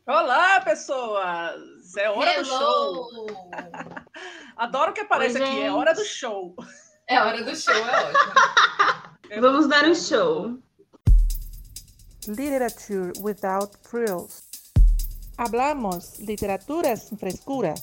Olá, pessoas! É hora do show! Adoro que aparece aqui, é hora do show. É hora do show, é ótimo. Vamos dar um show. Literature without frills. Hablamos literatura sin frescura.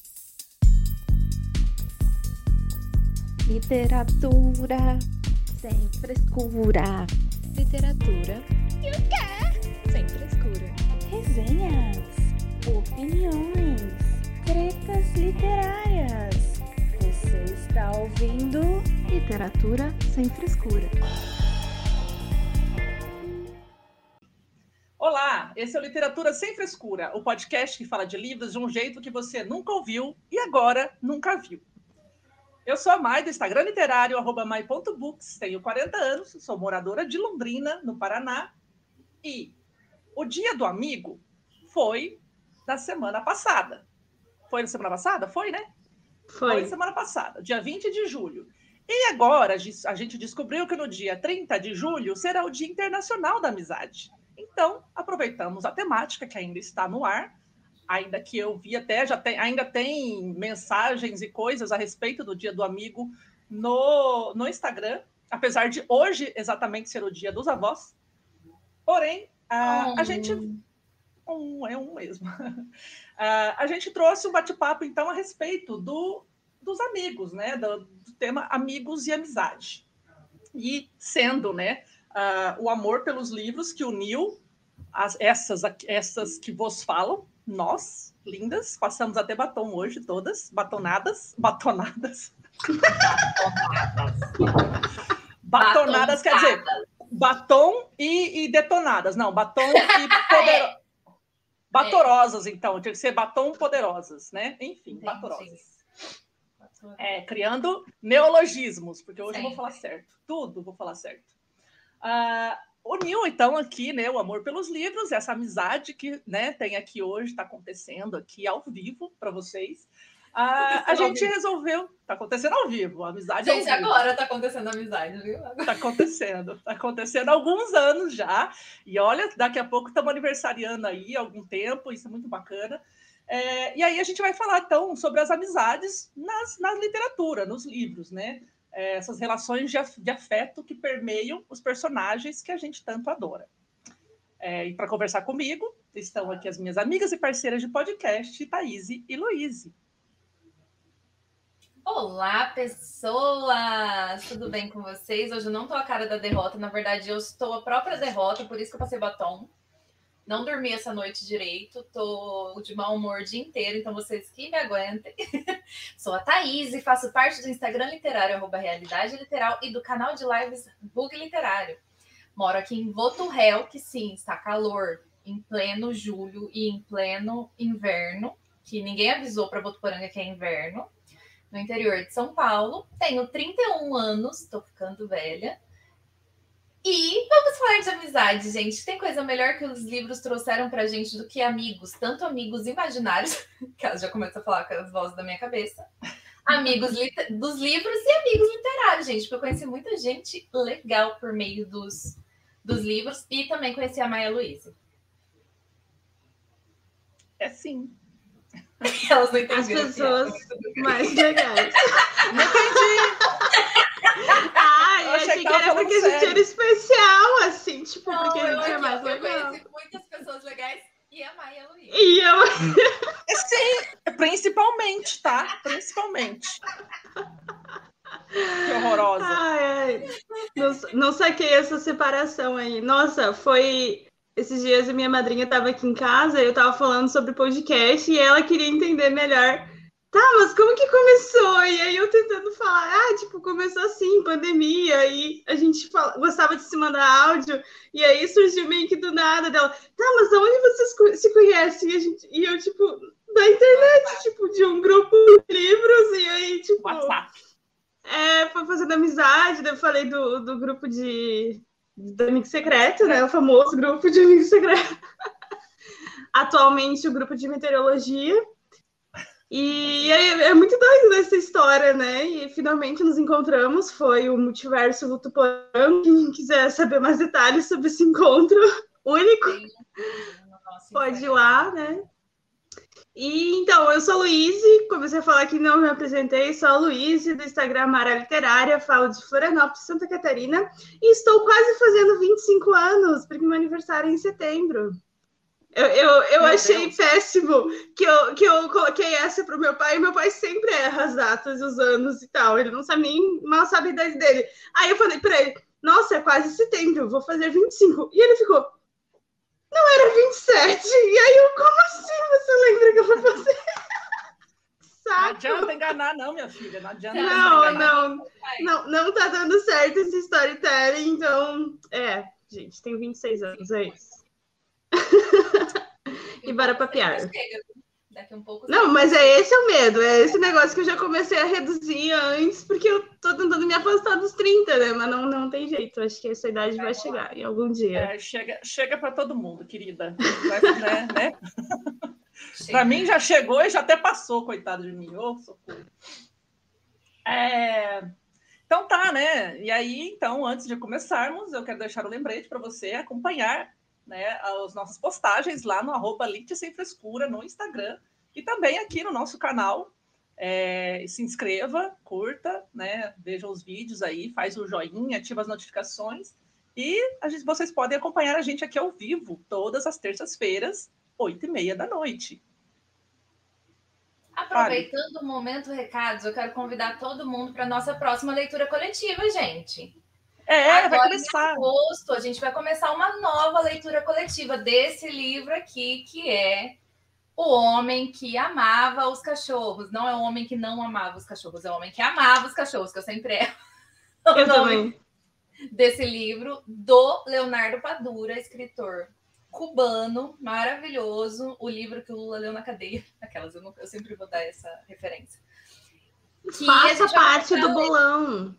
Literatura sem frescura. Literatura e o quê? Sem frescura. Resenhas, opiniões, tretas literárias. Você está ouvindo Literatura sem frescura. Olá, esse é o Literatura Sem Frescura, o podcast que fala de livros de um jeito que você nunca ouviu e agora nunca viu. Eu sou a Mai, do Instagram literário, @mai.books, tenho 40 anos, sou moradora de Londrina, no Paraná, e o Dia do Amigo foi na semana passada. Foi na semana passada? Foi, né? Foi semana passada, dia 20 de julho. E agora a gente descobriu que no dia 30 de julho será o Dia Internacional da Amizade. Então, aproveitamos a temática que ainda está no ar, ainda que eu vi até, ainda tem mensagens e coisas a respeito do Dia do Amigo no Instagram, apesar de hoje exatamente ser o Dia dos Avós. Porém, a gente... é um mesmo. A gente trouxe um bate-papo, então, a respeito dos amigos, né? Do tema amigos e amizade. E sendo, né, o amor pelos livros que uniu essas que vos falam, nós, lindas, passamos até batom hoje, todas, batonadas. Batonadas quer dizer, batom e detonadas. Não, batom e batorosas, então, tinha que ser batom poderosas, né? Enfim, entendi. Batorosas. Criando neologismos, porque hoje eu vou falar certo. Tudo vou falar certo. Uniu, então, aqui, né, o amor pelos livros, essa amizade que, né, tem aqui hoje, está acontecendo aqui ao vivo para vocês. A gente resolveu... Está acontecendo ao vivo, a amizade gente, agora está acontecendo a amizade, viu? Está acontecendo há alguns anos já. E olha, daqui a pouco estamos aniversariando aí há algum tempo, isso é muito bacana. E aí a gente vai falar, então, sobre as amizades na literatura, nos livros, né? Essas relações de afeto que permeiam os personagens que a gente tanto adora. E para conversar comigo, estão aqui as minhas amigas e parceiras de podcast, Thaís e Luíse. Olá, pessoas! Tudo bem com vocês? Hoje eu não estou a cara da derrota, na verdade eu estou a própria derrota, por isso que eu passei batom. Não dormi essa noite direito, tô de mau humor o dia inteiro, então vocês que me aguentem. Sou a Thaís e faço parte do Instagram literário, @realidade literal, e do canal de lives Bug Literário. Moro aqui em Voturrel, que sim, está calor, em pleno julho e em pleno inverno, que ninguém avisou para Votuporanga que é inverno, no interior de São Paulo. Tenho 31 anos, tô ficando velha. E vamos falar de amizade, gente. Tem coisa melhor que os livros trouxeram pra gente do que amigos, tanto amigos imaginários, que ela já começa a falar com as vozes da minha cabeça, amigos dos livros e amigos literários, gente, porque eu conheci muita gente legal por meio dos livros e também conheci a Maia Luísa. É sim. Elas não entenderam. As pessoas mais legais. Não entendi. Eu achei que era porque a gente era especial, assim, tipo, não, porque a gente é mais legal. Eu conheci muitas pessoas legais e a Maia Luísa. Sim, principalmente, tá? Principalmente. Que horrorosa. Não saquei essa separação aí. Nossa, foi... Esses dias a minha madrinha estava aqui em casa e eu estava falando sobre podcast e ela queria entender melhor. Tá, mas como que começou? E aí eu tentando falar, começou assim, pandemia, e a gente gostava de se mandar áudio, e aí surgiu meio que do nada dela, tá, mas aonde vocês se conhecem? E eu, da internet, de um grupo de livros, e aí, foi fazendo amizade, daí eu falei do grupo do Amigo Secreto, né, o famoso grupo de Amigo Secreto. Atualmente o grupo de meteorologia. E é muito doido essa história, né? E finalmente nos encontramos, foi o Multiverso Votuporanga. Quem quiser saber mais detalhes sobre esse encontro único, pode ir lá, né? E então, eu sou a Luíse, comecei a falar que não me apresentei, sou a Luíse, do Instagram Mara Literária, falo de Florianópolis, Santa Catarina, e estou quase fazendo 25 anos, porque meu aniversário é em setembro. Eu achei Deus. péssimo que eu coloquei essa pro meu pai, e meu pai sempre erra as datas e os anos e tal, ele não sabe nem, mal sabe a idade dele. Aí eu falei pra ele, nossa, é quase setembro, vou fazer 25. E ele ficou, não era 27. E aí eu, como assim você lembra que eu vou fazer? Não Saco. adianta enganar, não, minha filha. Não adianta Não tá dando certo esse storytelling, então, gente, tenho 26 anos, é isso. E bora papear. Daqui um pouco. Não, mas esse é o medo, é esse negócio que eu já comecei a reduzir antes, porque eu tô tentando me afastar dos 30, né? Mas não tem jeito, acho que essa idade vai chegar em algum dia. Chega para todo mundo, querida. Né? Para mim já chegou e já até passou, coitado de mim. Ô, socorro. Então tá, né? E aí, então, antes de começarmos, eu quero deixar o lembrete para você acompanhar, né, as nossas postagens lá no @LiteSemFrescura no Instagram e também aqui no nosso canal. Se inscreva, curta, né, veja os vídeos aí, faz o joinha, ativa as notificações e vocês podem acompanhar a gente aqui ao vivo todas as terças-feiras, 8h30 da noite. Aproveitando o momento recados, eu quero convidar todo mundo para a nossa próxima leitura coletiva, gente. Vai começar. Em agosto, a gente vai começar uma nova leitura coletiva desse livro aqui, que é O Homem que Amava os Cachorros. Não é o homem que não amava os cachorros, é o homem que amava os cachorros, que eu sempre erro. Eu também. Desse livro, do Leonardo Padura, escritor cubano, maravilhoso. O livro que o Lula leu na cadeia. Aquelas, eu sempre vou dar essa referência. Faça parte do bolão.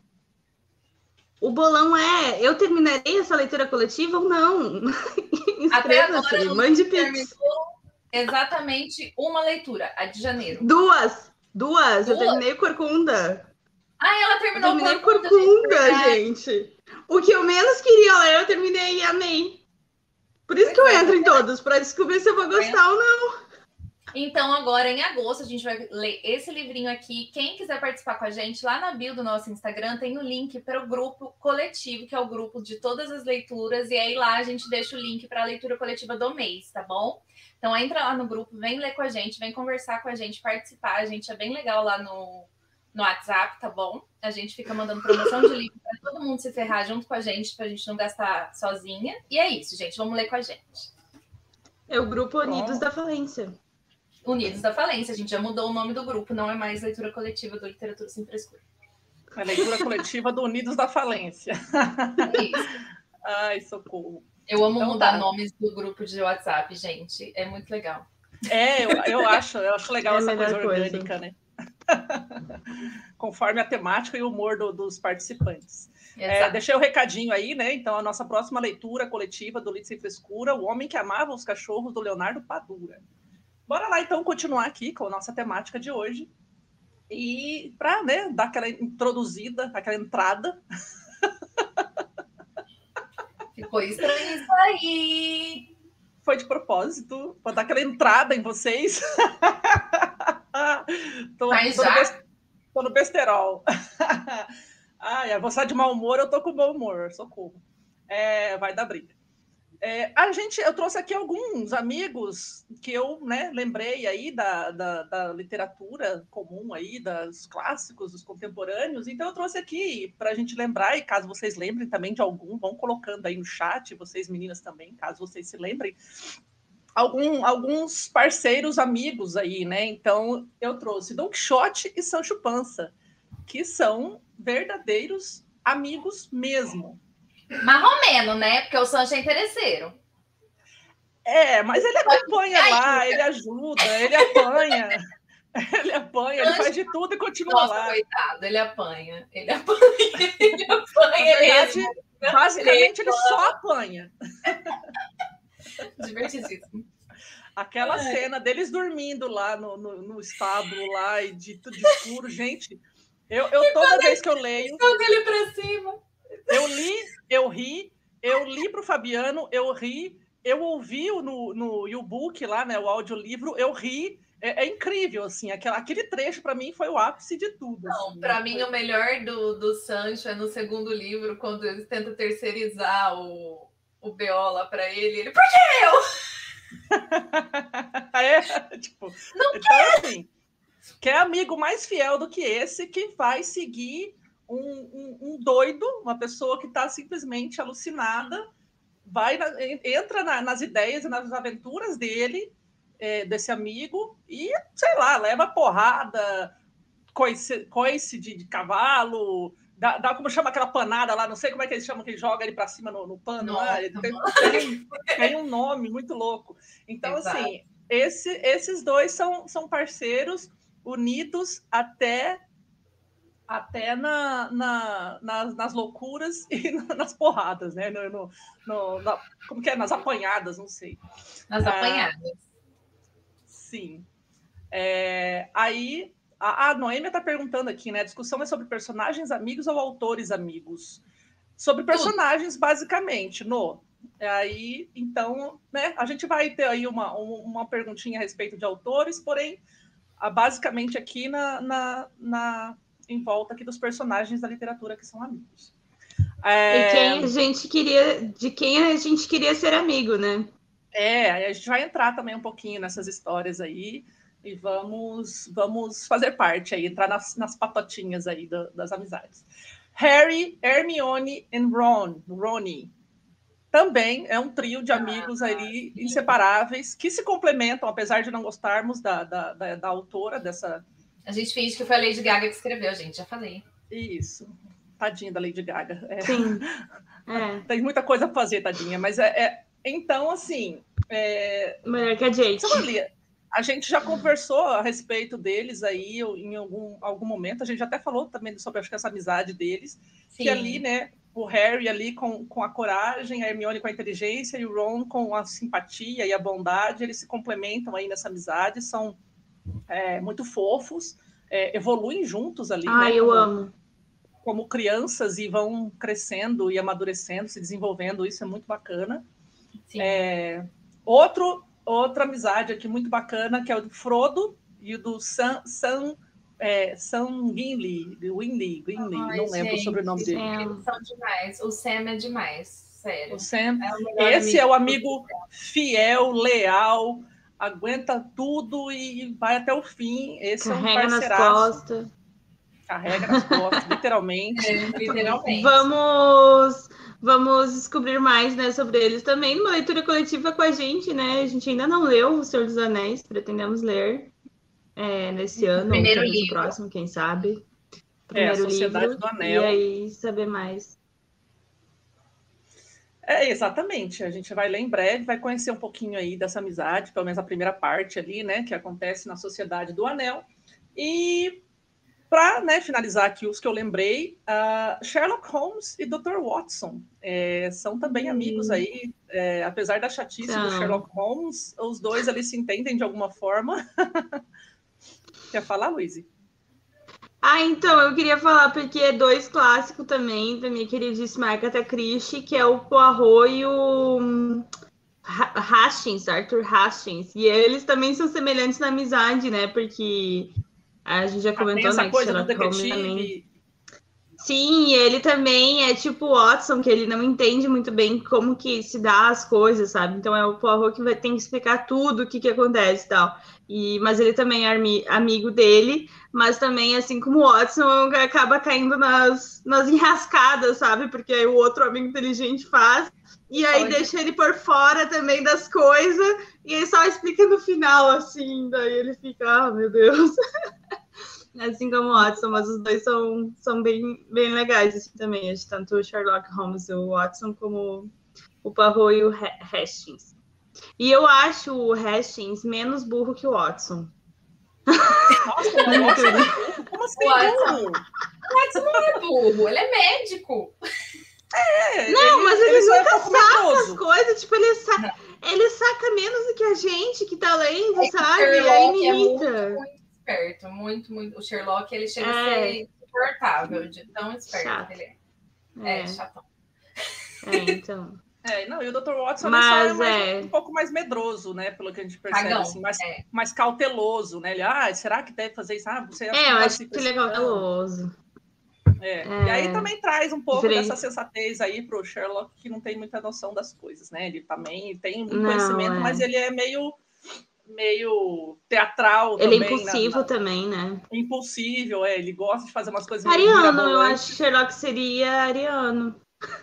O bolão eu terminarei essa leitura coletiva ou não? Inscreva-se, mande pix. Exatamente uma leitura, a de janeiro. Duas. Eu terminei Corcunda. Ela terminou Corcunda, gente. O que eu menos queria ler, eu terminei e amei. Por isso que eu entro em todos, para descobrir se eu vou gostar ou não. Então, agora, em agosto, a gente vai ler esse livrinho aqui. Quem quiser participar com a gente, lá na bio do nosso Instagram, tem o link para o grupo coletivo, que é o grupo de todas as leituras. E aí, lá, a gente deixa o link para a leitura coletiva do mês, tá bom? Então, entra lá no grupo, vem ler com a gente, vem conversar com a gente, participar. A gente é bem legal lá no WhatsApp, tá bom? A gente fica mandando promoção de livro para todo mundo se ferrar junto com a gente gente não gastar sozinha. E é isso, gente. Vamos ler com a gente. É o grupo Unidos da Falência. Unidos da Falência. A gente já mudou o nome do grupo. Não é mais Leitura Coletiva do Literatura Sem Frescura. É Leitura Coletiva do Unidos da Falência. Isso. Ai, socorro. Eu amo mudar nomes do grupo de WhatsApp, gente. É muito legal. Eu acho legal essa coisa orgânica, né? Conforme a temática e o humor dos participantes. Deixei o recadinho aí, né? Então, a nossa próxima leitura coletiva do Lite Sem Frescura, O Homem que Amava os Cachorros, do Leonardo Padura. Bora lá, então, continuar aqui com a nossa temática de hoje. E para, né, dar aquela introduzida, aquela entrada. Ficou estranho isso aí. Foi de propósito, para dar aquela entrada em vocês. Tô no besterol. Você está de mau humor, eu tô com bom humor, socorro. Vai dar briga. Eu trouxe aqui alguns amigos que eu, né, lembrei aí da literatura comum aí, dos clássicos, dos contemporâneos. Então eu trouxe aqui para a gente lembrar, e caso vocês lembrem também de algum, vão colocando aí no chat, vocês meninas também, caso vocês se lembrem, alguns parceiros amigos aí, né? Então eu trouxe Don Quixote e Sancho Panza, que são verdadeiros amigos mesmo. Marromeno, né? Porque o Sancho é interesseiro. Mas ele acompanha lá, ele ajuda, ele apanha. Ele faz de tudo e continua lá. Coitado, ele apanha. Na verdade, basicamente, ele só apanha. Divertidíssimo. Aquela cena deles dormindo lá no estábulo lá e de tudo escuro, gente. Eu toda vez que eu leio. Joga ele pra cima. Eu li pro Fabiano, eu ri, eu ouvi no U-Book lá, né, o audiolivro, eu ri. É incrível, assim, aquele trecho para mim foi o ápice de tudo. Não, assim, para mim o melhor do Sancho é no segundo livro, quando eles tentam terceirizar o BO lá para ele. Por que eu? Tipo, não então, assim, quer amigo mais fiel do que esse que vai seguir um doido, uma pessoa que está simplesmente alucinada, entra nas ideias e nas aventuras dele, desse amigo, e, sei lá, leva porrada, coice de cavalo, dá como chama aquela panada lá, não sei como é que eles chamam, que joga ele para cima no pano. Lá, tem um nome muito louco. Então, exato. Assim, esses dois são parceiros unidos até nas loucuras e nas porradas, né? Como que é? Nas apanhadas, não sei. Nas apanhadas. Sim. Aí, a Noêmia está perguntando aqui, né? A discussão é sobre personagens amigos ou autores amigos? Sobre personagens, basicamente, Aí, então, né? A gente vai ter aí uma perguntinha a respeito de autores, porém, basicamente aqui em volta aqui dos personagens da literatura que são amigos. De quem a gente queria ser amigo, né? Aí a gente vai entrar também um pouquinho nessas histórias aí e vamos fazer parte aí, entrar nas patotinhas aí das amizades. Harry, Hermione e Ron. Também é um trio de amigos aí inseparáveis que se complementam, apesar de não gostarmos da autora dessa... A gente finge que foi a Lady Gaga que escreveu, gente, já falei. Isso. Tadinha da Lady Gaga. Sim. Tem muita coisa para fazer, tadinha. Mas então, assim... Melhor que a gente. A gente já conversou a respeito deles aí em algum momento. A gente até falou também sobre, acho que, essa amizade deles. Sim. Que ali, né? O Harry ali com a coragem, a Hermione com a inteligência e o Ron com a simpatia e a bondade. Eles se complementam aí nessa amizade. São muito fofos. Evoluem juntos ali, né? Eu amo. Como crianças e vão crescendo e amadurecendo, se desenvolvendo. Isso é muito bacana. Sim. Outra amizade aqui muito bacana, que é o do Frodo e o do Sam Gimli, não lembro o sobrenome dele. Eles são demais. O Sam é demais, sério. O Sam, esse é o amigo fiel, leal, aguenta tudo e vai até o fim. Esse carrega é um parceiraço. Nas costas. Carrega nas costas, literalmente. Literalmente. Vamos descobrir mais, né, sobre eles também numa leitura coletiva com a gente, né? A gente ainda não leu O Senhor dos Anéis, pretendemos ler nesse ano, ou talvez no próximo, quem sabe. Primeiro livro, do Anel. E aí saber mais. Exatamente. A gente vai ler em breve, vai conhecer um pouquinho aí dessa amizade, pelo menos a primeira parte ali, né, que acontece na Sociedade do Anel. E para, né, finalizar aqui os que eu lembrei, Sherlock Holmes e Dr. Watson são também amigos aí, apesar da chatice do Sherlock Holmes, os dois ali se entendem de alguma forma. Quer falar, Luíse? Então, eu queria falar porque é dois clássicos também da minha queridíssima Agatha Christie, que é o Poirot e o Arthur Hastings. E eles também são semelhantes na amizade, né? Porque a gente já comentou, essa né, coisa que do detetive. Sim, ele também é tipo o Watson, que ele não entende muito bem como que se dá as coisas, sabe? Então é o Poirot que tem que explicar tudo o que acontece e tal. Mas ele também é amigo dele, mas também, assim como o Watson, acaba caindo nas enrascadas, sabe? Porque aí o outro amigo inteligente faz, e aí deixa ele por fora também das coisas, e aí só explica no final, assim, daí ele fica, meu Deus... Assim como o Watson, mas os dois são bem legais assim, também. Tanto o Sherlock Holmes e o Watson, como o Poirot e o Hastings. E eu acho o Hastings menos burro que o Watson. Nossa, como assim? O Watson não é burro, ele é médico. Mas ele nunca saca as coisas. Tipo, ele saca menos do que a gente que tá lendo, sabe? E aí me irrita. Esperto, muito. O Sherlock, ele chega a ser insuportável, de tão esperto que ele é. Chatão. Então. Não, e o Dr. Watson Mas é um pouco mais medroso, né? Pelo que a gente percebe, Cagão, assim, mais cauteloso, né? Ele, será que deve fazer isso? Você eu acho que ele é cauteloso. E aí também traz um pouco diferente. dessa sensatez aí pro Sherlock, que não tem muita noção das coisas, né? Ele também tem muito conhecimento, mas ele é meio teatral ele também. Ele é impulsivo também, né? Impulsivo, ele gosta de fazer umas coisas ariano, eu acho que Sherlock seria ariano.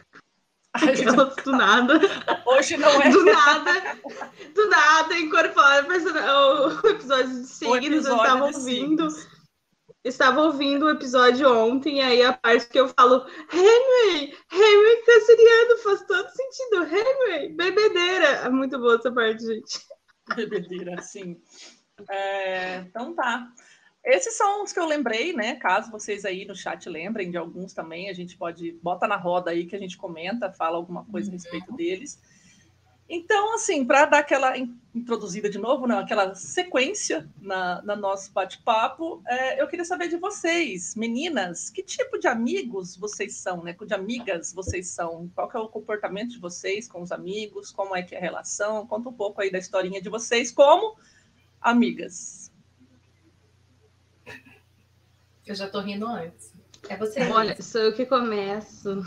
Do nada. Hoje não é. Do nada, incorpora o episódio de signos. Eu estava ouvindo o episódio ontem, e aí a parte que eu falo, Henry canceriano, faz todo sentido. Henry, bebedeira. É muito boa essa parte, gente. Bebedeira, sim. Então tá. Esses são os que eu lembrei, né? Caso vocês aí no chat lembrem de alguns também, a gente bota na roda aí que a gente comenta, fala alguma coisa a respeito deles. Então, assim, para dar aquela introduzida de novo, né, aquela sequência na nosso bate-papo, eu queria saber de vocês, meninas, que tipo de amigos vocês são, né? De amigas vocês são? Qual que é o comportamento de vocês com os amigos? Como é que é a relação? Conta um pouco aí da historinha de vocês como amigas. Eu já tô rindo antes. É você, Olha, sou eu que começo.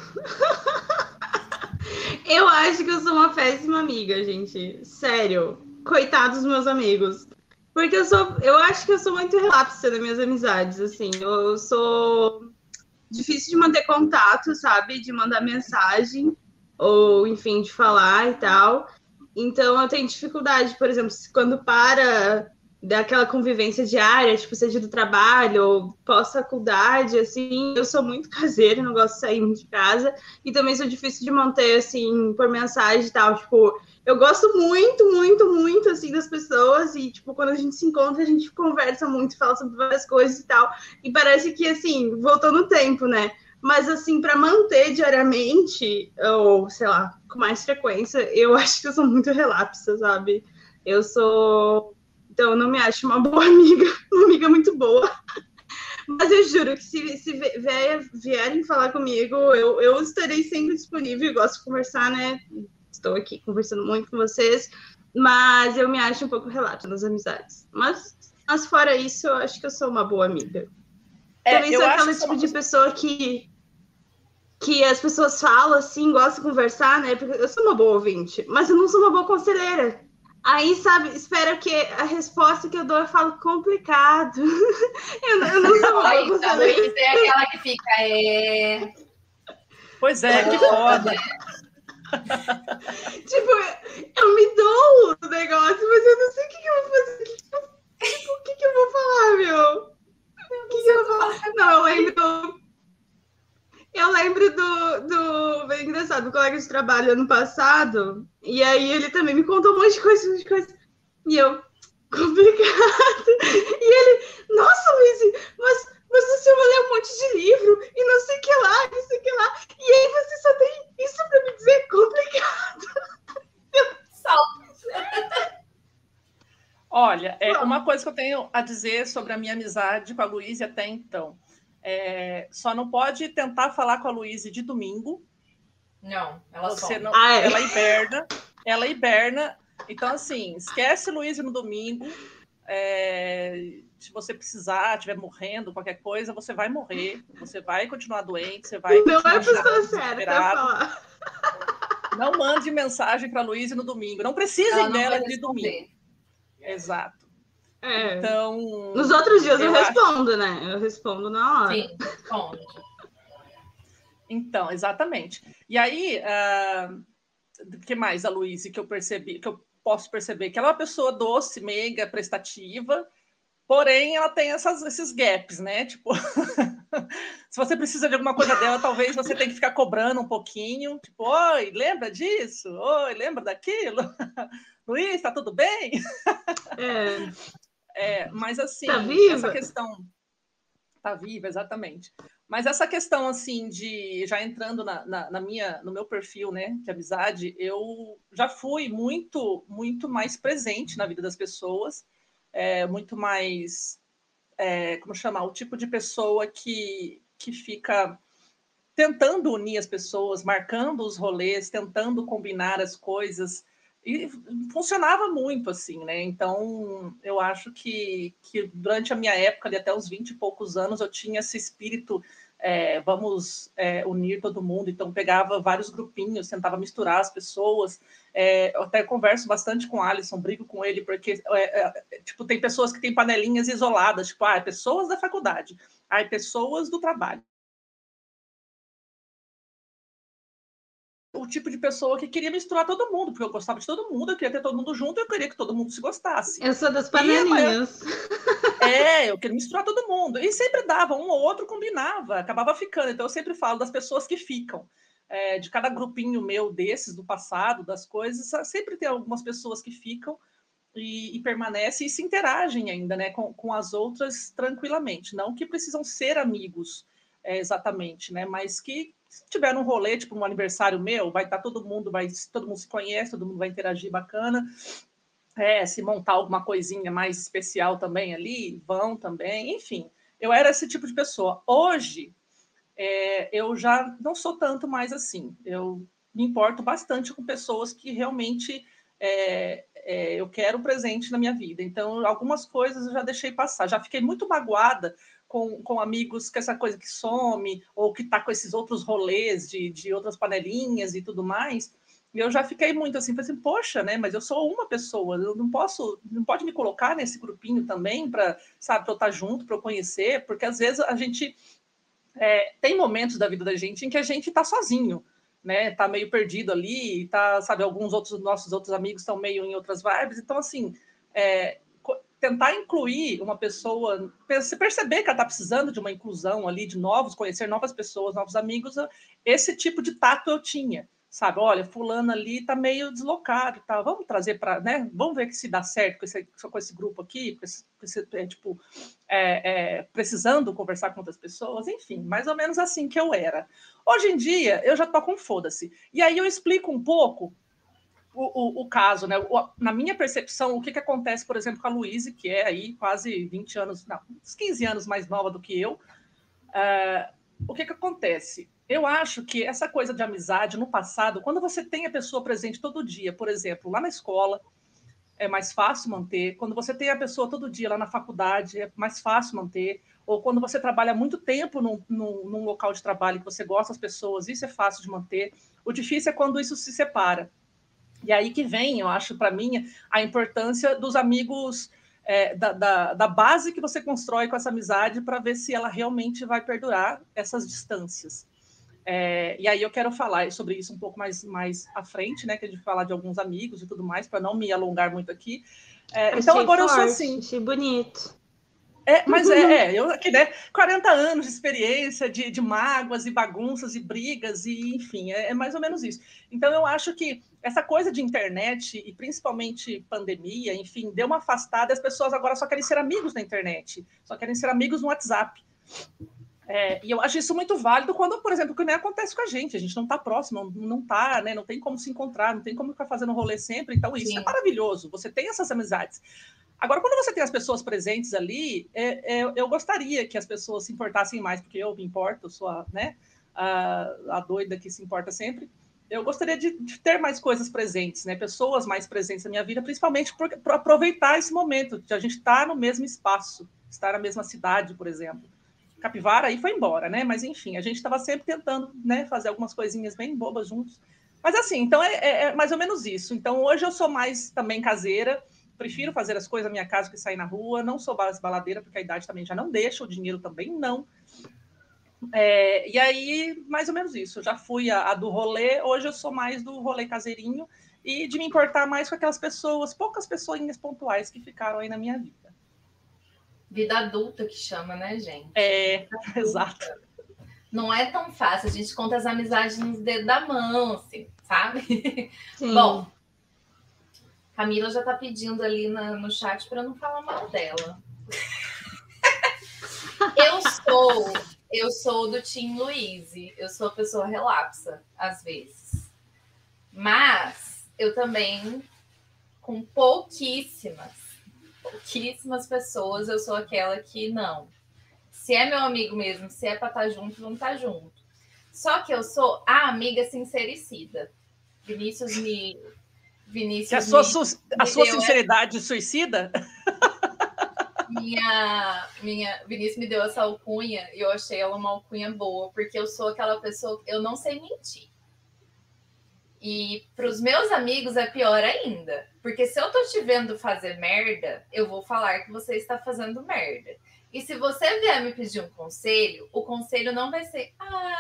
Eu acho que eu sou uma péssima amiga, gente. Sério. Coitados dos meus amigos. Porque eu acho que eu sou muito relapsa nas minhas amizades, assim. Eu sou difícil de manter contato, sabe? De mandar mensagem, ou, enfim, de falar e tal. Então, eu tenho dificuldade, por exemplo, quando daquela convivência diária, tipo, seja do trabalho ou pós-faculdade, assim, eu sou muito caseira, não gosto de sair muito de casa, e também sou difícil de manter, assim, por mensagem e tal, tipo, eu gosto muito, muito, muito, assim, das pessoas, e, tipo, quando a gente se encontra, a gente conversa muito, fala sobre várias coisas e tal, e parece que, assim, voltou no tempo, né? Mas, assim, para manter diariamente, ou, sei lá, com mais frequência, eu acho que eu sou muito relapsa, sabe? Então, eu não me acho uma boa amiga, uma amiga muito boa. Mas eu juro que se vierem falar comigo, eu estarei sempre disponível, gosto de conversar, né? Estou aqui conversando muito com vocês, mas eu me acho um pouco relapsa nas amizades. Mas fora isso, eu acho que eu sou uma boa amiga. Também sou aquele tipo de pessoa que as pessoas falam assim, gostam de conversar, né? Porque eu sou uma boa ouvinte, mas eu não sou uma boa conselheira. Aí, sabe, espero que a resposta que eu dou, eu falo complicado. Eu não sou uma boa conselheira. A Luísa é aquela que fica, Pois é, que foda. Tipo, eu me dou o negócio, mas eu não sei o que eu vou fazer. Tipo, o que eu vou falar, meu? O que eu vou falar? Não, eu lembro do bem engraçado, do colega de trabalho ano passado, e aí ele também me contou um monte de coisa, e eu, complicado, e ele, nossa, Luiz, mas você vai ler um monte de livro, e não sei o que lá, e aí você só tem isso pra me dizer, complicado. Olha, uma coisa que eu tenho a dizer sobre a minha amizade com a Luísa até então, só não pode tentar falar com a Luísa de domingo. Não, ela só. Ela hiberna. Então, assim, esquece Luísa no domingo. Se você precisar, estiver morrendo, qualquer coisa, você vai morrer. Você vai continuar doente, você vai não continuar é a pessoa certa a falar. Não mande mensagem para a Luísa no domingo. Não precisem dela de domingo. Exato. Então, nos outros dias eu respondo, né? Eu respondo na hora. Sim, responde. Então, exatamente. E aí, o que mais, a Luísa, que eu posso perceber? Que ela é uma pessoa doce, meiga, prestativa, porém ela tem esses gaps, né? Tipo, se você precisa de alguma coisa dela, talvez você tenha que ficar cobrando um pouquinho. Tipo, oi, lembra disso? Oi, lembra daquilo? Luiz, tá tudo bem? Mas assim, tá viva? Essa questão... Tá viva, exatamente. Mas essa questão, assim, de... Já entrando no meu perfil, né, de amizade, eu já fui muito, muito mais presente na vida das pessoas, muito mais... como chamar? O tipo de pessoa que fica tentando unir as pessoas, marcando os rolês, tentando combinar as coisas, e funcionava muito assim, né? Então, eu acho que durante a minha época, ali, até os 20 e poucos anos, eu tinha esse espírito, vamos unir todo mundo. Então, pegava vários grupinhos, tentava misturar as pessoas. Eu até converso bastante com o Alisson, brigo com ele, porque tipo, tem pessoas que têm panelinhas isoladas, tipo, pessoas da faculdade, pessoas do trabalho. O tipo de pessoa que queria misturar todo mundo, porque eu gostava de todo mundo, eu queria ter todo mundo junto, eu queria que todo mundo se gostasse. Eu sou das panelinhas. Eu queria misturar todo mundo. E sempre dava, um ou outro combinava, acabava ficando. Então eu sempre falo das pessoas que ficam. De cada grupinho meu desses, do passado, das coisas, sempre tem algumas pessoas que ficam e permanecem e se interagem ainda, né, com as outras tranquilamente. Não que precisam ser amigos, exatamente, né, mas que se tiver um rolê, tipo um aniversário meu, vai estar todo mundo se conhece, todo mundo vai interagir bacana. Se montar alguma coisinha mais especial também ali, vão também, enfim. Eu era esse tipo de pessoa. Hoje, eu já não sou tanto mais assim. Eu me importo bastante com pessoas que realmente eu quero presente na minha vida. Então, algumas coisas eu já deixei passar. Já fiquei muito magoada com amigos com essa coisa que some, ou que está com esses outros rolês de outras panelinhas e tudo mais. E eu já fiquei muito assim, falei assim, poxa, né? Mas eu sou uma pessoa, eu não pode me colocar nesse grupinho também para eu estar junto, para eu conhecer, porque às vezes a gente tem momentos da vida da gente em que a gente está sozinho, né? Tá meio perdido ali, alguns nossos outros amigos estão meio em outras vibes, então assim, tentar incluir uma pessoa, perceber que ela está precisando de uma inclusão ali, de conhecer novas pessoas, novos amigos, esse tipo de tato eu tinha, sabe? Olha, fulano ali está meio deslocado, tá? Vamos trazer para, né? Vamos ver que se dá certo com esse grupo aqui, precisando conversar com outras pessoas, enfim, mais ou menos assim que eu era. Hoje em dia, eu já tô com foda-se. E aí eu explico um pouco o caso, né? Na minha percepção, o que acontece, por exemplo, com a Luíse, que é aí quase 20 anos, não, uns 15 anos mais nova do que eu. O que acontece? Eu acho que essa coisa de amizade, no passado, quando você tem a pessoa presente todo dia, por exemplo, lá na escola, é mais fácil manter. Quando você tem a pessoa todo dia lá na faculdade, é mais fácil manter. Ou quando você trabalha muito tempo num local de trabalho que você gosta das pessoas, isso é fácil de manter. O difícil é quando isso se separa. E aí que vem, eu acho, para mim, a importância dos amigos, da base que você constrói com essa amizade para ver se ela realmente vai perdurar essas distâncias. E aí eu quero falar sobre isso um pouco mais à frente, né? Que a gente falar de alguns amigos e tudo mais, para não me alongar muito aqui. Então agora forte, eu sou assim. Achei bonito. Mas eu aqui, né? 40 anos de experiência, de mágoas e bagunças e brigas, e enfim, é mais ou menos isso. Então eu acho que essa coisa de internet, e principalmente pandemia, enfim, deu uma afastada, e as pessoas agora só querem ser amigos na internet, só querem ser amigos no WhatsApp. E eu acho isso muito válido quando, por exemplo, o que nem acontece com a gente não está próximo, não tá, né? Não tem como se encontrar, não tem como ficar fazendo rolê sempre, então isso é maravilhoso, você tem essas amizades. Agora, quando você tem as pessoas presentes ali, eu gostaria que as pessoas se importassem mais, porque eu me importo, eu sou a doida que se importa sempre. Eu gostaria de ter mais coisas presentes, né? Pessoas mais presentes na minha vida, principalmente para aproveitar esse momento de a gente estar no mesmo espaço, estar na mesma cidade, por exemplo. Capivara aí foi embora, né? Mas enfim, a gente estava sempre tentando, né, fazer algumas coisinhas bem bobas juntos. Mas assim, então é mais ou menos isso. Então hoje eu sou mais também caseira, prefiro fazer as coisas na minha casa que sair na rua, não sou baladeira, porque a idade também já não deixa, o dinheiro também não. E aí, mais ou menos isso. Eu já fui a do rolê, hoje eu sou mais do rolê caseirinho e de me importar mais com aquelas pessoas, poucas pessoinhas pontuais que ficaram aí na minha vida. Vida adulta que chama, né, gente? Exato. Não é tão fácil, a gente conta as amizades nos dedos da mão, assim, sabe? Sim. Bom, Camila já tá pedindo ali no chat para não falar mal dela. Eu sou do Team Luíse. Eu sou a pessoa relapsa, às vezes. Mas eu também, com pouquíssimas pessoas, eu sou aquela que não. Se é meu amigo mesmo, se é para estar junto, vamos estar junto. Só que eu sou a amiga sincericida. Vinícius Que a sua sinceridade suicida? Vinícius me deu essa alcunha e eu achei ela uma alcunha boa, porque eu sou aquela pessoa que eu não sei mentir. E para os meus amigos é pior ainda, porque se eu tô te vendo fazer merda, eu vou falar que você está fazendo merda. E se você vier me pedir um conselho, o conselho não vai ser,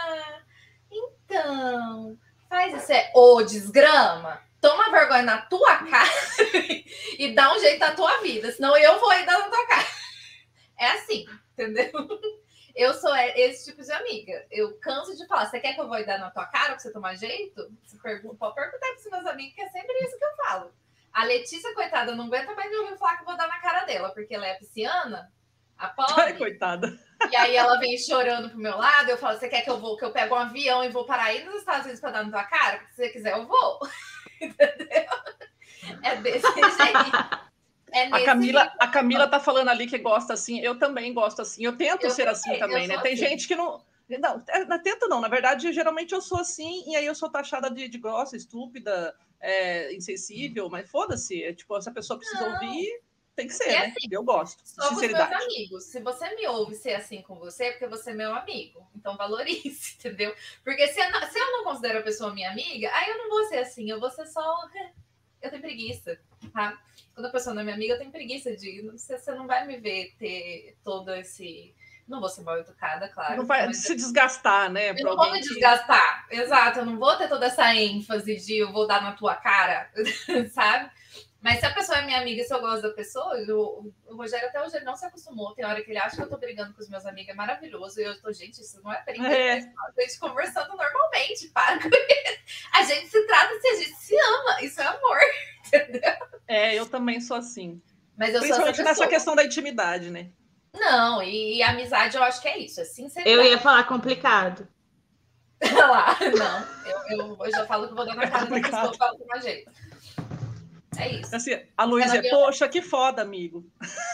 então, faz isso, desgrama. Toma vergonha na tua cara e dá um jeito na tua vida, senão eu vou ir dar na tua cara. É assim, entendeu? Eu sou esse tipo de amiga. Eu canso de falar, você quer que eu vou ir dar na tua cara pra você tomar jeito? Pode perguntar pros meus amigos, que é sempre isso que eu falo. A Letícia, coitada, não aguenta mais me ouvir falar que eu vou dar na cara dela, porque ela é pisciana, a pobre. Ai, coitada. E aí ela vem chorando pro meu lado, eu falo, você quer que eu pego um avião e vou parar aí nos Estados Unidos pra dar na tua cara? Se você quiser, eu vou. Entendeu? É desse jeito. A Camila tá falando ali que gosta assim. Eu também gosto assim. Eu tento ser assim também, né? Tem gente que não... Não, tento não. Na verdade, geralmente eu sou assim e aí eu sou taxada de grossa, estúpida, insensível, mas foda-se. Tipo, se a pessoa precisa ouvir, tem que ser, né? Assim, eu gosto. Só com os meus amigos. Se você me ouve ser assim com você, é porque você é meu amigo. Então valorize, entendeu? Porque se eu não considero a pessoa minha amiga, aí eu não vou ser assim. Eu vou ser só... Eu tenho preguiça, tá? Quando a pessoa não é minha amiga, eu tenho preguiça de... Você não vai me ver ter todo esse... Não vou ser mal educada, claro. Não vai se desgastar, né? Eu não vou me desgastar. Exato. Eu não vou ter toda essa ênfase de eu vou dar na tua cara, sabe? Mas se a pessoa é minha amiga, se eu gosto da pessoa, o Rogério até hoje ele não se acostumou. Tem hora que ele acha que eu tô brigando com os meus amigos, é maravilhoso. E eu tô, gente, isso não é briga. A gente conversando normalmente, para com isso. A gente se trata assim, a gente se ama. Isso é amor, entendeu? Eu também sou assim. Mas eu principalmente sou nessa questão da intimidade, né? Não, e amizade eu acho que é isso, é sinceridade. Eu ia falar complicado. Lá, não. Eu já falo que vou dar na cara da pessoa, eu falo de uma jeito. É isso. Assim, a Luísa poxa, que foda, amigo.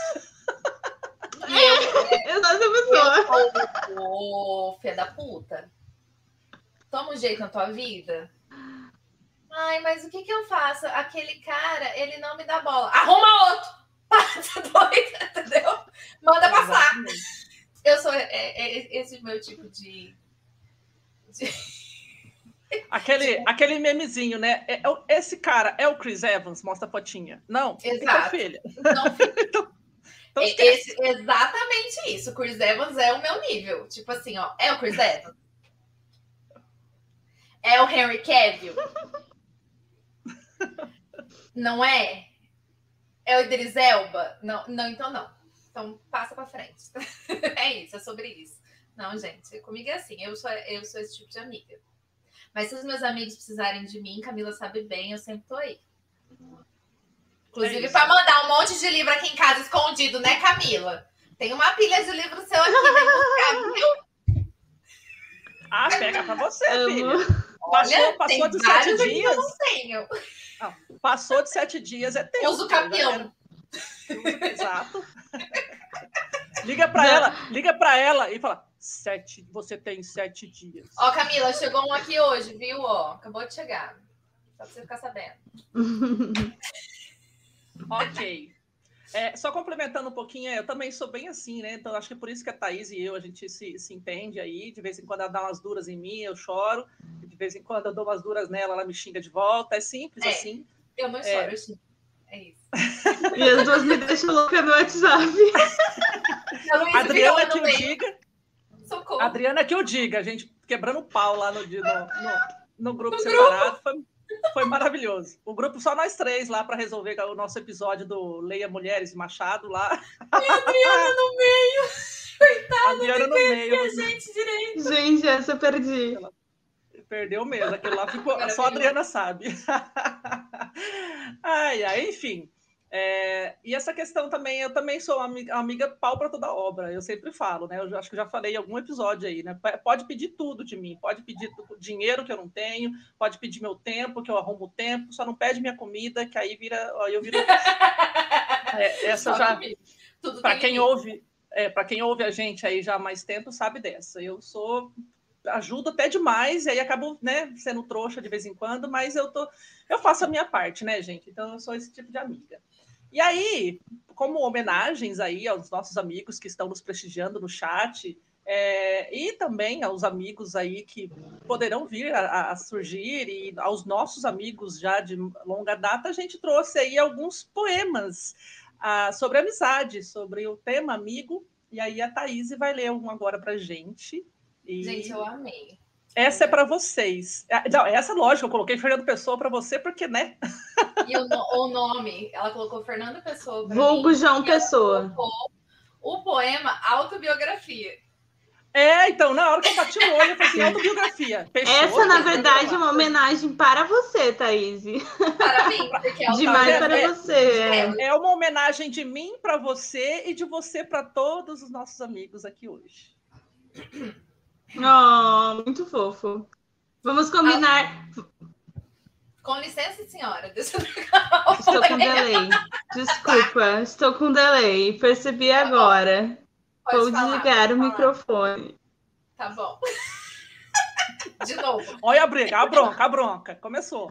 Eu sou essa pessoa. Ô, filha da puta. Toma um jeito na tua vida. Ai, mas o que eu faço? Aquele cara, ele não me dá bola. Arruma outro! Tá doida, entendeu? Manda passar. Eu sou esse meu tipo de... Aquele memezinho, né? Esse cara é o Chris Evans, mostra a fotinha. Não, exato. Filha. Não, filha. então exatamente isso. O Chris Evans é o meu nível. Tipo assim, ó, é o Chris Evans. É o Henry Cavill. Não é? É o Idris Elba? Não, então não. Então passa pra frente. É isso, é sobre isso. Não, gente, comigo é assim. Eu sou esse tipo de amiga. Mas se os meus amigos precisarem de mim, Camila sabe bem, eu sempre tô aí. Inclusive, para mandar um monte de livro aqui em casa escondido, né, Camila? Tem uma pilha de livro seu aqui, vem buscar, viu? Pega pra você, filha. Passou de 7 dias. Eu não tenho. Passou de 7 dias, é tempo. Uso campeão. Exato. Liga pra ela e fala: você tem 7 dias. Ó, Camila, chegou um aqui hoje, viu? Ó, acabou de chegar. Só pra você ficar sabendo. Ok. Só complementando um pouquinho, eu também sou bem assim, né? Então, acho que é por isso que a Thaís e eu, a gente se entende aí. De vez em quando ela dá umas duras em mim, eu choro. De vez em quando eu dou umas duras nela, ela me xinga de volta. É simples assim. Eu não choro, eu xingo. É isso. E as duas me deixam louca no WhatsApp. A Adriana que o diga. Socorro. Adriana que o diga. A gente quebrando pau lá no grupo separado. Foi maravilhoso. O grupo só nós 3 lá para resolver o nosso episódio do Leia Mulheres e Machado lá. E a Adriana no meio. Coitada, Adriana no meio. A gente direito. Gente, essa eu perdi. Ela perdeu mesmo. Aquilo lá ficou. Só a Adriana sabe. Enfim. E essa questão também, eu também sou amiga pau para toda obra, eu sempre falo, né? Eu acho que já falei em algum episódio aí, né? Pode pedir tudo de mim, pode pedir dinheiro que eu não tenho, pode pedir meu tempo, que eu arrumo o tempo, só não pede minha comida, que aí eu viro. Essa já. Para quem ouve a gente aí já há mais tempo, sabe dessa. Eu ajudo até demais, e aí acabo, né, sendo trouxa de vez em quando, mas eu faço a minha parte, né, gente? Então eu sou esse tipo de amiga. E aí, como homenagens aí aos nossos amigos que estão nos prestigiando no chat, e também aos amigos aí que poderão vir a surgir, e aos nossos amigos já de longa data, a gente trouxe aí alguns poemas sobre amizade, sobre o tema amigo, e aí a Thaís vai ler um agora pra gente. Gente, eu amei. Essa é para vocês. Não, essa, lógico, eu coloquei Fernando Pessoa para você, porque, né? E o nome, ela colocou Fernando Pessoa. Vulgo João Pessoa. O poema Autobiografia. Então, na hora que eu bati o olho, eu falei assim, autobiografia. Pessoa, essa, na verdade, é uma homenagem para você, Thaís. Para mim, porque é demais para você. É uma homenagem de mim para você e de você para todos os nossos amigos aqui hoje. Oh, muito fofo. Vamos combinar. Com licença, senhora. Estou com delay. Desculpa, estou com delay. Percebi agora. Vou desligar o microfone. Tá bom. De novo. Olha a briga, a bronca. Começou.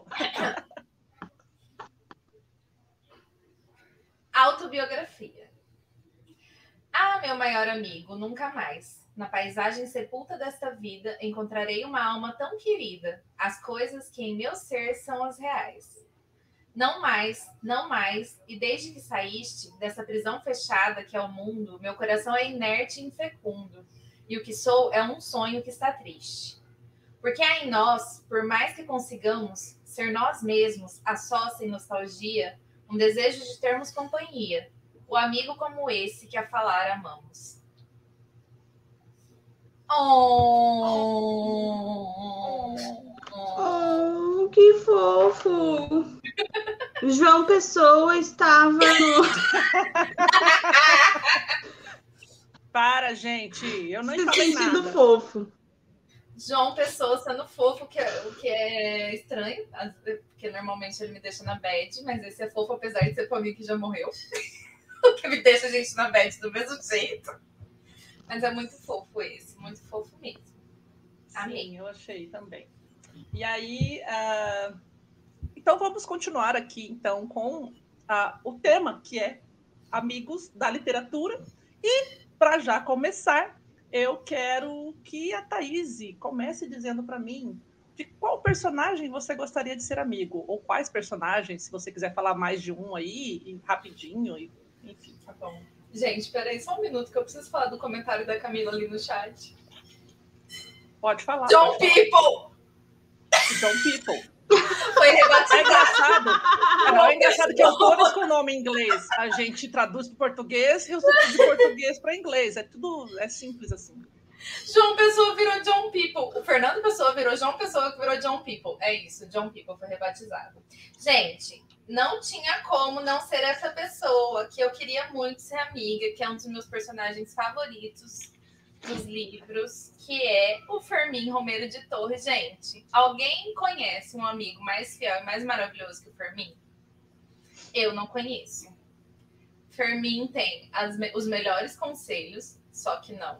Autobiografia. Ah, meu maior amigo, nunca mais. Na paisagem sepulta desta vida, encontrarei uma alma tão querida. As coisas que em meu ser são as reais. Não mais, não mais, e desde que saíste dessa prisão fechada que é o mundo, meu coração é inerte e infecundo, e o que sou é um sonho que está triste. Porque há em nós, por mais que consigamos ser nós mesmos, a sós sem nostalgia, um desejo de termos companhia, o amigo como esse que a falar amamos. Oh, que fofo! João Pessoa estava no... Para, gente, eu não se falei sentindo nada. Fofo. João Pessoa sendo fofo, o que é estranho, porque normalmente ele me deixa na bad, mas esse é fofo apesar de ser comigo que já morreu. O que me deixa a gente na bad do mesmo jeito. Mas é muito fofo esse, muito fofo mesmo. Amei. Sim, eu achei também. E aí, então vamos continuar aqui então com o tema, que é amigos da literatura. E para já começar, eu quero que a Thaís comece dizendo para mim de qual personagem você gostaria de ser amigo, ou quais personagens, se você quiser falar mais de um aí, rapidinho, enfim. Tá bom. Gente, peraí só um minuto que eu preciso falar do comentário da Camila ali no chat. Pode falar. John People! John People. Foi rebatizado. É engraçado. É engraçado que autores com nome em inglês a gente traduz para o português e os de português para inglês. É simples assim. João Pessoa virou John People. O Fernando Pessoa virou João Pessoa, que virou John People. É isso, John People foi rebatizado. Gente, não tinha como não ser essa pessoa que eu queria muito ser amiga, que é um dos meus personagens favoritos dos livros, que é o Fermin Romero de Torres. Gente, alguém conhece um amigo mais fiel e mais maravilhoso que o Fermin? Eu não conheço. Fermin tem os melhores conselhos, só que não.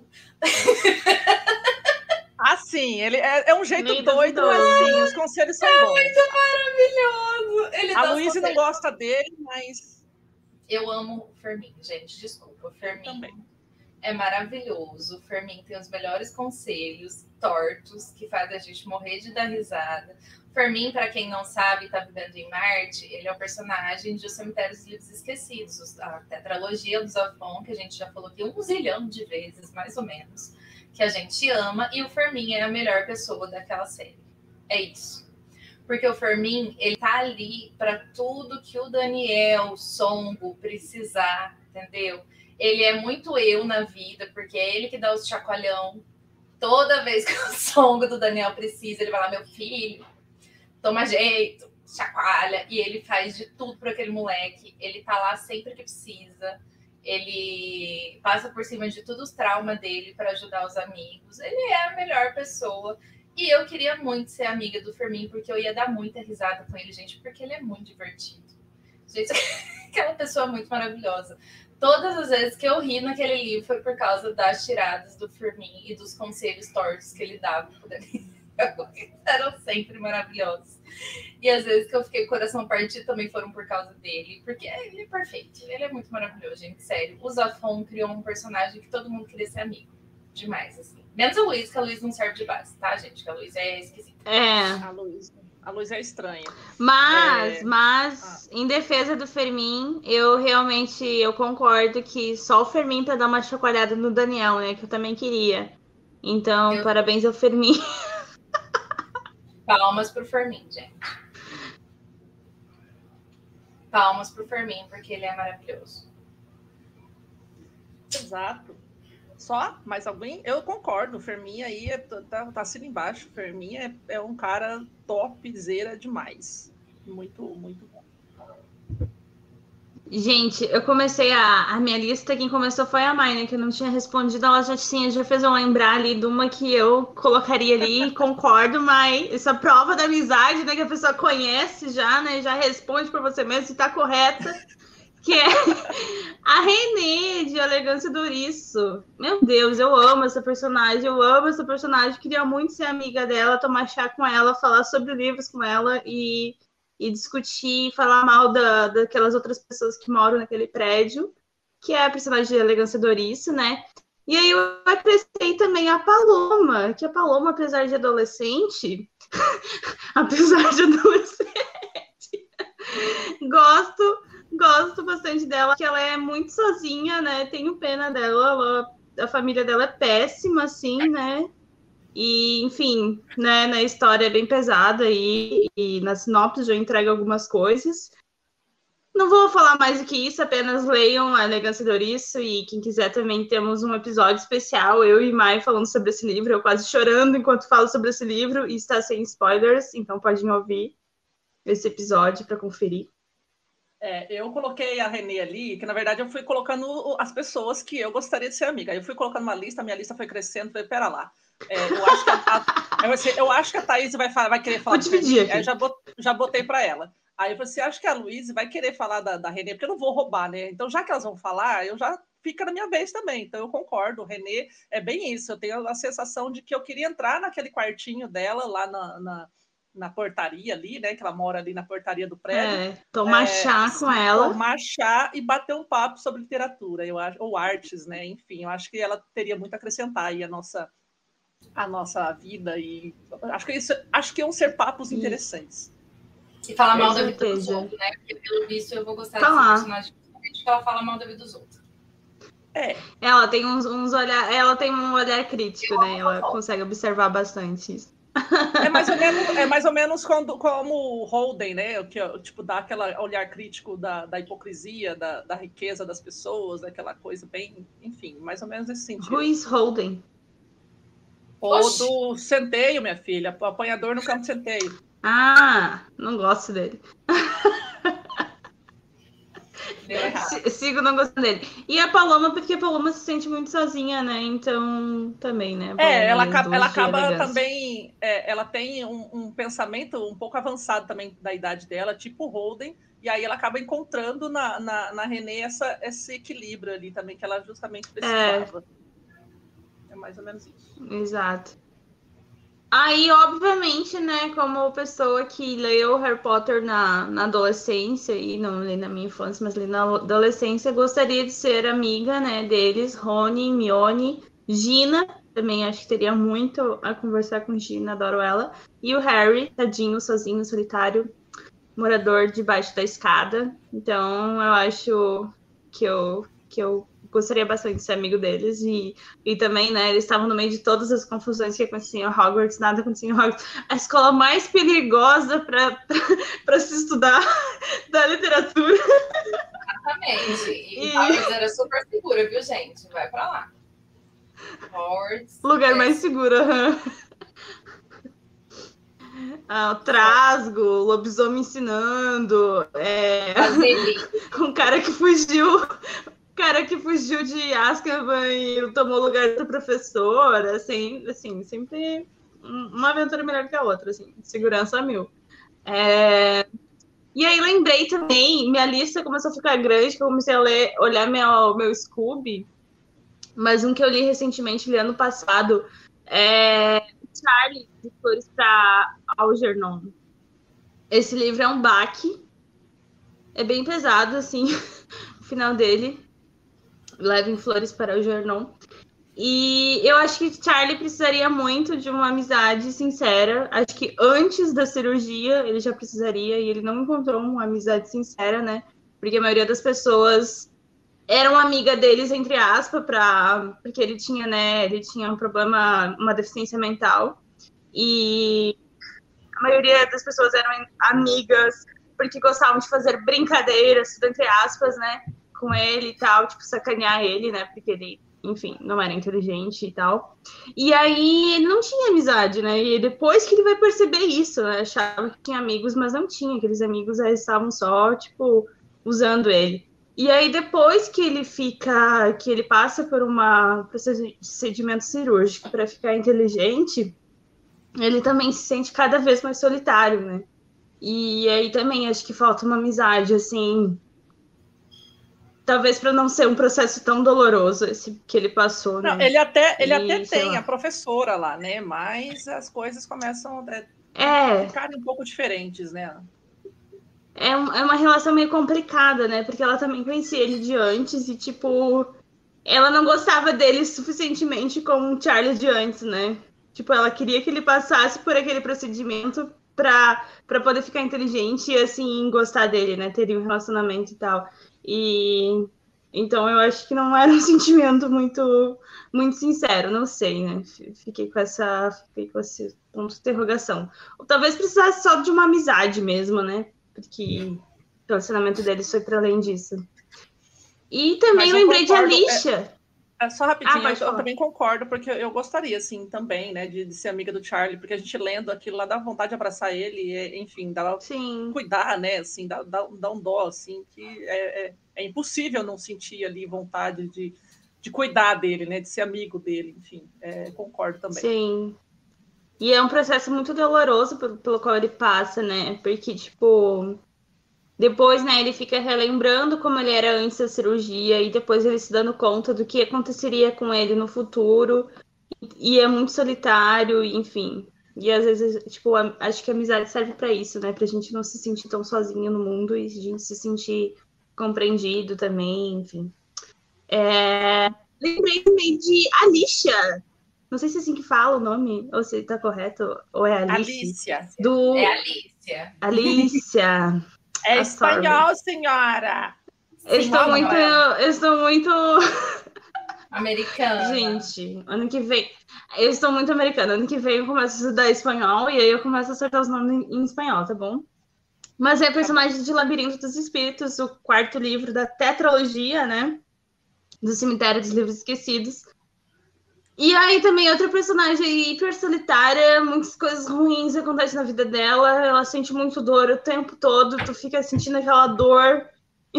Sim, ele é um jeito doido, mas sim, os conselhos são bons. Muito maravilhoso. A Luísa não gosta dele, mas... Eu amo o Fermin, gente, desculpa. O Fermin também é maravilhoso. O Fermin tem os melhores conselhos tortos que fazem a gente morrer de dar risada. O Fermin, para quem não sabe, está vivendo em Marte, ele é o personagem de O Cemitério dos Livros Esquecidos, a tetralogia do Zafon, que a gente já falou aqui 1 zilhão de vezes, mais ou menos, que a gente ama, e o Fermin é a melhor pessoa daquela série. É isso. Porque o Fermin, ele tá ali para tudo que o Daniel Songo precisar, entendeu? Ele é muito eu na vida, porque é ele que dá os chacoalhão. Toda vez que o Songo do Daniel precisa, ele vai lá, meu filho, toma jeito, chacoalha, e ele faz de tudo para aquele moleque. Ele tá lá sempre que precisa. Ele passa por cima de todos os traumas dele para ajudar os amigos. Ele é a melhor pessoa. E eu queria muito ser amiga do Fermin, porque eu ia dar muita risada com ele, gente, porque ele é muito divertido. Gente, aquela pessoa muito maravilhosa. Todas as vezes que eu ri naquele livro foi por causa das tiradas do Firmin e dos conselhos tortos que ele dava. Eram sempre maravilhosos. E às vezes que eu fiquei com o coração partido também foram por causa dele. Porque ele é perfeito. Ele é muito maravilhoso, gente. Sério. O Zafon criou um personagem que todo mundo queria ser amigo. Demais, assim. Menos a Luísa, que a Luísa não serve de base, tá, gente? Que a Luísa é esquisita. A Luísa é estranha. Mas em defesa do Fermin, eu concordo que só o Fermin pra dar uma chacoalhada no Daniel, né? Que eu também queria. Então, parabéns ao Fermin. Palmas pro Fermin, gente. Palmas pro Fermin, porque ele é maravilhoso. Exato. Só? Mais alguém? Eu concordo. O Fermin aí tá assino embaixo. O Fermin é um cara topzera demais. Muito, muito bom. Gente, eu comecei a minha lista, quem começou foi a Mai, né? Que eu não tinha respondido, ela já fez eu lembrar ali de uma que eu colocaria ali, concordo, mas essa prova da amizade, né? Que a pessoa conhece já, né? Já responde por você mesmo se tá correta. Que é a Renée, de Elegância do Ouriço. Meu Deus, eu amo essa personagem, queria muito ser amiga dela, tomar chá com ela, falar sobre livros com ela e discutir, falar mal daquelas outras pessoas que moram naquele prédio, que é a personagem de Elegância do Ouriço, né? E aí eu acrescentei também a Paloma, que a Paloma, apesar de adolescente, gosto bastante dela, que ela é muito sozinha, né? Tenho pena dela, a família dela é péssima, assim, né? E, enfim, né, na história é bem pesada e na sinopse já entrega algumas coisas. Não vou falar mais do que isso, apenas leiam A Elegância do Ouriço e quem quiser também temos um episódio especial, eu e Mai falando sobre esse livro, eu quase chorando enquanto falo sobre esse livro e está sem spoilers, então podem ouvir esse episódio para conferir. Eu coloquei a Renée ali, que na verdade eu fui colocando as pessoas que eu gostaria de ser amiga. Eu fui colocando uma lista, minha lista foi crescendo, falei, pera lá. Eu acho que a Thaís vai querer falar de Renée, aí já botei para ela. Aí eu falei assim, acho que a Luísa vai querer falar da Renée, porque eu não vou roubar, né? Então, já que elas vão falar, eu já fica na minha vez também. Então, eu concordo, o Renée é bem isso. Eu tenho a sensação de que eu queria entrar naquele quartinho dela, lá na portaria ali, né? Que ela mora ali na portaria do prédio. Tomar chá com ela. Tomar chá e bater um papo sobre literatura, eu acho, ou artes, né? Enfim, eu acho que ela teria muito a acrescentar aí a nossa vida. E acho que iam ser papos interessantes. E falar mal da vida dos outros, né? Porque pelo visto eu vou gostar desse personagem porque ela fala mal da vida dos outros. Ela tem ela tem um olhar crítico, né? Ela consegue observar bastante isso. É mais ou menos como o Holden, né? Que tipo, dá aquele olhar crítico da hipocrisia, da riqueza das pessoas, daquela coisa bem, enfim, mais ou menos nesse sentido. Who is Holden? Ou do Centeio, minha filha, o apanhador no campo de Centeio. Não gosto dele. Sigo não gostando dele. E a Paloma, porque a Paloma se sente muito sozinha, né? Então, também, né? Ela acaba também... ela tem um pensamento um pouco avançado também da idade dela, tipo Holden, e aí ela acaba encontrando na Renée esse equilíbrio ali também, que ela justamente precisava. É mais ou menos isso. Exato. Aí, obviamente, né, como pessoa que leu Harry Potter na adolescência, e não li na minha infância, mas li na adolescência, gostaria de ser amiga, né, deles, Rony, Hermione, Gina, também acho que teria muito a conversar com Gina, adoro ela, e o Harry, tadinho, sozinho, solitário, morador debaixo da escada. Então, eu acho que eu gostaria bastante de ser amigo deles e também, né, eles estavam no meio de todas as confusões que aconteciam em Hogwarts, nada acontecia em Hogwarts, a escola mais perigosa para se estudar da literatura. Exatamente. E Hogwarts era super segura, viu, gente? Vai pra lá. Hogwarts. Lugar mais seguro. O Trasgo, o lobisomem ensinando, um cara que fugiu de Azkaban e tomou o lugar da professora, assim, sempre uma aventura melhor que a outra, assim, segurança a 1000. E aí lembrei também, minha lista começou a ficar grande, que eu comecei a olhar meu Scooby, mas um que eu li recentemente, li ano passado, é Charlie, de Flores para Algernon. Esse livro é um baque, é bem pesado, assim, o final dele, Levem Flores para Algernon. E eu acho que Charlie precisaria muito de uma amizade sincera. Acho que antes da cirurgia ele já precisaria, e ele não encontrou uma amizade sincera, né? Porque a maioria das pessoas eram amiga deles, entre aspas, porque ele tinha, né? Ele tinha um problema, uma deficiência mental. E a maioria das pessoas eram amigas porque gostavam de fazer brincadeiras, entre aspas, né? Com ele e tal, tipo, sacanear ele, né? Porque ele, enfim, não era inteligente e tal. E aí ele não tinha amizade, né? E depois que ele vai perceber isso, né? Achava que tinha amigos, mas não tinha. Aqueles amigos aí estavam só, tipo, usando ele. E aí depois que ele passa por um procedimento cirúrgico para ficar inteligente, ele também se sente cada vez mais solitário, né? E aí também acho que falta uma amizade, assim, talvez para não ser um processo tão doloroso esse que ele passou, não, né? Ele até tem a professora lá, né? Mas as coisas começam a ficar um pouco diferentes, né? É uma relação meio complicada, né? Porque ela também conhecia ele de antes e, tipo, ela não gostava dele suficientemente como o Charlie de antes, né? Tipo, ela queria que ele passasse por aquele procedimento pra poder ficar inteligente e, assim, gostar dele, né? Teria um relacionamento e tal. E então eu acho que não era um sentimento muito, muito sincero, não sei, né? Fiquei com esse ponto de interrogação. Ou talvez precisasse só de uma amizade mesmo, né? Porque o relacionamento deles foi para além disso. E também lembrei de Alicia. Só rapidinho, eu também concordo, porque eu gostaria, assim, também, né, de ser amiga do Charlie, porque a gente lendo aquilo lá dá vontade de abraçar ele, enfim, cuidar, né, assim, dá um dó, assim, que é impossível não sentir ali vontade de cuidar dele, né, de ser amigo dele, enfim, concordo também. Sim. E é um processo muito doloroso pelo qual ele passa, né, porque, tipo, depois, né, ele fica relembrando como ele era antes da cirurgia e depois ele se dando conta do que aconteceria com ele no futuro. E é muito solitário, enfim. E às vezes, tipo, acho que a amizade serve para isso, né? Pra gente não se sentir tão sozinho no mundo e a gente se sentir compreendido também, enfim. Lembrei também de Alicia. Não sei se é assim que fala o nome, ou se tá correto, ou é Alice. Alicia. É Alicia. Alicia. É espanhol, senhora! Eu estou muito... Americana. Gente, ano que vem... Eu estou muito americana. Ano que vem eu começo a estudar espanhol e aí eu começo a acertar os nomes em espanhol, tá bom? Mas é personagem de Labirinto dos Espíritos, o quarto livro da tetralogia, né? Do Cemitério dos Livros Esquecidos. E aí também outra personagem hiper solitária, muitas coisas ruins acontecem na vida dela, ela sente muito dor o tempo todo, tu fica sentindo aquela dor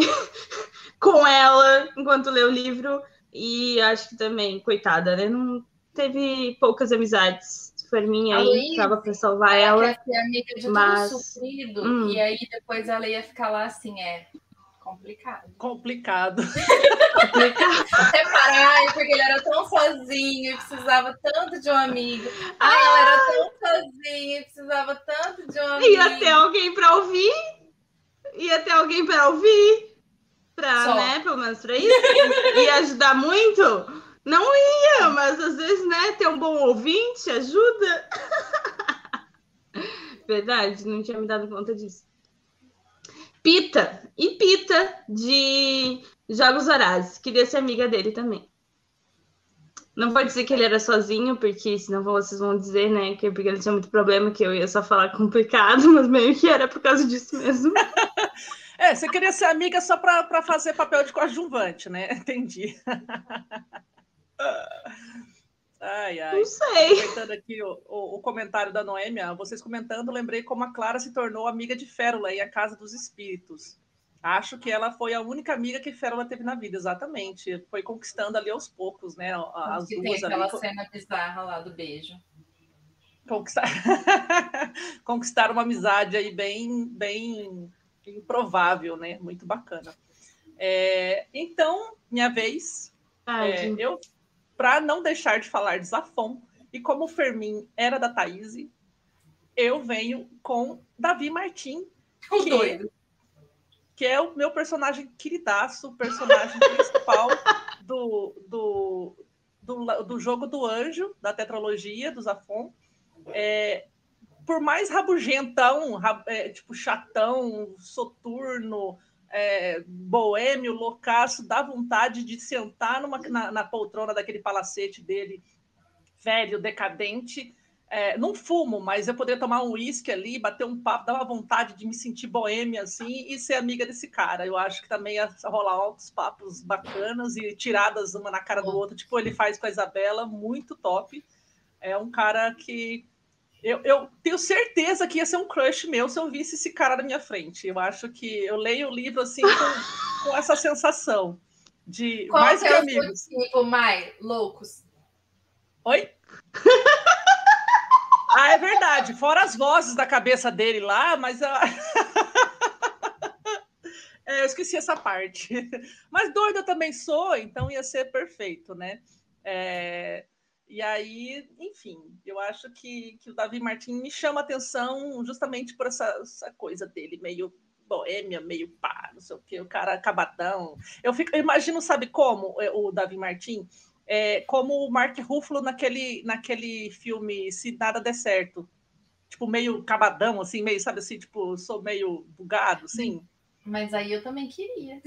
com ela enquanto lê o livro. E acho que também, coitada, né? Não teve poucas amizades. Se for minha aí, tava pra salvar ela. Quer ser amiga de tudo sofrido, e aí depois ela ia ficar lá assim, complicado. Separar, porque ele era tão sozinho e precisava tanto de um amigo. Ela era tão sozinha e precisava tanto de um amigo. Ia ter alguém pra ouvir. Né? Pelo menos pra isso. Ia ajudar muito? Não ia, mas às vezes, né? Ter um bom ouvinte ajuda. Verdade, não tinha me dado conta disso. Pita de Jogos Vorazes. Queria ser amiga dele também. Não vou dizer que ele era sozinho, porque senão vocês vão dizer, né, que porque ele tinha muito problema, que eu ia só falar complicado, mas meio que era por causa disso mesmo. Você queria ser amiga só para fazer papel de coadjuvante, né? Entendi. Ai. Não sei. Aproveitando aqui o comentário da Noêmia, vocês comentando, lembrei como a Clara se tornou amiga de Férula em A Casa dos Espíritos. Acho que ela foi a única amiga que Férula teve na vida, exatamente. Foi conquistando ali aos poucos, né? As que duas tem ali. Aquela cena bizarra lá do beijo. Conquistar uma amizade aí bem improvável, né? Muito bacana. Então, minha vez, eu, para não deixar de falar de Zafon, e como o Fermin era da Thaís, eu venho com Davi Martim, que é o meu personagem queridaço, o personagem principal do Jogo do Anjo, da tetralogia do Zafon. Por mais rabugentão, tipo chatão, soturno, boêmio, loucaço, dá vontade de sentar na poltrona daquele palacete dele, velho, decadente. Não fumo, mas eu poderia tomar um uísque ali, bater um papo, dar uma vontade de me sentir boêmia assim e ser amiga desse cara. Eu acho que também ia rolar altos papos bacanas e tiradas uma na cara do outro, tipo ele faz com a Isabela, muito top. É um cara que eu tenho certeza que ia ser um crush meu se eu visse esse cara na minha frente. Eu acho que eu leio o livro assim com essa sensação de qual mais que é amigos. Tipo, Mai, loucos. Oi? É verdade. Fora as vozes da cabeça dele lá, mas eu esqueci essa parte. Mas doida eu também sou, então ia ser perfeito, né? E aí, enfim, eu acho que o Davi Martim me chama a atenção justamente por essa coisa dele, meio boêmia, meio pá, não sei o quê, o cara acabadão. Eu imagino, sabe como, o Davi Martim? Como o Mark Ruffalo naquele filme Se Nada Der Certo. Tipo, meio acabadão, assim, meio, sabe assim, tipo, sou meio bugado, assim. Mas aí eu também queria.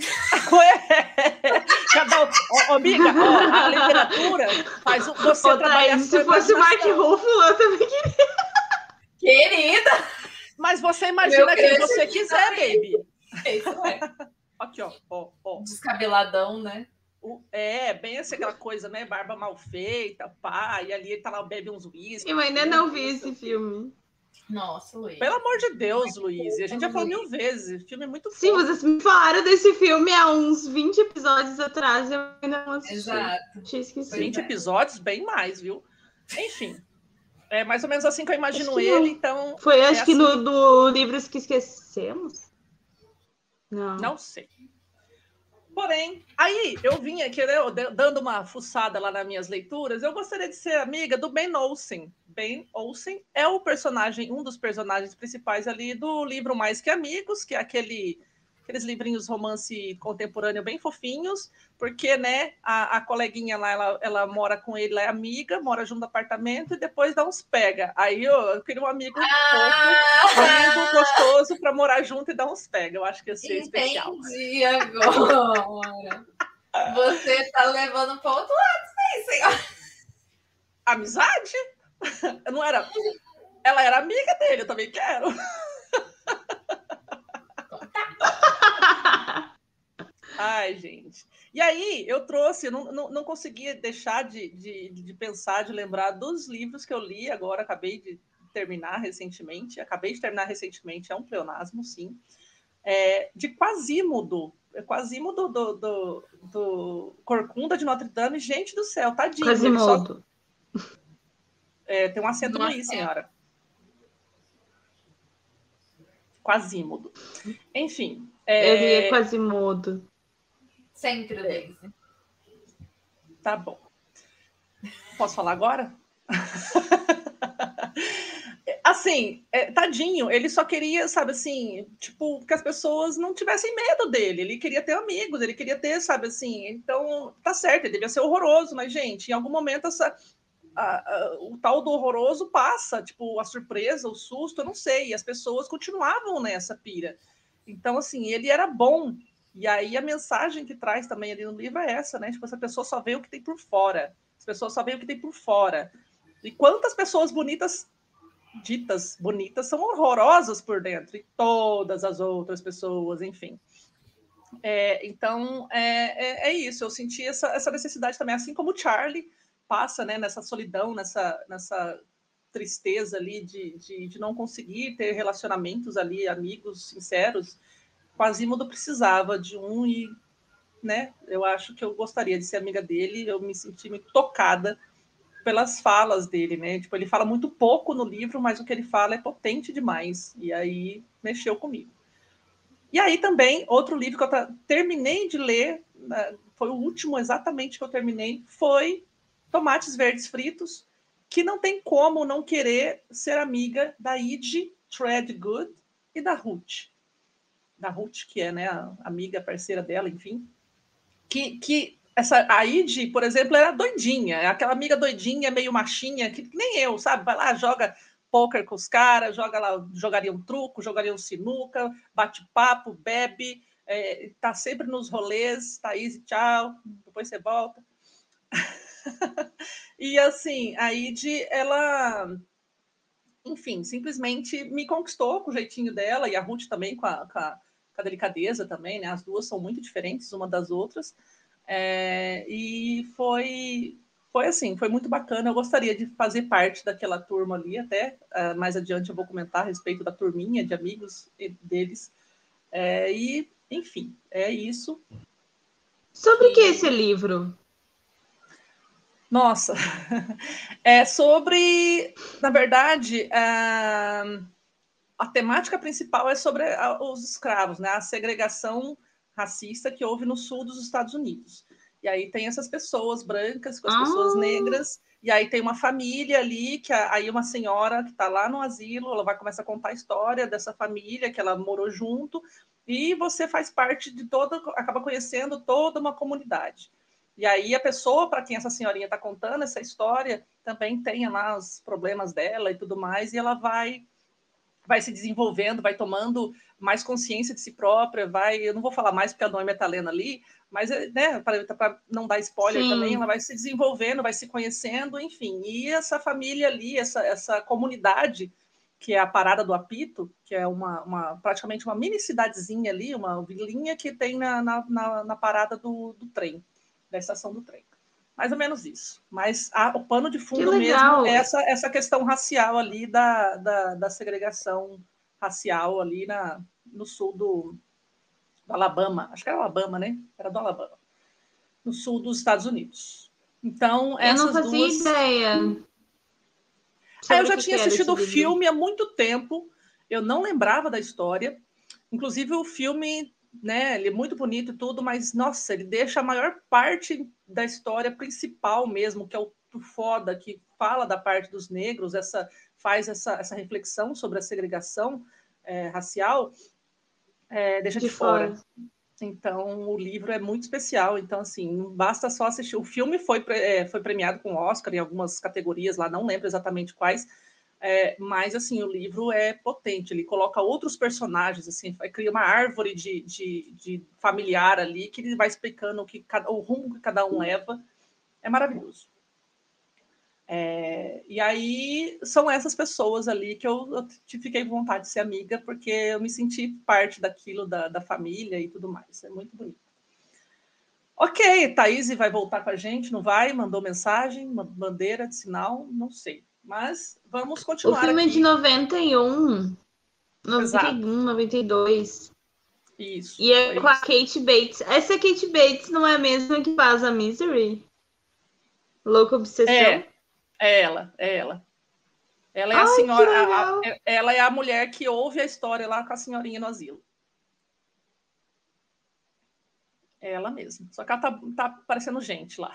Cada um, amiga, a literatura faz você trabalhar. Se fosse o Mark Ruffalo, eu também queria. Querida! Mas você imagina quem você quiser, baby. Isso é. Aqui, ó. Descabeladão, né? Bem assim, aquela coisa, né? Barba mal feita, pá, e ali ele tá lá, bebe uns uísques. Eu ainda não vi esse filme. Nossa, Luiz. Pelo amor de Deus, Luiz. A gente já falou 1000 vezes. O filme é muito Sim, fofo. vocês me falaram desse filme há uns 20 episódios atrás. Eu ainda não assisti. Exato. Tinha esquecido. 20 episódios, bem mais, viu? Enfim. É mais ou menos assim que eu imagino ele, não. Então. Foi, acho que assim... do Livros que Esquecemos? Não sei. Porém, aí eu vim aqui, né, dando uma fuçada lá nas minhas leituras, eu gostaria de ser amiga do Ben Olsen. Ben Olsen é um dos personagens principais ali do livro Mais Que Amigos, que é aqueles livrinhos romance contemporâneo bem fofinhos, porque, né, a coleguinha lá, ela mora com ele, ela é amiga, mora junto no apartamento e depois dá uns pega. Aí eu queria um amigo fofo, amigo gostoso para morar junto e dar uns pega. Eu acho que ia ser especial. Entendi agora. Você tá levando para outro lado, sim, senhor. Amizade? Não era... Ela era amiga dele, eu também quero. Ai, gente. E aí, eu trouxe, eu não conseguia deixar de pensar, de lembrar dos livros que eu li agora, acabei de terminar recentemente, é um pleonasmo, sim, de Quasimodo. Quasimodo do Corcunda de Notre Dame. Gente do céu, tadinho. Quasimodo. Tem um acento no i, senhora. Quasimodo. Enfim. Ele é Quasimodo. Sempre, Daisy. Tá bom. Posso falar agora? Assim, tadinho, ele só queria, sabe assim, tipo, que as pessoas não tivessem medo dele. Ele queria ter amigos, ele queria ter, sabe assim. Então, tá certo, ele devia ser horroroso, mas, gente, em algum momento o tal do horroroso passa, tipo, a surpresa, o susto, eu não sei. E as pessoas continuavam nessa pira. Então, assim, ele era bom. E aí a mensagem que traz também ali no livro é essa, né? Tipo, essa pessoa só vê o que tem por fora. As pessoas só veem o que tem por fora. E quantas pessoas bonitas, ditas bonitas, são horrorosas por dentro. E todas as outras pessoas, enfim. Então, é isso. Eu senti essa necessidade também, assim como o Charlie passa, né, nessa solidão, nessa tristeza ali de não conseguir ter relacionamentos ali, amigos sinceros. Quasimodo precisava de um e, né, eu acho que eu gostaria de ser amiga dele. Eu me senti muito tocada pelas falas dele, né? Tipo, ele fala muito pouco no livro, mas o que ele fala é potente demais. E aí mexeu comigo. E aí também, outro livro que eu terminei de ler, foi o último exatamente que eu terminei, foi Tomates Verdes Fritos, que não tem como não querer ser amiga da Id Threadgood e da Ruth. Da Ruth, que é, né, a amiga, parceira dela, enfim. A Id, por exemplo, era doidinha. É aquela amiga doidinha, meio machinha, que nem eu, sabe? Vai lá, joga poker com os caras, jogaria um truco, jogaria um sinuca, bate papo, bebe, tá sempre nos rolês, Thaís, tchau, depois você volta. E assim, a Id, ela, enfim, simplesmente me conquistou com o jeitinho dela, e a Ruth também com a delicadeza também, né? As duas são muito diferentes uma das outras. E foi assim, foi muito bacana. Eu gostaria de fazer parte daquela turma ali, até mais adiante eu vou comentar a respeito da turminha de amigos deles. E, enfim, é isso. Sobre o que é esse livro? Nossa, é sobre, na verdade, a temática principal é sobre os escravos, né? A segregação racista que houve no sul dos Estados Unidos. E aí tem essas pessoas brancas com as pessoas negras, e aí tem uma família ali, que aí uma senhora que está lá no asilo, ela vai começar a contar a história dessa família, que ela morou junto, e você faz parte de acaba conhecendo toda uma comunidade. E aí a pessoa para quem essa senhorinha está contando essa história também tem lá os problemas dela e tudo mais, e ela vai se desenvolvendo, vai tomando mais consciência de si própria, eu não vou falar mais porque a Noêmia está lendo ali, mas, né, para não dar spoiler. Sim. Também, ela vai se desenvolvendo, vai se conhecendo, enfim. E essa família ali, essa comunidade, que é a Parada do Apito, que é praticamente uma mini cidadezinha ali, uma vilinha que tem na parada do trem, da estação do trem. Mais ou menos isso. Mas o pano de fundo mesmo é essa questão racial ali, da segregação racial ali no sul do Alabama. Acho que era Alabama, né? Era do Alabama. No sul dos Estados Unidos. Então, essas duas... Eu não fazia ideia. Eu já tinha assistido o filme há muito tempo. Eu não lembrava da história. Inclusive, o filme... né, ele é muito bonito e tudo, mas, nossa, ele deixa a maior parte da história principal mesmo, que é o foda, que fala da parte dos negros, faz essa reflexão sobre a segregação racial, deixa de fora. Então, o livro é muito especial. Então, assim, não basta só assistir. O filme foi premiado com Oscar em algumas categorias lá, não lembro exatamente quais, mas, assim, o livro é potente. Ele coloca outros personagens, assim, cria uma árvore de familiar ali, que ele vai explicando o rumo que cada um leva. É maravilhoso. E aí, são essas pessoas ali que eu fiquei com vontade de ser amiga, porque eu me senti parte daquilo, da família e tudo mais. É muito bonito. Ok, Thaís vai voltar com a gente, não vai? Mandou mensagem, bandeira de sinal, não sei. Mas vamos continuar aqui. O filme é de 91, 92. Isso. E é com a Kate Bates. Essa Kate Bates não é a mesma que faz a Misery? Louca Obsessão? É ela. Ela é a senhora. Ela é a mulher que ouve a história lá com a senhorinha no asilo. É ela mesma. Só que ela tá parecendo gente lá.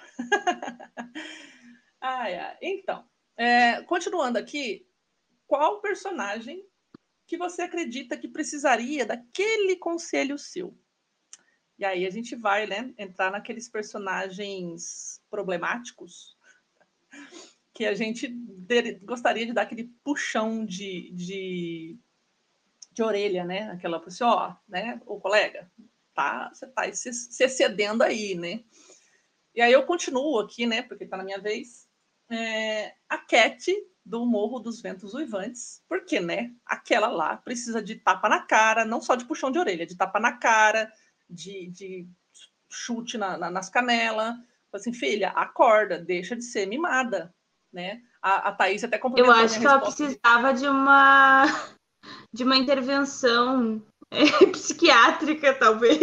Então, continuando aqui, qual personagem que você acredita que precisaria daquele conselho seu? E aí a gente vai, né, entrar naqueles personagens problemáticos que a gente gostaria de dar aquele puxão de orelha, né? Aquela pessoa, né? O colega, você tá se excedendo aí, né? E aí eu continuo aqui, né? Porque tá na minha vez. A Cat do Morro dos Ventos Uivantes, porque, né? Aquela lá precisa de tapa na cara, não só de puxão de orelha, de tapa na cara, de chute nas canelas. Assim, filha, acorda, deixa de ser mimada, né? A Thaís até complementou. Eu acho que ela precisava de uma intervenção psiquiátrica, talvez.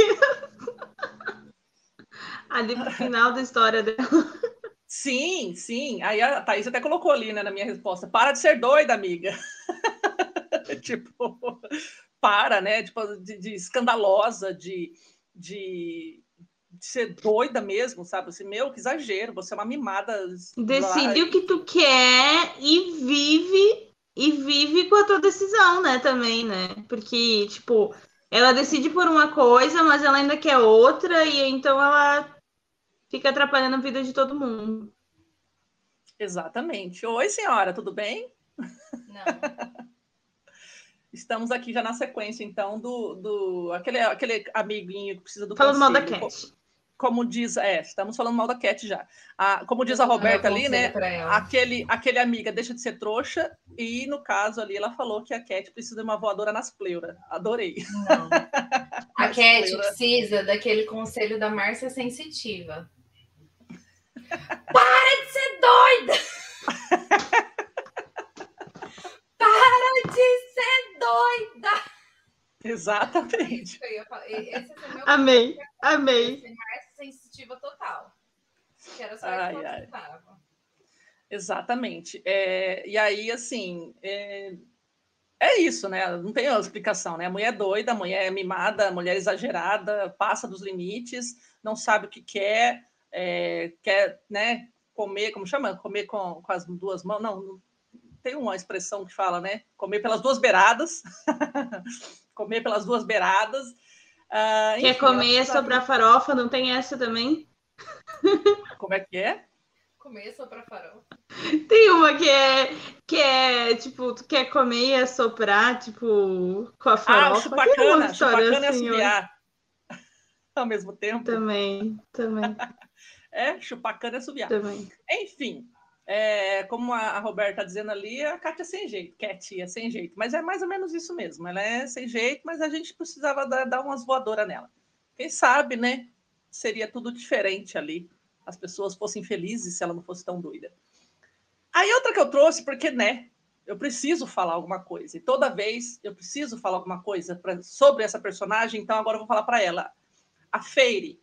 Ali pro final da história dela. Sim. Aí a Thaís até colocou ali, né, na minha resposta: para de ser doida, amiga. Tipo, para, né? Tipo, de escandalosa, de ser doida mesmo, sabe? Assim, meu, que exagero, você é uma mimada. Decide o que tu quer e vive com a tua decisão, né, também, né? Porque, tipo, ela decide por uma coisa, mas ela ainda quer outra, e então ela fica atrapalhando a vida de todo mundo. Exatamente. Oi, senhora, tudo bem? Não. Estamos aqui já na sequência, então, aquele amiguinho que precisa do Falando mal da conselho. Cat. Como diz, estamos falando mal da Cat já. Como diz a Roberta ali, né? Aquele amiga deixa de ser trouxa, e no caso ali ela falou que a Cat precisa de uma voadora nas pleuras. Adorei. Não. A Cat precisa daquele conselho da Márcia Sensitiva. Para de ser doida! Para de ser doida! Exatamente. Esse é o meu Amei. Márcia Sensitiva total. Que era só isso que eu precisava. Exatamente. E aí, assim, é isso, né? Não tem outra explicação, né? A mulher é doida, a mulher é mimada, a mulher é exagerada, passa dos limites, não sabe o que quer, quer, né, comer, como chama? Comer com as duas mãos. Não, tem uma expressão que fala, né? Comer pelas duas beiradas. Comer pelas duas beiradas. Quer Enfim, comer soprar farofa? Não tem essa também? Como é que é? Comer soprar farofa. Tem uma que é tipo, tu quer comer e assoprar, tipo, com a farofa. Chupacana, Assim, chupacana e assobiar ao mesmo tempo. Também. Chupacana e assobiar. Também. Enfim, como a Roberta está dizendo ali, a Kátia é sem jeito. Cat é sem jeito. Mas é mais ou menos isso mesmo. Ela é sem jeito, mas a gente precisava dar umas voadoras nela. Quem sabe, né? Seria tudo diferente ali. As pessoas fossem felizes se ela não fosse tão doida. Aí outra que eu trouxe, porque, né? Eu preciso falar alguma coisa. E toda vez eu preciso falar alguma coisa sobre essa personagem, então agora eu vou falar para ela. A Fair,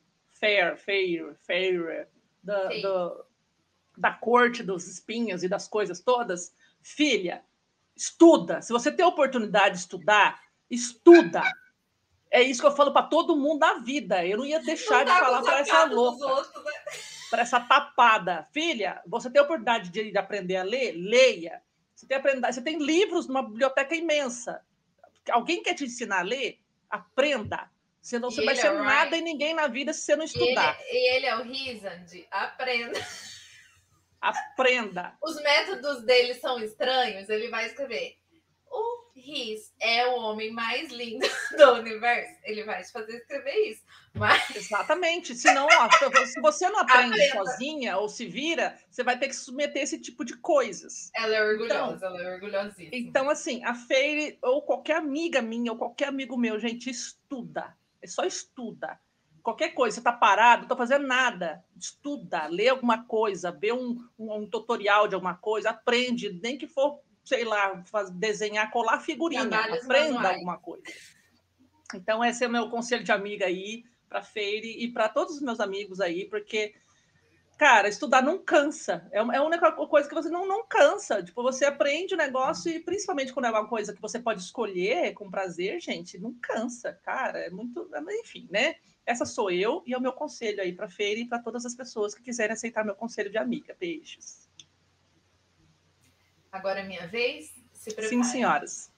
da corte dos espinhos e das coisas todas. Filha, estuda. Se você tem a oportunidade de estudar, estuda. É isso que eu falo para todo mundo na vida. Eu não ia deixar de falar para essa louca, para essa tapada. Filha, você tem a oportunidade de aprender a ler? Leia. Você tem livros numa biblioteca imensa. Alguém quer te ensinar a ler? Aprenda. Senão você vai ser nada e ninguém na vida se você não estudar. E ele é o Rizand. Aprenda. Aprenda. Os métodos dele são estranhos. Ele vai escrever: o Riz é o homem mais lindo do universo. Ele vai te fazer escrever isso. Mas... Exatamente. Senão, se você não aprende sozinha ou se vira, você vai ter que submeter esse tipo de coisas. Ela é orgulhosa, ela é orgulhosíssima. Então, assim, a Feire, ou qualquer amiga minha, ou qualquer amigo meu, gente, estuda. É só estuda. Qualquer coisa, você tá parado, não tá fazendo nada. Estuda, lê alguma coisa, vê um tutorial de alguma coisa, aprende, nem que for, sei lá, desenhar, colar figurinha, aprenda alguma coisa. Então, esse é o meu conselho de amiga aí, para Feire e para todos os meus amigos aí, porque, cara, estudar não cansa. É a única coisa que você não cansa. Tipo, você aprende o negócio e, principalmente quando é uma coisa que você pode escolher com prazer, gente, não cansa, cara. É muito... Enfim, né? Essa sou eu e é o meu conselho aí para Feire e para todas as pessoas que quiserem aceitar meu conselho de amiga. Beijos. Agora é minha vez? Se prepare. Sim, senhoras.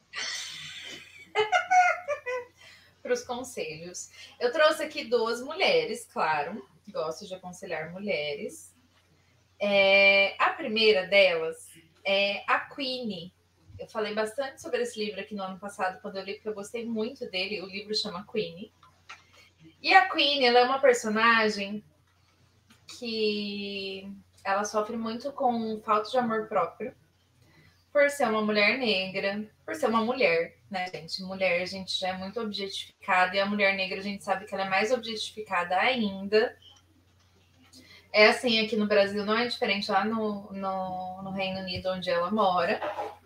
Para os conselhos. Eu trouxe aqui 2 mulheres, claro. Gosto de aconselhar mulheres. A primeira delas é a Queenie. Eu falei bastante sobre esse livro aqui no ano passado, quando eu li, porque eu gostei muito dele. O livro chama Queenie. E a Queenie, ela é uma personagem que ela sofre muito com falta de amor próprio, por ser uma mulher negra, por ser uma mulher, né, gente? Mulher, a gente já é muito objetificada, e a mulher negra, a gente sabe que ela é mais objetificada ainda. É assim aqui no Brasil, não é diferente lá no Reino Unido, onde ela mora.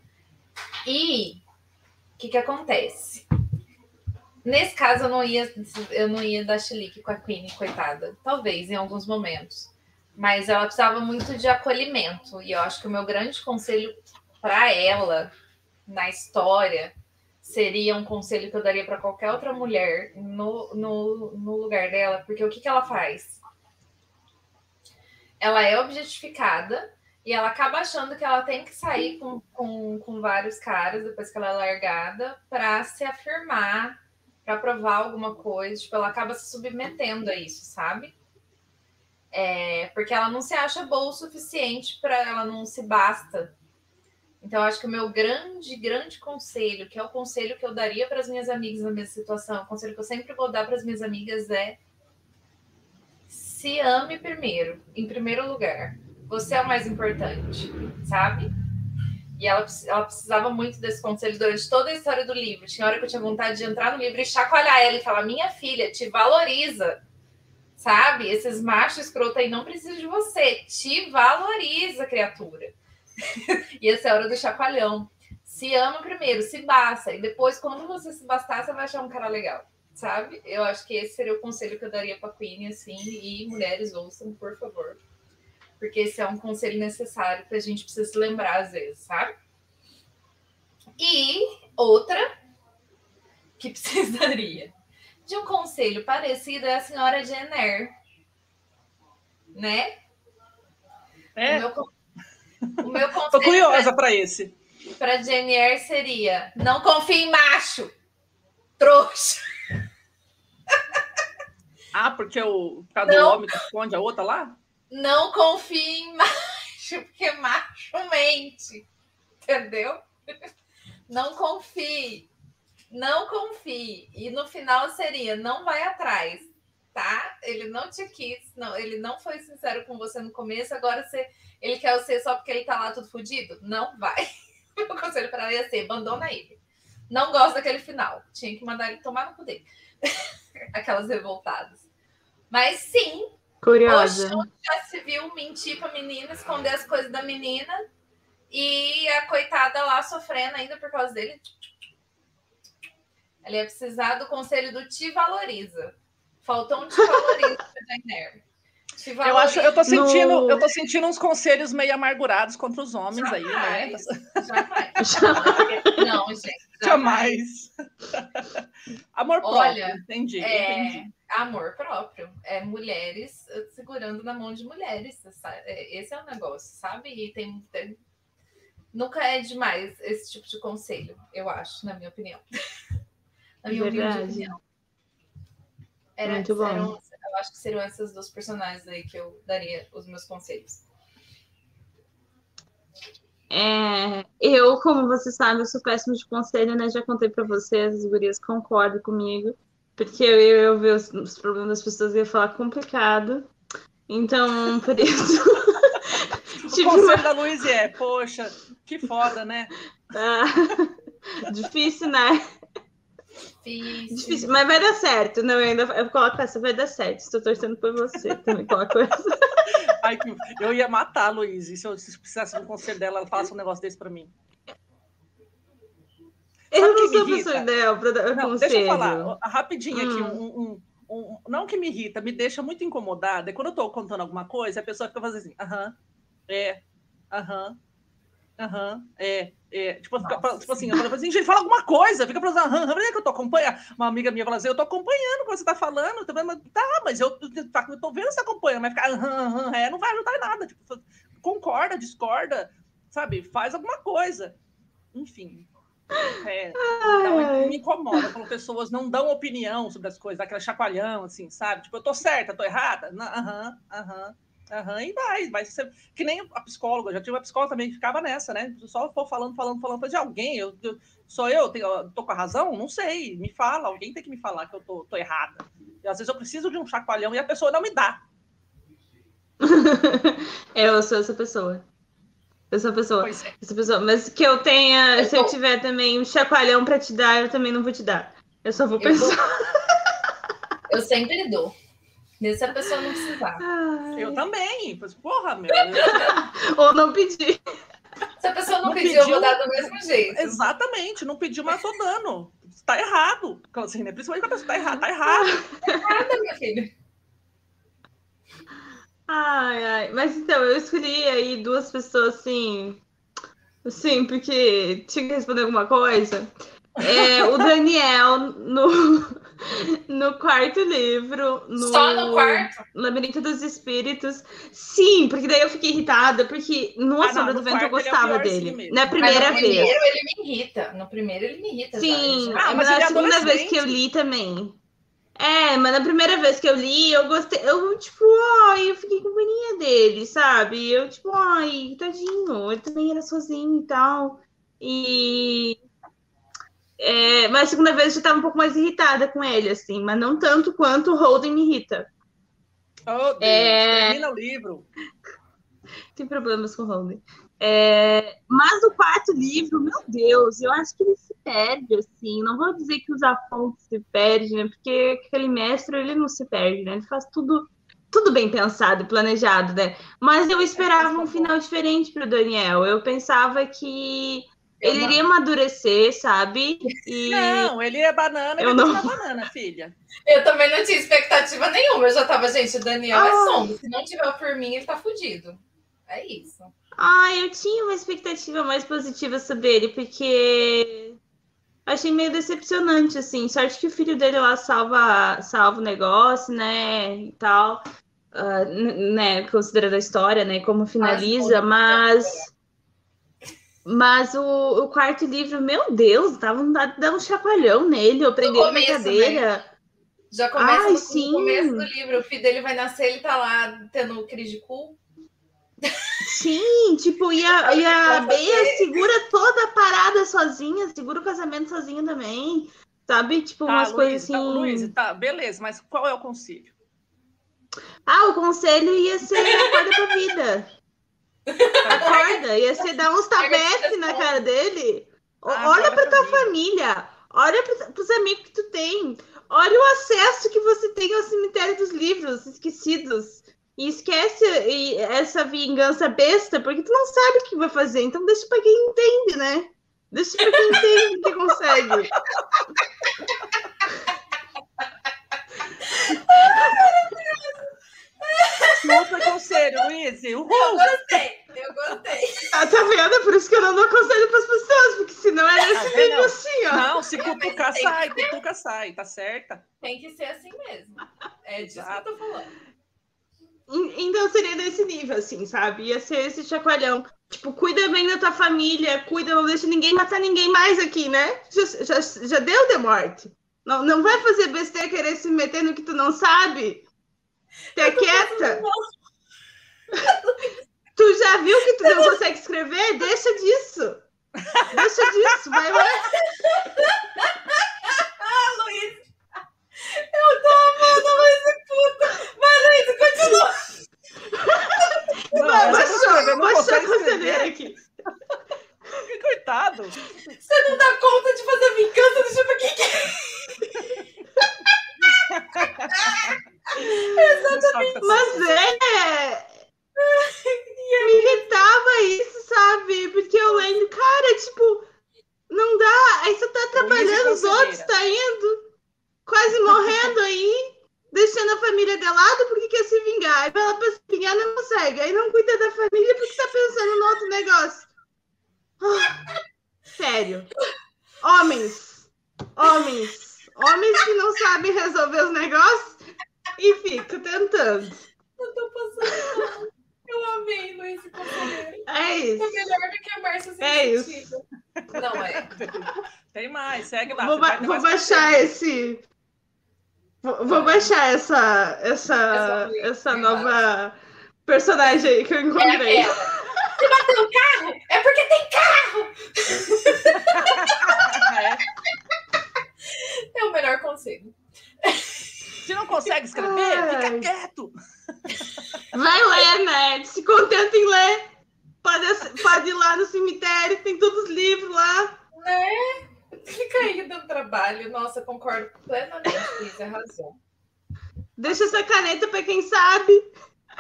E o que acontece? Nesse caso, eu não ia dar chilique com a Queenie, coitada. Talvez, em alguns momentos. Mas ela precisava muito de acolhimento. E eu acho que o meu grande conselho para ela, na história, seria um conselho que eu daria para qualquer outra mulher no lugar dela, porque o que ela faz? Ela é objetificada e ela acaba achando que ela tem que sair com vários caras depois que ela é largada para se afirmar, para provar alguma coisa. Tipo, ela acaba se submetendo a isso, sabe? Porque ela não se acha boa o suficiente para ela, não se basta. Então, eu acho que o meu grande conselho, que é o conselho que eu daria para as minhas amigas na mesma situação, o conselho que eu sempre vou dar para as minhas amigas é: se ame primeiro, em primeiro lugar. Você é o mais importante, sabe? E ela precisava muito desse conselho durante toda a história do livro. Tinha hora que eu tinha vontade de entrar no livro e chacoalhar ela e falar: minha filha, te valoriza, sabe? Esses machos escrotos aí não precisam de você. Te valoriza, criatura. E essa é a hora do chacoalhão. Se ama primeiro, se basta. E depois, quando você se bastar, você vai achar um cara legal, sabe? Eu acho que esse seria o conselho que eu daria pra Queenie, assim. E mulheres, ouçam, por favor. Porque esse é um conselho necessário que a gente precisa se lembrar às vezes, sabe? E outra que precisaria de um conselho parecido é a senhora Jane Eyre, né? O meu conselho... Tô curiosa para esse. Para Jane Eyre seria: não confie em macho, trouxa. Porque por causa do homem que esconde a outra lá? Não confie em macho, porque macho mente, entendeu? Não confie. E no final seria: não vai atrás, tá? Ele não te quis, não, ele não foi sincero com você no começo, agora ele quer você só porque ele tá lá tudo fodido? Não vai. O conselho para ela ia ser: abandona ele. Não gosto daquele final. Tinha que mandar ele tomar no cu dele. Aquelas revoltadas. Mas sim, Curiosa. Poxa, já se viu mentir pra menina, esconder as coisas da menina e a coitada lá sofrendo ainda por causa dele. Ela ia precisar do conselho do te valoriza. Faltou um te valoriza pra Jane Eyre. Eu tô sentindo uns conselhos meio amargurados contra os homens aí, né? Jamais. Não, gente. Jamais. Amor próprio. Olha, entendi. Amor próprio. É mulheres segurando na mão de mulheres. Esse é o negócio, sabe? E nunca é demais esse tipo de conselho, eu acho, na minha opinião. Na minha humilde opinião. Muito bom. Eu acho que seriam essas duas personagens aí que eu daria os meus conselhos. Eu, como você sabe, eu sou péssima de conselho, né? Já contei pra vocês, as gurias concordam comigo, porque eu ver os problemas das pessoas ia falar complicado. Então, por isso... O conselho da Luiz poxa, que foda, né? Difícil, né? Difícil, mas vai dar certo. Não, eu coloco essa, vai dar certo. Estou torcendo por você. Também coloco essa. Eu ia matar a Luiz. E se eu precisasse do conselho dela, ela falasse um negócio desse pra mim. Eu não sou a pessoa ideal para dar conselho. Deixa eu falar rapidinho aqui. Não que me irrita, me deixa muito incomodada. Quando eu tô contando alguma coisa, a pessoa fica fazendo assim, tipo assim, eu falo assim, gente, fala alguma coisa, fica falando, que eu tô acompanhando. Uma amiga minha fala assim: eu tô acompanhando o que você tá falando, mas eu tô vendo você acompanhando, mas ficar não vai ajudar em nada. Tipo, concorda, discorda, sabe? Faz alguma coisa. Enfim. Então, me incomoda quando pessoas não dão opinião sobre as coisas, aquela chacoalhão, assim, sabe? Tipo, eu tô certa, tô errada? E vai ser que nem a psicóloga. Eu já tive uma psicóloga também que ficava nessa, né? Só for falando de alguém. Sou eu tô com a razão? Não sei. Me fala, alguém tem que me falar que eu tô errada. E às vezes eu preciso de um chacoalhão e a pessoa não me dá. Eu sou essa pessoa. Essa pessoa. Mas que eu tenha, se eu tiver também um chacoalhão pra te dar, eu também não vou te dar. Eu só vou pensar. Eu sempre dou. Mesmo se a pessoa não precisar. Eu também. Porra, meu. Ou não pedir. Se a pessoa não pediu, eu vou dar do mesmo jeito. Exatamente. Não pediu, mas eu tô dando. Tá errado. Assim, né? Principalmente quando a pessoa tá errada. Tá errado. Tá errada, minha filha. Mas então, eu escolhi aí duas pessoas assim, porque tinha que responder alguma coisa. o Daniel no quarto livro. Só no quarto? Labirinto dos Espíritos. Sim, porque daí eu fiquei irritada, porque no A Sombra do Vento eu gostava dele. Na primeira vez. No primeiro ele me irrita. Sim, mas na segunda vez que eu li também. Mas na primeira vez que eu li, eu gostei. Eu fiquei com peninha dele, sabe? Eu, tadinho, ele também era sozinho e tal. Mas a segunda vez eu já tava um pouco mais irritada com ele, assim, mas não tanto quanto o Holden me irrita. Oh, Deus, termina o livro. Tem problemas com o Holden. Mas no quarto livro, meu Deus, eu acho que ele se perde, assim. Não vou dizer que os Afonso se perde, né? Porque aquele mestre, ele não se perde, né? Ele faz tudo bem pensado e planejado, né? Mas eu esperava um final diferente para o Daniel. Eu pensava que ele iria amadurecer, sabe? Não, ele é banana, ele não é banana, filha. Eu também não tinha expectativa nenhuma. Eu já tava, gente, o Daniel é sombra. Se não tiver por mim, ele tá fudido. É isso. Eu tinha uma expectativa mais positiva sobre ele, porque achei meio decepcionante, assim. Sorte que o filho dele lá salva o negócio, né, e tal. Né, considerando a história, né, como finaliza, mas o quarto livro, meu Deus, dava dando um chacoalhão nele, eu prendi ele na cadeira. Né? Já começa no começo do livro, o filho dele vai nascer, ele tá lá tendo crise de cu. Sim, tipo, e a Bea segura toda a parada sozinha, segura o casamento sozinha também, sabe? Tipo, umas coisas assim... Luiz, tá, beleza, mas qual é o conselho? O conselho ia ser acorda pra vida. Acorda, ia ser dar uns tapetes na cara dele. Olha pra tua família, olha pros amigos que tu tem, olha o acesso que você tem ao cemitério dos livros esquecidos. E esquece essa vingança besta, porque tu não sabe o que vai fazer. Então deixa pra quem entende, né? Deixa pra quem entende que consegue. Nossa, conselho, Luiz. Eu gostei. Tá vendo? É por isso que eu não dou conselho pras pessoas, porque senão é nesse nível assim, ó. Não, se cutucar, sai, tá certa. Tem que ser assim mesmo. É disso que eu tô falando. Então seria desse nível, assim, sabe? Ia ser esse chacoalhão. Tipo, cuida bem da tua família, não deixa ninguém matar ninguém mais aqui, né? Já deu de morte. Não vai fazer besteira querer se meter no que tu não sabe. Fica quieta. Tu já viu que tu não consegue escrever? Deixa disso. Vai lá. Luiz. Eu tô amando a Luiz puta. Vai, Luiz, continua. Baixou a conselheira aqui. Coitado. Você não dá conta de fazer vingança, deixa eu ver quem que Exatamente. Mas me irritava isso, sabe? Porque eu lembro, cara, tipo, não dá. Aí você tá trabalhando, os outros tá indo, quase morrendo aí, deixando a família de lado porque quer se vingar. Aí ela pra se vingar não consegue. Aí não cuida da família porque tá pensando no outro negócio. Sério. Homens que não sabem resolver os negócios e ficam tentando. Eu tô passando mal. Eu amei, Luiz, conselheiro. É isso. É melhor do que a Márcia sem sentido. Não é. Tem mais, segue lá. Vou baixar esse... Vou baixar essa nova personagem aí que eu encontrei. Se bateu o carro, é porque tem carro! É o melhor conselho. Se não consegue escrever, fica quieto. Vai ler, né? Se contenta em ler. Pode ir lá no cemitério, tem todos os livros lá. Né? Fica aí dando trabalho. Nossa, concordo plenamente, Luiz, arrasou. Deixa essa caneta pra quem sabe.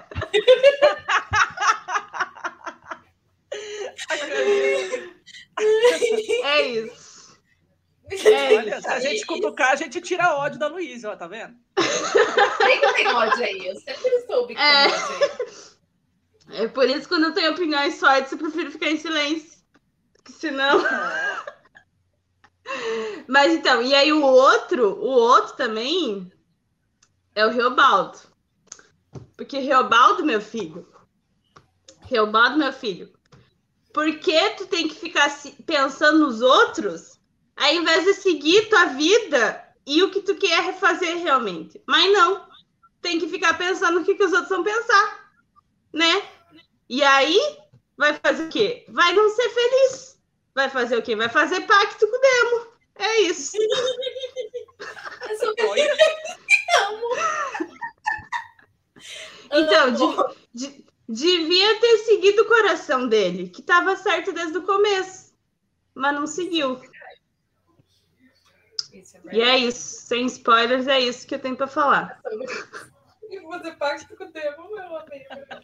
É isso. Olha, se a gente cutucar, a gente tira ódio da Luísa, ó, tá vendo? Tem ódio aí, eu sempre soube que tem ódio aí. É por isso que quando eu tenho opiniões fortes, eu prefiro ficar em silêncio. Porque senão... Mas então, e aí o outro também é o Reobaldo. Porque Reobaldo, meu filho, por que tu tem que ficar pensando nos outros, ao invés de seguir tua vida e o que tu quer fazer realmente? Mas não, tem que ficar pensando no que os outros vão pensar, né? E aí, vai fazer o quê? Vai não ser feliz. Vai fazer o quê? Vai fazer pacto com o demo. É isso. Então, devia ter seguido o coração dele, que estava certo desde o começo, mas não seguiu. E é isso. Sem spoilers, é isso que eu tenho para falar. E fazer pacto com o demo, meu amigo.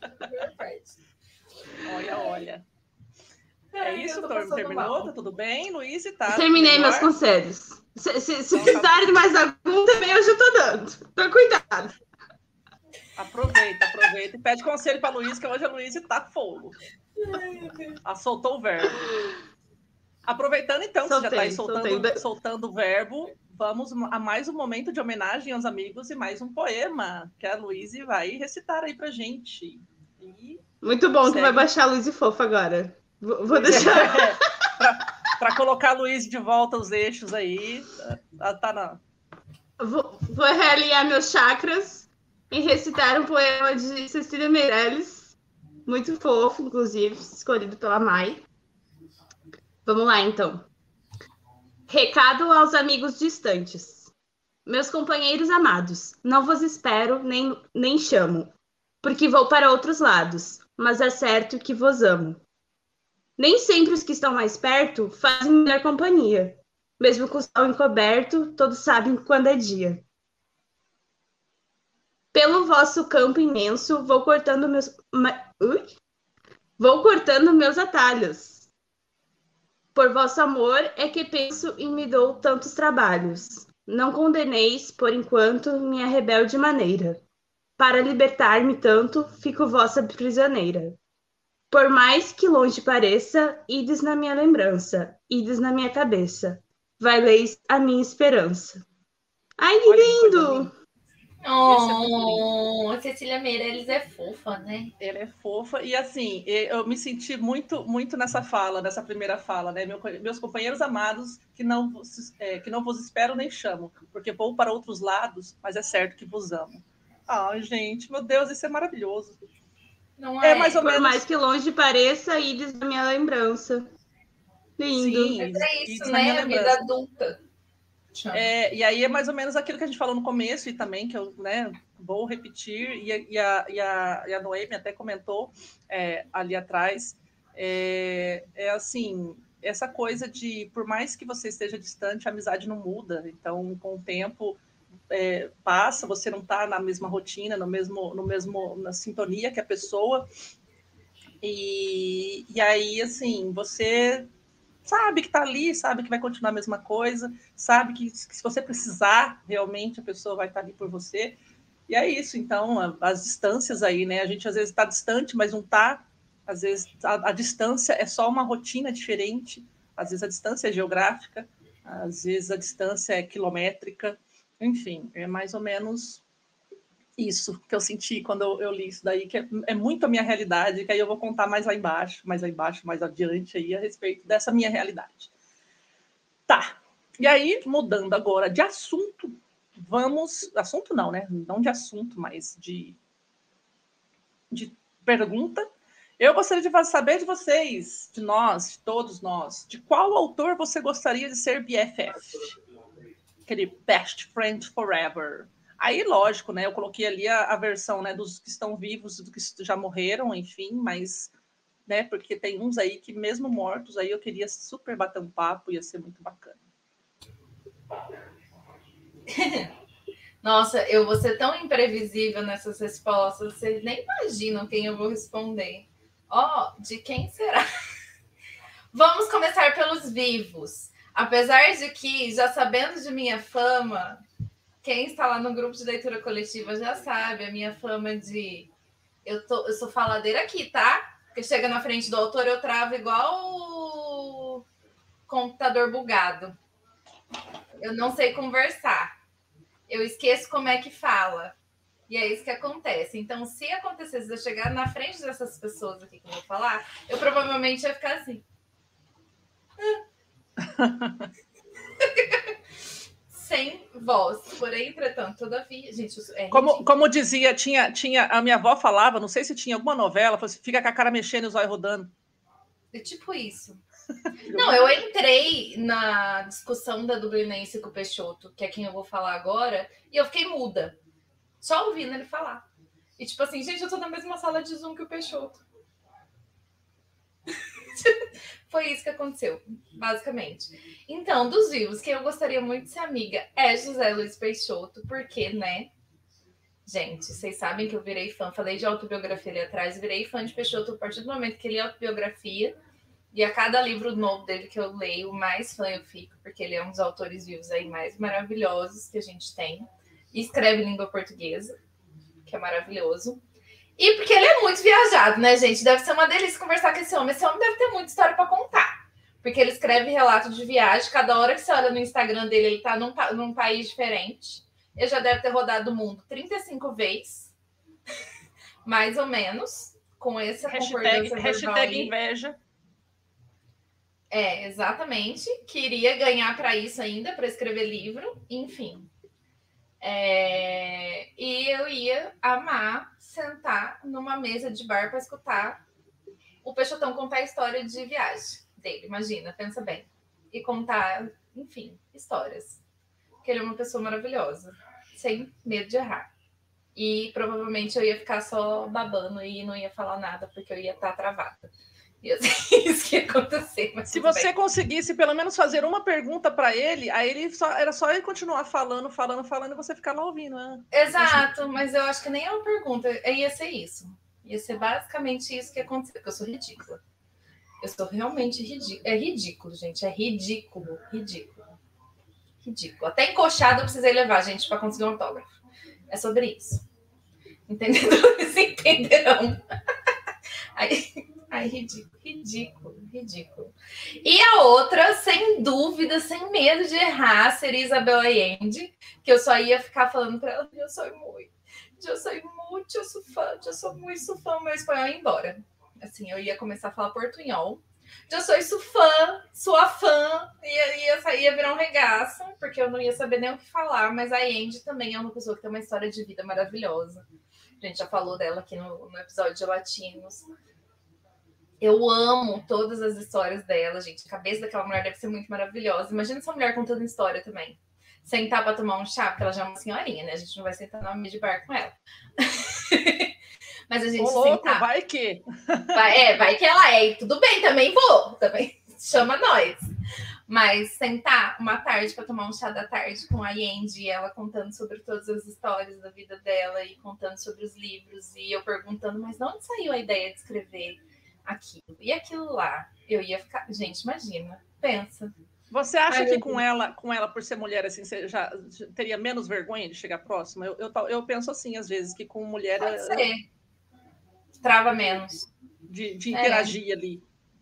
Olha. É isso, terminou? Tá tudo bem, Luiz? Tá terminei meus conselhos. Se precisarem de mais algum, também eu já tô dando. Então, cuidado. Aproveita e pede conselho para Luiz, que hoje a Luiz tá fogo. Soltou o verbo. Aproveitando, então, que você já tá aí soltando o verbo, vamos a mais um momento de homenagem aos amigos e mais um poema que a Luiz vai recitar aí pra gente. Muito bom, tu vai baixar a Luiz Fofa agora. Vou deixar. Para colocar a Luiz de volta aos eixos aí. Vou realinhar meus chakras e recitar um poema de Cecília Meirelles. Muito fofo, inclusive, escolhido pela Mai. Vamos lá, então. Recado aos amigos distantes. Meus companheiros amados, não vos espero nem chamo, porque vou para outros lados, mas é certo que vos amo. Nem sempre os que estão mais perto fazem melhor companhia. Mesmo com o sol encoberto, todos sabem quando é dia. Pelo vosso campo imenso, vou cortando meus atalhos. Por vosso amor é que penso e me dou tantos trabalhos. Não condeneis, por enquanto, minha rebelde maneira. Para libertar-me tanto, fico vossa prisioneira. Por mais que longe pareça, ides na minha lembrança, ides na minha cabeça. Valeis a minha esperança. Ai, que lindo! Cecília Meirelles é fofa, né? Ela é fofa. E assim, eu me senti muito nessa primeira fala, né? Meus companheiros amados, que não vos espero nem chamo, porque vou para outros lados, mas é certo que vos amo. Ai, gente, meu Deus, isso é maravilhoso. Não é? Mais ou menos. Por mais que longe pareça, ides na minha lembrança. Lindo. Sim, mas é isso, né? A vida adulta. E aí é mais ou menos aquilo que a gente falou no começo e também que eu vou repetir, e a Noemi até comentou ali atrás, assim, essa coisa de, por mais que você esteja distante, a amizade não muda. Então, com o tempo passa, você não está na mesma rotina, na sintonia que a pessoa, e aí, assim, você sabe que está ali, sabe que vai continuar a mesma coisa, sabe que se você precisar, realmente a pessoa vai estar ali por você. E é isso, então, as distâncias aí, né? A gente às vezes está distante, mas não está. Às vezes a distância é só uma rotina diferente, às vezes a distância é geográfica, às vezes a distância é quilométrica, enfim, é mais ou menos isso que eu senti quando eu li isso daí, que é muito a minha realidade, que aí eu vou contar mais adiante aí a respeito dessa minha realidade. Tá, e aí, mudando agora de assunto, assunto não, né? Não de assunto, mas de pergunta. Eu gostaria de saber de vocês, de nós, de todos nós, de qual autor você gostaria de ser BFF? Aquele Best Friend Forever. Aí, lógico, né? Eu coloquei ali a versão, né, dos que estão vivos, dos que já morreram, enfim, mas, né, porque tem uns aí que, mesmo mortos, aí eu queria super bater um papo, ia ser muito bacana. Nossa, eu vou ser tão imprevisível nessas respostas, vocês nem imaginam quem eu vou responder. De quem será? Vamos começar pelos vivos. Apesar de que, já sabendo de minha fama, quem está lá no grupo de leitura coletiva já sabe a minha fama de... Eu sou faladeira aqui, tá? Porque chega na frente do autor, eu travo igual o computador bugado. Eu não sei conversar. Eu esqueço como é que fala. E é isso que acontece. Então, se acontecesse de eu chegar na frente dessas pessoas aqui que eu vou falar, eu provavelmente ia ficar assim. Sem voz. Porém, entretanto, todavia... Gente, isso é como dizia, tinha a minha avó falava, não sei se tinha alguma novela, falou assim, fica com a cara mexendo e os olhos rodando. É tipo isso. Não, eu entrei na discussão da Dublinense com o Peixoto, que é quem eu vou falar agora, e eu fiquei muda. Só ouvindo ele falar. E tipo assim, gente, eu tô na mesma sala de Zoom que o Peixoto. Foi isso que aconteceu, basicamente. Então, dos vivos, quem eu gostaria muito de ser amiga é José Luiz Peixoto, porque, né? Gente, vocês sabem que eu virei fã, falei de autobiografia ali atrás, virei fã de Peixoto a partir do momento que ele é autobiografia, e a cada livro novo dele que eu leio, mais fã eu fico, porque ele é um dos autores vivos aí mais maravilhosos que a gente tem. E escreve em língua portuguesa, que é maravilhoso. E porque ele é muito viajado, né, gente? Deve ser uma delícia conversar com esse homem. Esse homem deve ter muita história para contar. Porque ele escreve relato de viagem. Cada hora que você olha no Instagram dele, ele tá num país diferente. Ele já deve ter rodado o mundo 35 vezes. Mais ou menos. Com essa concordância hashtag inveja. É, exatamente. Queria ganhar para isso ainda, para escrever livro. Enfim. E eu ia amar sentar numa mesa de bar para escutar o Peixotão contar a história de viagem dele, imagina, pensa bem. E contar, enfim, histórias. Porque ele é uma pessoa maravilhosa, sem medo de errar. E provavelmente eu ia ficar só babando e não ia falar nada, porque eu ia estar travada. Isso que ia acontecer. Mas se você conseguisse pelo menos fazer uma pergunta para ele, aí era só ele continuar falando, e você ficar lá ouvindo. Né? Exato, mas eu acho que nem é uma pergunta, ia ser isso. Ia ser basicamente isso que ia acontecer, porque eu sou ridícula. Eu sou realmente ridícula. É ridículo, gente, é ridículo. Até encoxada eu precisei levar, gente, para conseguir um autógrafo. É sobre isso. Entendeu? Eles entenderão. Ai, ridículo. E a outra, sem dúvida, sem medo de errar, seria Isabel Allende, que eu só ia ficar falando para ela, eu sou muito fã, meu espanhol ia embora. Assim, eu ia começar a falar portunhol. Eu sou sua fã, ia virar um regaço, porque eu não ia saber nem o que falar, mas a Allende também é uma pessoa que tem uma história de vida maravilhosa. A gente já falou dela aqui no episódio de Latinos. Eu amo todas as histórias dela, gente. A cabeça daquela mulher deve ser muito maravilhosa. Imagina essa mulher contando história também. Sentar para tomar um chá, porque ela já é uma senhorinha, né? A gente não vai sentar na mesa de bar com ela. Mas a gente sentar... vai que... Vai que ela é. E tudo bem, também vou. Também chama nós. Mas sentar uma tarde para tomar um chá da tarde com a Allende, ela contando sobre todas as histórias da vida dela e contando sobre os livros. E eu perguntando, mas de onde saiu a ideia de escrever aquilo e aquilo lá? Eu ia ficar... Gente, imagina. Pensa. Você acha que com ela, por ser mulher, assim, você já teria menos vergonha de chegar próxima? Eu penso assim, às vezes, que com mulher... Pode ser. Trava menos. De interagir ali.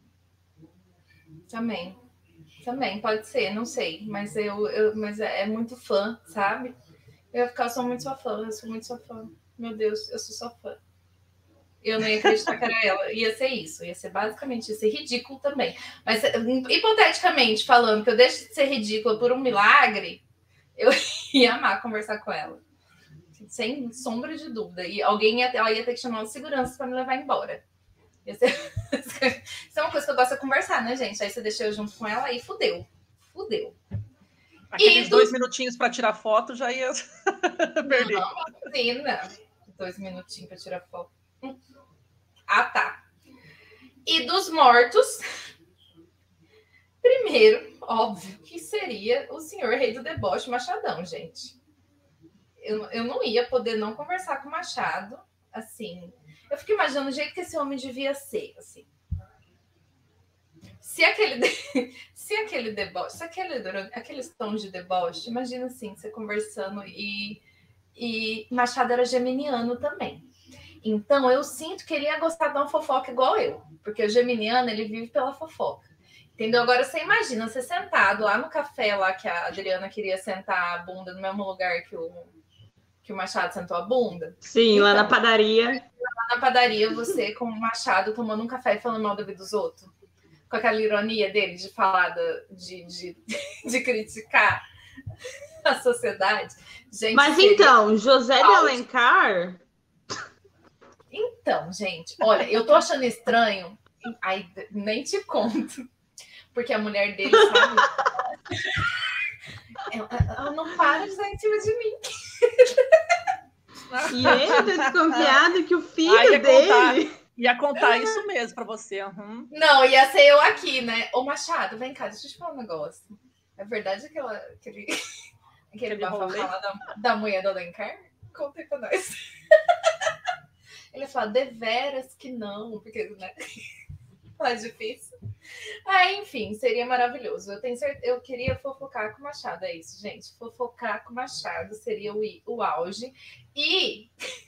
Também, pode ser, não sei. Mas mas é muito fã, sabe? Eu ia ficar, eu sou muito sua fã. Meu Deus, eu sou sua fã. Eu não ia acreditar que era ela. Ia ser isso, ia ser basicamente isso. Ia ser ridículo também. Mas, hipoteticamente falando, que eu deixe de ser ridícula por um milagre, eu ia amar conversar com ela. Sem sombra de dúvida. E ela ia ter que chamar os seguranças para me levar embora. Isso é uma coisa que eu gosto de conversar, né, gente? Aí você deixa eu junto com ela, aí fudeu. Aqueles 2 minutinhos para tirar foto já ia perder. Não, 2 minutinhos para tirar foto. Ah, tá. E dos mortos, primeiro, óbvio, que seria o senhor rei do deboche Machadão, gente. Eu não ia poder não conversar com o Machado, assim. Eu fico imaginando o jeito que esse homem devia ser, assim. Se aquele deboche, aqueles tons de deboche, imagina assim, você conversando e Machado era geminiano também. Então, eu sinto que ele ia gostar de uma fofoca igual eu, porque o geminiano, ele vive pela fofoca. Entendeu? Agora você imagina você sentado lá no café, lá que a Adriana queria sentar a bunda no mesmo lugar que o Machado sentou a bunda. Sim, então, lá na padaria. Lá na padaria, você com o Machado tomando um café e falando mal da vida dos outros. Com aquela ironia dele de falar, de criticar a sociedade. Gente, mas então, José de Alencar... Então, gente, olha, eu tô achando estranho, aí nem te conto, porque a mulher dele, sabe? Ela não para de estar em cima de mim. E ele desconfiado que o filho dele... Ia contar isso mesmo pra você. Uhum. Não, ia ser eu aqui, né? Ô, Machado, vem cá, deixa eu te falar um negócio. É verdade aquele bafafá lá da mulher do Alencar? Conta aí pra nós. Ele fala, deveras que não, porque, né? É difícil. Enfim, seria maravilhoso. Eu queria fofocar com o Machado, é isso, gente. Fofocar com o Machado seria o auge. E,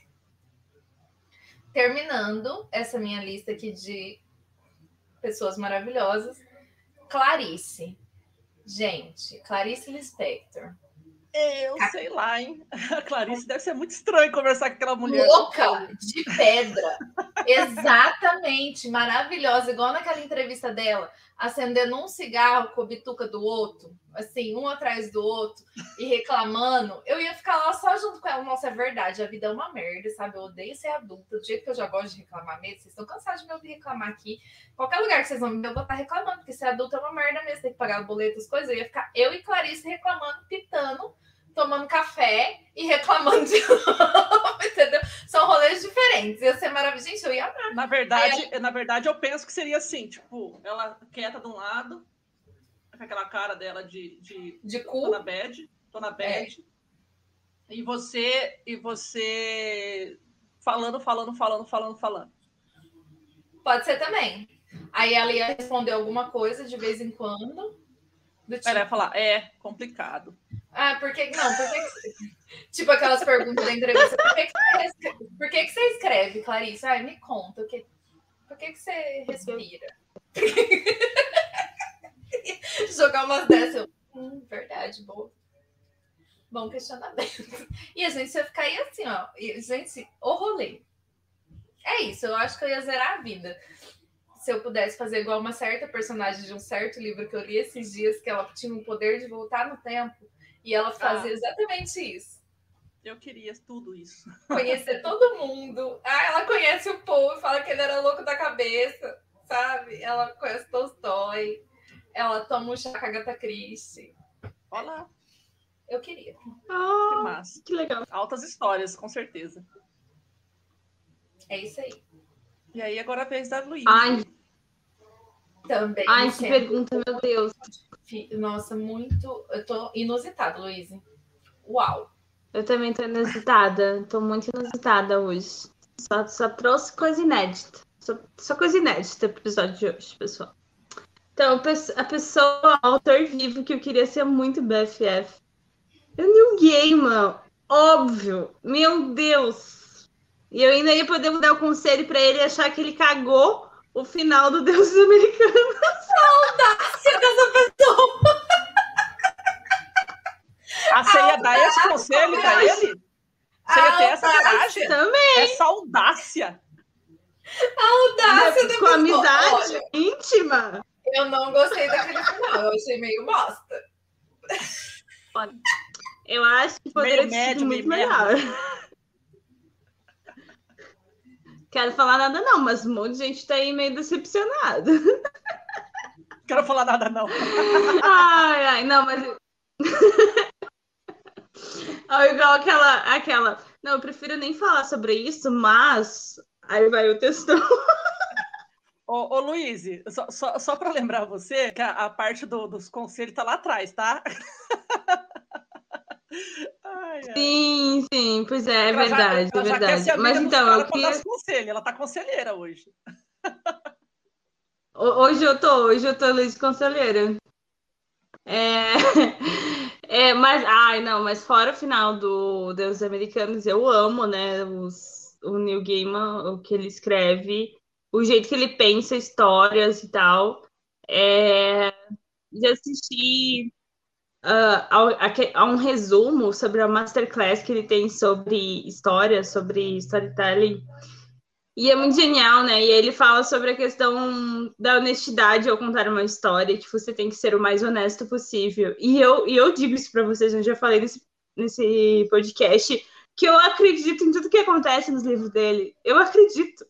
terminando essa minha lista aqui de pessoas maravilhosas, Clarice. Gente, Clarice Lispector. Eu sei lá, hein? A Clarice deve ser muito estranho conversar com aquela mulher. Louca de pedra. Exatamente. Maravilhosa. Igual naquela entrevista dela, acendendo um cigarro com a bituca do outro, assim, um atrás do outro, e reclamando. Eu ia ficar lá só junto com ela. Nossa, é verdade. A vida é uma merda, sabe? Eu odeio ser adulta. Do jeito que eu já gosto de reclamar mesmo. Vocês estão cansados de me ouvir reclamar aqui. Qualquer lugar que vocês vão me ver, eu vou estar reclamando. Porque ser adulta é uma merda mesmo. Tem que pagar boleto, as coisas. Eu ia ficar eu e Clarice reclamando, pitando, tomando café e reclamando de novo, entendeu? São rolês diferentes. Ia ser maravilhoso. Gente, eu ia amar. Na verdade, eu penso que seria assim, tipo, ela quieta de um lado, com aquela cara dela de cu. Tô na bad. E você falando. Pode ser também. Aí ela ia responder alguma coisa de vez em quando. Tipo... Ela ia falar, é complicado. Por que tipo aquelas perguntas da entrevista. Por que você escreve, Clarice? Me conta. Por que você respira? Jogar umas dessas. Verdade, boa. Bom questionamento. E a gente ia ficar aí assim, ó. E, gente, o rolê. É isso, eu acho que eu ia zerar a vida. Se eu pudesse fazer igual uma certa personagem de um certo livro que eu li esses dias, que ela tinha o poder de voltar no tempo, e ela fazia exatamente isso. Eu queria tudo isso. Conhecer todo mundo. Ela conhece o povo e fala que ele era louco da cabeça, sabe? Ela conhece Tolstói. Ela toma um chá com a Agatha Christie. Olha. Eu queria. Que massa. Que legal. Altas histórias, com certeza. É isso aí. E aí, agora a vez da Luísa. Também. Que pergunta, meu Deus. Nossa, muito... Eu tô inusitada, Luísa. Uau. Eu também tô inusitada. Tô muito inusitada hoje. Só trouxe coisa inédita. Só coisa inédita pro episódio de hoje, pessoal. Então, a pessoa, o autor vivo que eu queria ser muito BFF. É o Neil Gaiman. Óbvio. Meu Deus. E eu ainda ia poder dar o conselho pra ele achar que ele cagou o final do Deuses Americanos. Audácia dessa pessoa! Você ia dar esse conselho pra ele? Você ia ter essa coragem? Também. Essa audácia. A audácia da com pessoa. amizade Olha, íntima. Eu não gostei daquele final. Eu achei meio bosta. Olha, eu acho que poderia ter sido muito melhor. Quero falar nada não, mas um monte de gente tá aí meio decepcionada. Quero falar nada não. Não, mas... igual aquela... Não, eu prefiro nem falar sobre isso, mas... Aí vai o textão. Ô Luiz, só para lembrar você que a parte dos conselhos tá lá atrás, tá? Sim, pois é verdade, é verdade. Mas então, eu queria... Ela tá conselheira hoje. Hoje eu tô Luiz Conselheira. Mas fora o final do Deuses Americanos, eu amo, né, o Neil Gaiman, o que ele escreve, o jeito que ele pensa histórias e tal. Já assisti a um resumo sobre a masterclass que ele tem sobre história, sobre storytelling. E é muito genial, né? E ele fala sobre a questão da honestidade ao contar uma história, que você tem que ser o mais honesto possível. E eu digo isso para vocês, eu já falei nesse podcast, que eu acredito em tudo que acontece nos livros dele. Eu acredito.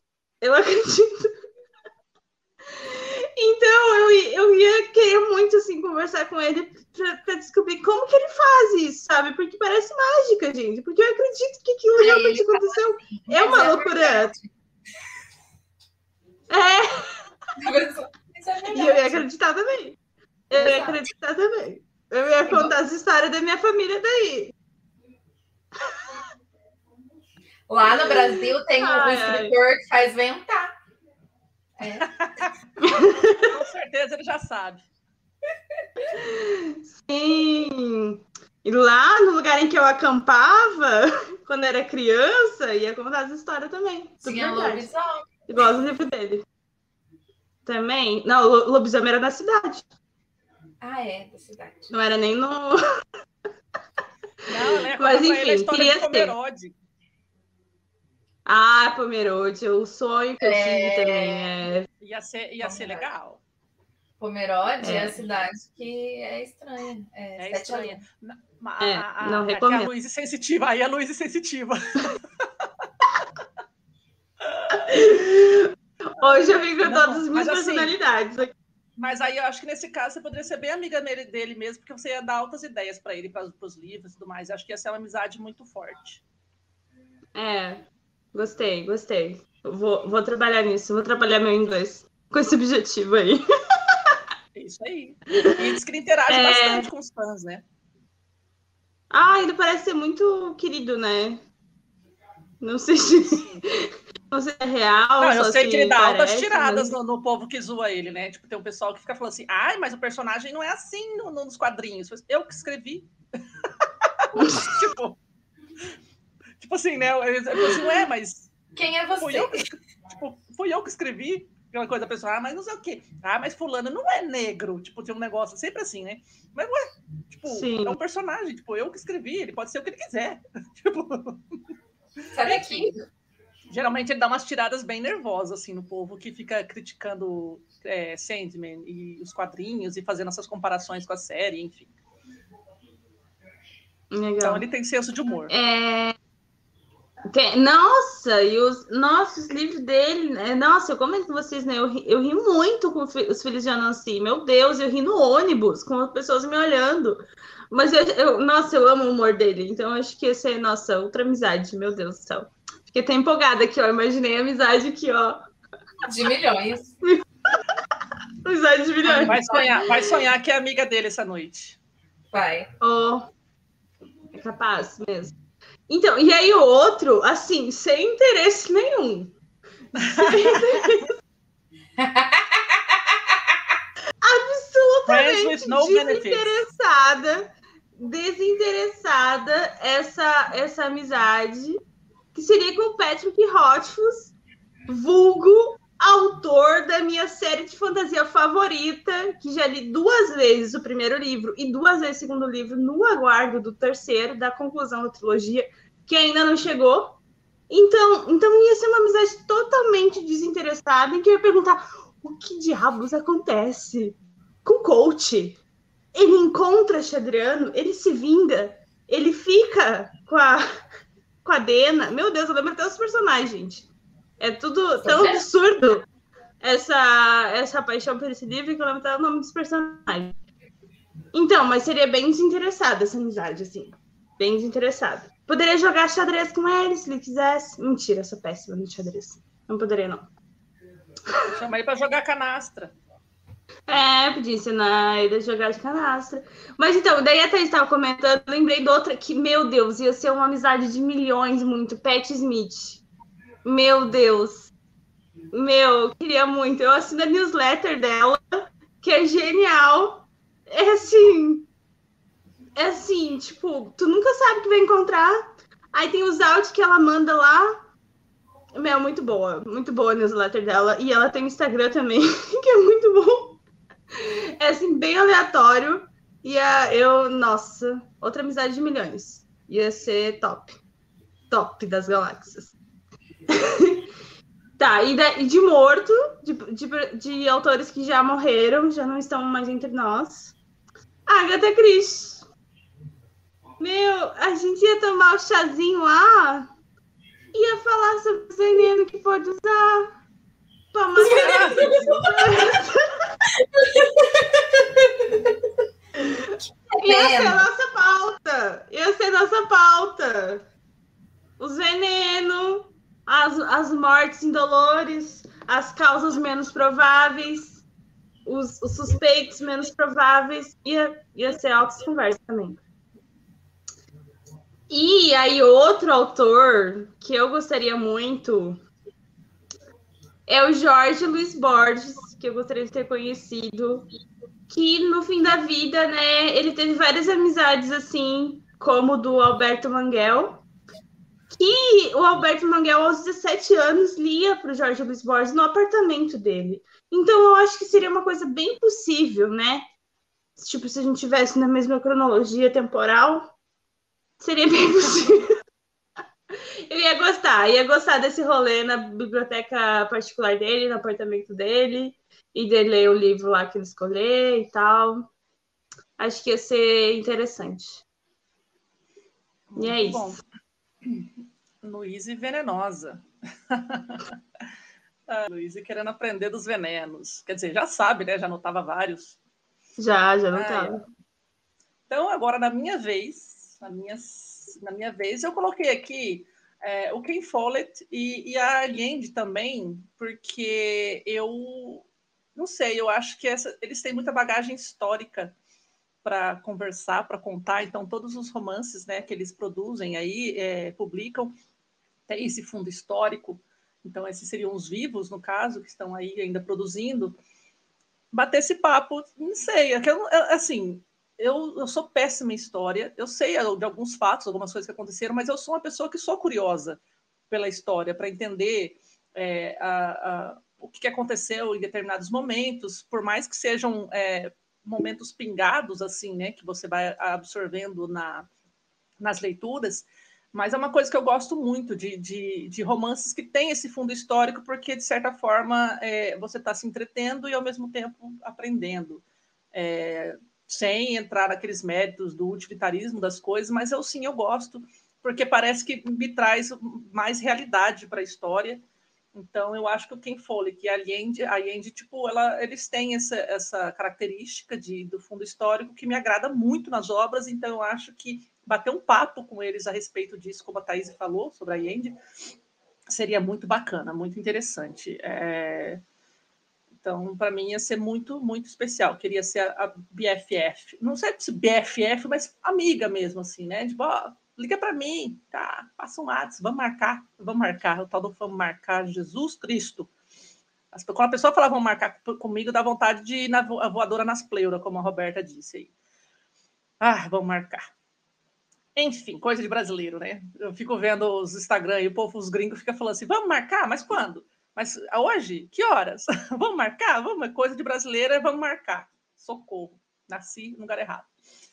Então, eu ia querer muito, assim, conversar com ele pra descobrir como que ele faz isso, sabe? Porque parece mágica, gente. Porque eu acredito que aquilo realmente aconteceu. É uma loucura. E eu ia acreditar também. Eu ia contar as histórias da minha família daí. Lá no Brasil tem um escritor que faz ventar. Com certeza ele já sabe. Sim. E lá no lugar em que eu acampava, quando era criança, ia contar as histórias também. Tinha lobisomem. Igual o livro dele. Também. Não, o lobisomem era da cidade. Da cidade. Não era nem no... Não, né? Mas enfim, ele a história queria de Pomerode. Pomerode, o sonho que eu tive também. Ia ser legal. Pomerode é a cidade que é estranha. É estranha. Não recomendo. A Luísa sensitiva. Aí a Luísa sensitiva. Hoje eu vim com todas as minhas personalidades. Mas aí eu acho que nesse caso você poderia ser bem amiga dele mesmo, porque você ia dar altas ideias para ele, para os livros e tudo mais. Eu acho que ia ser uma amizade muito forte. Gostei. Vou trabalhar nisso, vou trabalhar meu inglês com esse objetivo aí. Isso aí. E diz que ele interage bastante com os fãs, né? Ele parece ser muito querido, né? Não sei se é real. Não, eu sei que ele dá altas tiradas mas... no povo que zoa ele, né? Tipo, tem um pessoal que fica falando assim, mas o personagem não é assim nos quadrinhos. Eu que escrevi. Tipo assim, né? Eu falei assim, mas... Quem é você? Fui eu que escrevi aquela coisa da pessoa, mas não sei o quê. Mas fulano não é negro. Tipo, tem um negócio sempre assim, né? Mas não é. Tipo, Sim. É um personagem. Tipo, eu que escrevi. Ele pode ser o que ele quiser. Tipo... Sabe aqui? Geralmente ele dá umas tiradas bem nervosas, assim, no povo que fica criticando Sandman e os quadrinhos e fazendo essas comparações com a série, enfim. Legal. Então ele tem senso de humor. Nossa, e os livros dele, né? Nossa, eu comento com vocês, né? Eu ri muito com os filhos de Anansi. Meu Deus, eu ri no ônibus, com as pessoas me olhando. Mas eu amo o humor dele. Então eu acho que ia ser, nossa, outra amizade, meu Deus do céu. Fiquei até empolgada aqui, ó. Imaginei a amizade aqui, ó. De milhões. Amizade de milhões. Vai sonhar que é amiga dele essa noite. Vai. É capaz mesmo. Então, e aí o outro, assim, sem interesse nenhum. Absolutamente desinteressada essa amizade, que seria com o Patrick Rothfuss, vulgo autor da minha série de fantasia favorita, que já li 2 vezes o primeiro livro e 2 vezes o segundo livro, no aguardo do terceiro, da conclusão da trilogia, que ainda não chegou. Então ia ser uma amizade totalmente desinteressada, em que eu ia perguntar o que diabos acontece com o Colt. Ele encontra Xadriano, ele se vinga, ele fica com a Dena. Meu Deus, eu lembro até os personagens, gente. É tudo tão absurdo, essa paixão por esse livro, que eu lembro até o nome dos personagens. Então, mas seria bem desinteressada essa amizade, assim. Bem desinteressada. Poderia jogar xadrez com ele, se ele quisesse. Mentira, eu sou péssima no xadrez. Não poderia, não. Chama ele pra jogar canastra. Podia ensinar ele a jogar de canastra. Mas então, daí até estava comentando, lembrei de outra que, meu Deus, ia ser uma amizade de milhões, muito. Pat Smith. Meu Deus. Eu queria muito. Eu assino a newsletter dela, que é genial. É assim, tipo, tu nunca sabe o que vai encontrar. Aí tem os áudios que ela manda lá. Muito boa a newsletter dela. E ela tem um Instagram também, que é muito bom. É assim, bem aleatório. Nossa, outra amizade de milhões. Ia ser top. Top das galáxias. Tá, e de morto, de autores que já morreram, já não estão mais entre nós. Agatha Christie. Meu, a gente ia tomar o chazinho lá, ia falar sobre o veneno que pode usar pra matar. Ia ser nossa pauta. Os venenos, as mortes indolores, as causas menos prováveis, os suspeitos menos prováveis. Ia ser altas conversas também. E aí, outro autor que eu gostaria muito é o Jorge Luiz Borges, que eu gostaria de ter conhecido, que no fim da vida, né, ele teve várias amizades, assim, como do Alberto Manguel, que o Alberto Manguel, aos 17 anos, lia para o Jorge Luiz Borges no apartamento dele. Então, eu acho que seria uma coisa bem possível, né? Tipo, se a gente tivesse na mesma cronologia temporal, seria bem possível. Eu ia gostar desse rolê na biblioteca particular dele, no apartamento dele, e de ler o livro lá que ele escolher e tal. Acho que ia ser interessante. Muito e é isso. Bom. Luíse venenosa. Luíse querendo aprender dos venenos. Quer dizer, já sabe, né? Já notava vários. Já notava. Então, agora, na minha vez, eu coloquei aqui o Ken Follett e a Allende também, porque eu não sei, eu acho que eles têm muita bagagem histórica para conversar, para contar. Então, todos os romances, né, que eles produzem aí, publicam, tem esse fundo histórico. Então, esses seriam os vivos, no caso, que estão aí ainda produzindo. Bater esse papo, não sei, assim, eu sou péssima em história, eu sei de alguns fatos, algumas coisas que aconteceram, mas eu sou uma pessoa que sou curiosa pela história, para entender o que aconteceu em determinados momentos, por mais que sejam momentos pingados, assim, né, que você vai absorvendo nas leituras, mas é uma coisa que eu gosto muito de romances que têm esse fundo histórico, porque, de certa forma, você está se entretendo e, ao mesmo tempo, aprendendo. Sem entrar naqueles méritos do utilitarismo das coisas, mas eu gosto, porque parece que me traz mais realidade para a história. Então, eu acho que o Ken Follett e a Allende, tipo, eles têm essa característica do fundo histórico que me agrada muito nas obras, então eu acho que bater um papo com eles a respeito disso, como a Thaís falou sobre a Allende, seria muito bacana, muito interessante. Então, para mim, ia ser muito, muito especial. Queria ser a BFF. Não sei se BFF, mas amiga mesmo, assim, né? Tipo, liga para mim, tá? Passa um WhatsApp, vamos marcar. O tal do vamos marcar, Jesus Cristo. Quando a pessoa fala vamos marcar comigo, dá vontade de ir na voadora nas pleuras, como a Roberta disse aí. Vamos marcar. Enfim, coisa de brasileiro, né? Eu fico vendo os Instagram e os gringos ficam falando assim, vamos marcar? Mas quando? Mas hoje? Que horas? Vamos marcar? Vamos, coisa de brasileira, vamos marcar. Socorro. Nasci no lugar errado.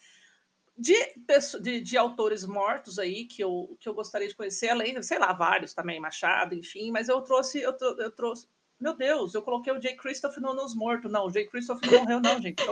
De autores mortos aí, que eu gostaria de conhecer, além, sei lá, vários também, Machado, enfim, mas eu trouxe... Meu Deus, eu coloquei o J. Christoph nos mortos. Não, o J. Christoph não morreu, não, gente.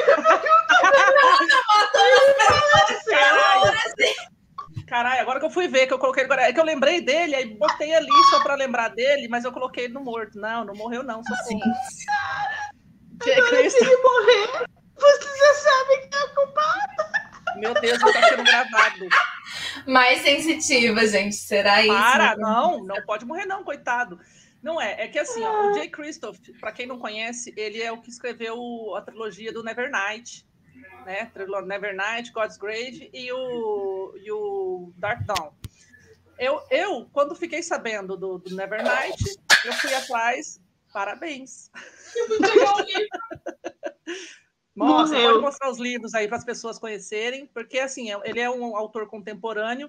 Caralho, agora que eu fui ver, que eu coloquei agora, é que eu lembrei dele, aí botei ali só pra lembrar dele, mas eu coloquei ele no morto. Não morreu, não. Sim. J. Christoph. Se ele morrer, você já sabe que é culpado. Meu Deus, eu tô sendo gravado. Mais sensitiva, gente. Será isso? Não pode morrer, não, coitado. Não é que assim, o J. Christoph, para quem não conhece, ele é o que escreveu a trilogia do Nevernight, né? Nevernight, God's Grave e o Dark Dawn. Eu quando fiquei sabendo do Nevernight, eu fui atrás. Parabéns. Nossa, pode mostrar os livros aí para as pessoas conhecerem, porque assim, ele é um autor contemporâneo.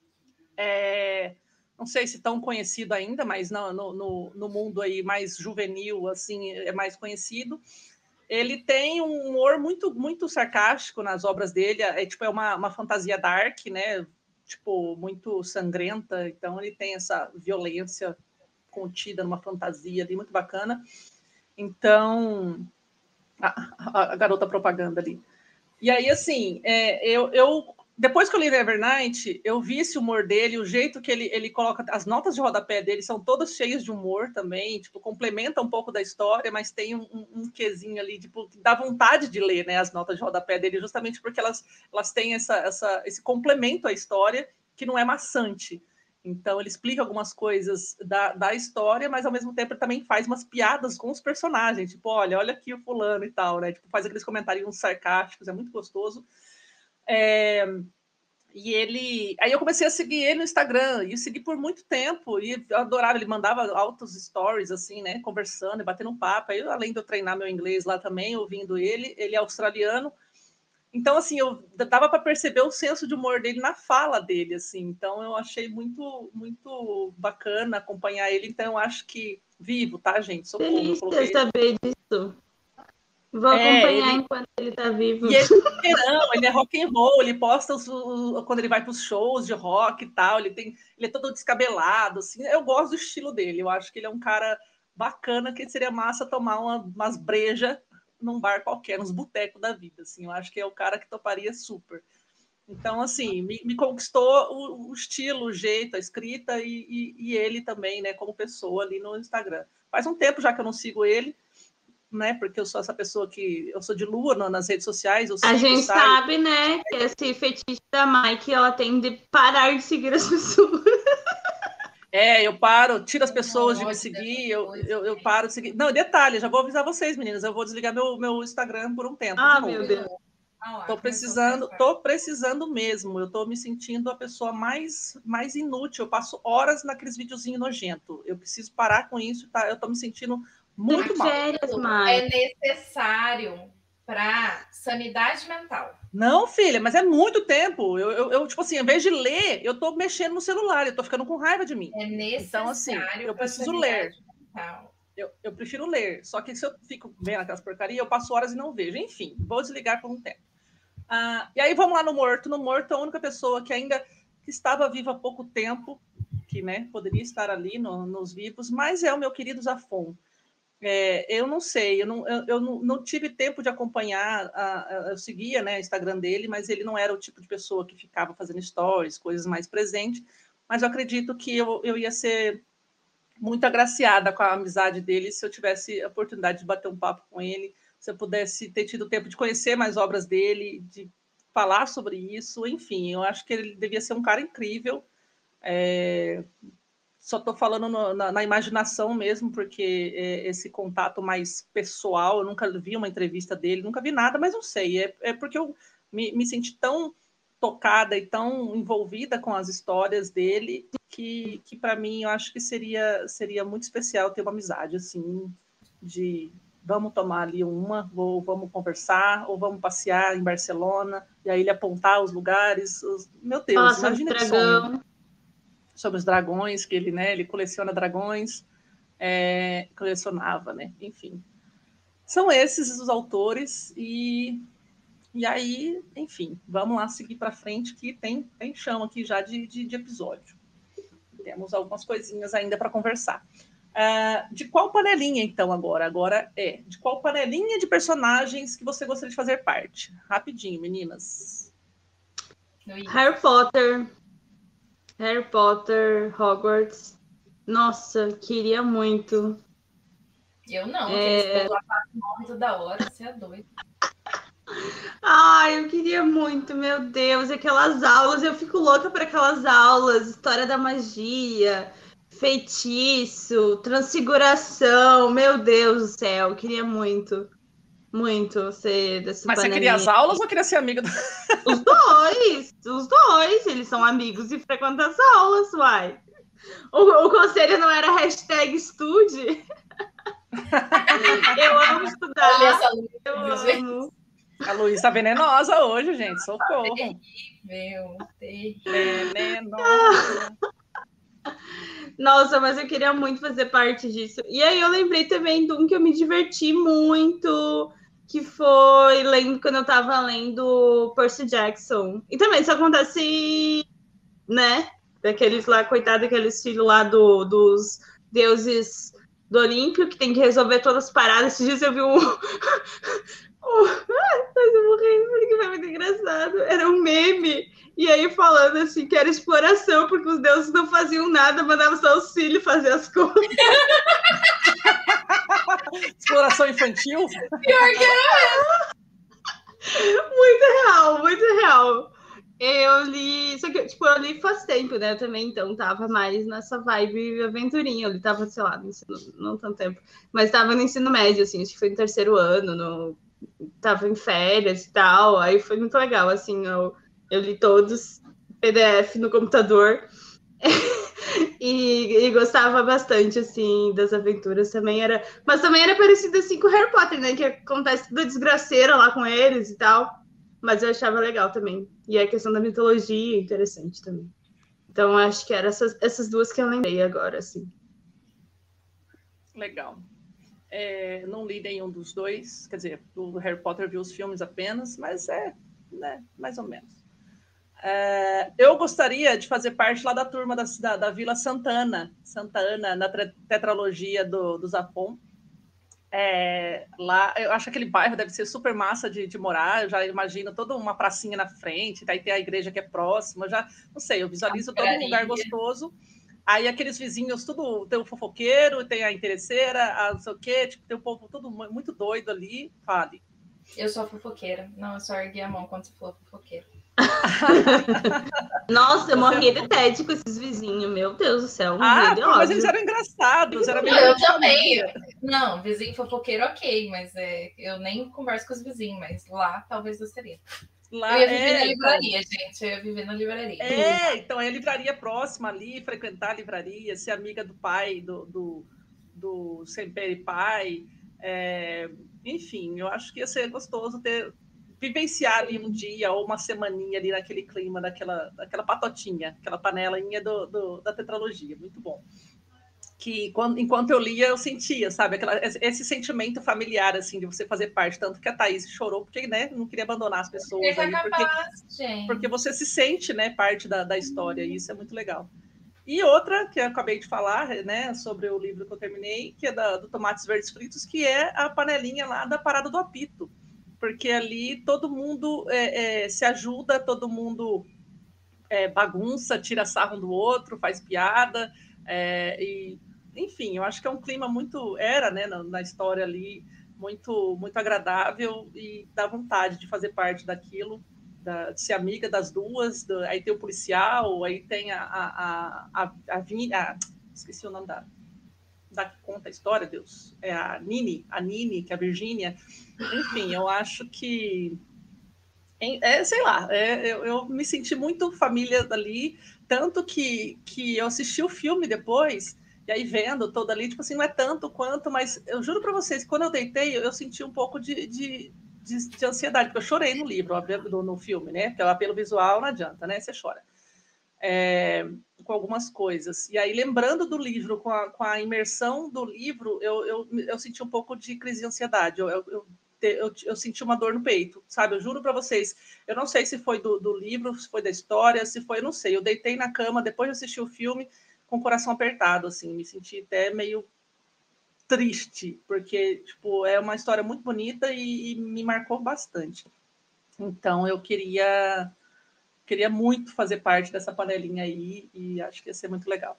Não sei se tão conhecido ainda, mas no mundo aí mais juvenil, assim, é mais conhecido. Ele tem um humor muito, muito sarcástico nas obras dele. É uma fantasia dark, né? Tipo, muito sangrenta. Então, ele tem essa violência contida numa fantasia ali, muito bacana. Então, a garota propaganda ali. E aí, assim, depois que eu li Nevernight, eu vi esse humor dele, o jeito que ele coloca, as notas de rodapé dele são todas cheias de humor também, tipo, complementa um pouco da história, mas tem um quezinho ali, tipo, que dá vontade de ler, né, as notas de rodapé dele, justamente porque elas têm esse complemento à história que não é maçante. Então, ele explica algumas coisas da história, mas, ao mesmo tempo, ele também faz umas piadas com os personagens, tipo, olha aqui o fulano e tal, né, tipo, faz aqueles comentários sarcásticos, é muito gostoso. Aí eu comecei a seguir ele no Instagram, e segui por muito tempo, e eu adorava, ele mandava altos stories, assim, né, conversando e batendo um papo. Aí, além de eu treinar meu inglês lá também, ouvindo ele é australiano, então, assim, eu dava para perceber o senso de humor dele na fala dele, assim, então eu achei muito, muito bacana acompanhar ele, então eu acho que vivo, tá, gente? Socorro, delícia saber disso. Vou acompanhar enquanto ele tá vivo. E ele é rock and roll, ele posta quando ele vai para os shows de rock e tal, ele é todo descabelado, assim. Eu gosto do estilo dele, eu acho que ele é um cara bacana, que seria massa tomar umas brejas num bar qualquer, nos botecos da vida, assim. Eu acho que é o cara que toparia super. Então, assim, me conquistou o estilo, o jeito, a escrita e ele também, né, como pessoa ali no Instagram. Faz um tempo já que eu não sigo ele, né? Porque eu sou essa pessoa que eu sou de lua nas redes sociais. A gente sabe, né, que esse fetiche da Mike, ela tem de parar de seguir as pessoas. Eu paro, tiro as pessoas de me seguir, eu paro de seguir. Não, detalhe, já vou avisar vocês, meninas, eu vou desligar meu Instagram por um tempo. Meu Deus. Tô precisando mesmo. Eu tô me sentindo a pessoa mais inútil. Eu passo horas naqueles videozinhos nojentos. Eu preciso parar com isso, tá? Eu tô me sentindo muito mal. É necessário para sanidade mental. Não, filha, mas é muito tempo. Eu, tipo assim, ao invés de ler, eu tô mexendo no celular, eu tô ficando com raiva de mim. É necessário. Então, assim, eu preciso ler. Eu prefiro ler. Só que se eu fico vendo aquelas porcarias, eu passo horas e não vejo. Enfim, vou desligar por um tempo. E aí vamos lá no Morto. No Morto, a única pessoa que ainda estava viva há pouco tempo, que, né, poderia estar ali nos vivos, mas é o meu querido Zafon. Eu não sei, eu não tive tempo de acompanhar, eu seguia, né, o Instagram dele, mas ele não era o tipo de pessoa que ficava fazendo stories, coisas mais presentes, mas eu acredito que eu ia ser muito agraciada com a amizade dele se eu tivesse a oportunidade de bater um papo com ele, se eu pudesse ter tido tempo de conhecer mais obras dele, de falar sobre isso, enfim, eu acho que ele devia ser um cara incrível. Só estou falando na imaginação mesmo, porque esse contato mais pessoal, eu nunca vi uma entrevista dele, nunca vi nada, mas não sei, é porque eu me senti tão tocada e tão envolvida com as histórias dele, que para mim eu acho que seria muito especial ter uma amizade, assim, de vamos tomar ali ou vamos conversar, ou vamos passear em Barcelona, e aí ele apontar os lugares, meu Deus, nossa, imagina que sonho. Sobre os dragões, que ele coleciona dragões, colecionava, né? Enfim. São esses os autores, e aí, enfim, vamos lá seguir para frente, que tem chão aqui já de episódio. Temos algumas coisinhas ainda para conversar. De qual panelinha, então, agora? Agora de qual panelinha de personagens que você gostaria de fazer parte? Rapidinho, meninas. Harry Potter, Hogwarts. Nossa, queria muito. Eu não, aqueles povo lá fazem nome toda hora, você é doido. Eu queria muito, meu Deus, aquelas aulas, eu fico louca por aquelas aulas, história da magia, feitiço, transfiguração, meu Deus do céu, eu queria muito ser desse Mas panelinha. Você queria as aulas ou queria ser amiga do... Os dois, eles são amigos e frequentam as aulas, uai. O conselho não era #estude? Eu amo estudar. Olha essa luz, eu amo. A Luísa tá venenosa hoje, gente, socorro. Venenosa. Nossa, mas eu queria muito fazer parte disso. E aí eu lembrei também de um que eu me diverti muito, que foi lendo quando eu tava lendo Percy Jackson. E também isso acontece, né? Daqueles lá, coitado, daqueles filhos lá dos deuses do Olímpio, que tem que resolver todas as paradas. Esses dias eu vi mas eu morri, porque foi muito engraçado. Era um meme, e aí falando assim, que era exploração, porque os deuses não faziam nada, mandavam só os filhos fazer as coisas. Exploração infantil? Pior que era. Muito real, muito real. Eu li, só que tipo, eu li faz tempo, né? Eu também, então, tava mais nessa vibe aventurinha. Eu li, tava, sei lá, no ensino, não tanto tempo, mas tava no ensino médio, assim, acho que foi no terceiro ano, tava em férias e tal. Aí foi muito legal, assim, eu li todos PDF no computador. E gostava bastante, assim, das aventuras também. Mas também era parecido, assim, com o Harry Potter, né? Que acontece toda desgraceira lá com eles e tal. Mas eu achava legal também. E a questão da mitologia é interessante também. Então, acho que eram essas duas que eu lembrei agora, assim. Legal. Não li nenhum dos dois. Quer dizer, do Harry Potter vi os filmes apenas, mas né, mais ou menos. Eu gostaria de fazer parte lá da turma da Vila Santa Ana, na tetralogia do Zapon. Lá, eu acho que aquele bairro deve ser super massa de morar. Eu já imagino toda uma pracinha na frente, aí tem a igreja que é próxima. Já não sei, eu visualizo todo um lugar gostoso. Aí aqueles vizinhos, tudo tem o fofoqueiro, tem a interesseira, não sei o quê, tipo, tem o povo tudo muito doido ali. Fale. Eu sou fofoqueira. Não, eu só ergui a mão quando você falou fofoqueira. Nossa, eu morria de tédio com esses vizinhos, meu Deus do céu. Mas eles eram engraçados. Eu também. Não, vizinho fofoqueiro, ok, mas eu nem converso com os vizinhos, mas lá talvez eu seria. Lá, eu ia viver na livraria, gente. Eu ia viver na livraria. Então é a livraria próxima ali, frequentar a livraria, ser amiga do pai, do Sempre Pai. Enfim, eu acho que ia ser gostoso vivenciar ali um dia ou uma semaninha ali naquele clima daquela patotinha, aquela panelinha da tetralogia. Muito bom. Que enquanto eu lia, eu sentia, sabe, esse sentimento familiar, assim, de você fazer parte. Tanto que a Thaís chorou, porque, né, não queria abandonar as pessoas. Porque você se sente, né, parte da história, e isso é muito legal. E outra, que eu acabei de falar, né, sobre o livro que eu terminei, que é do Tomates Verdes Fritos, que é a panelinha lá da Parada do Apito. Porque ali todo mundo se ajuda, todo mundo bagunça, tira sarro um do outro, faz piada, enfim, eu acho que é um clima muito, né, na história ali, muito, muito agradável e dá vontade de fazer parte daquilo, de ser amiga das duas, aí tem o policial, aí tem esqueci o nome da que conta a história, Deus, é a Nini, que é a Virgínia. Enfim, eu acho que sei lá, eu me senti muito família dali, tanto que eu assisti o filme depois, e aí vendo todo ali, tipo assim, não é tanto quanto, mas eu juro para vocês, quando eu deitei, eu senti um pouco de ansiedade, porque eu chorei no livro, no filme, né? Porque o apelo visual não adianta, né? Você chora. Com algumas coisas. E aí, lembrando do livro, com a imersão do livro, eu senti um pouco de crise de ansiedade. Eu senti uma dor no peito, sabe? Eu juro para vocês. Eu não sei se foi do livro, se foi da história, se foi, eu não sei. Eu deitei na cama, depois de assistir o filme, com o coração apertado, assim. Me senti até meio triste, porque, tipo, é uma história muito bonita e me marcou bastante. Então, eu queria muito fazer parte dessa panelinha aí e acho que ia ser muito legal.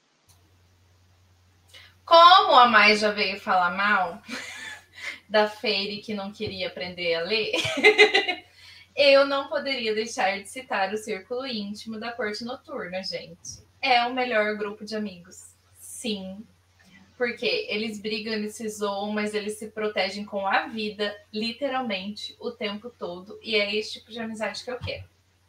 Como a Mai já veio falar mal da Feire que não queria aprender a ler, eu não poderia deixar de citar o Círculo Íntimo da Corte Noturna, gente. É o melhor grupo de amigos. Sim. Porque eles brigam, eles se zoam, mas eles se protegem com a vida, literalmente, o tempo todo. E é esse tipo de amizade que eu quero.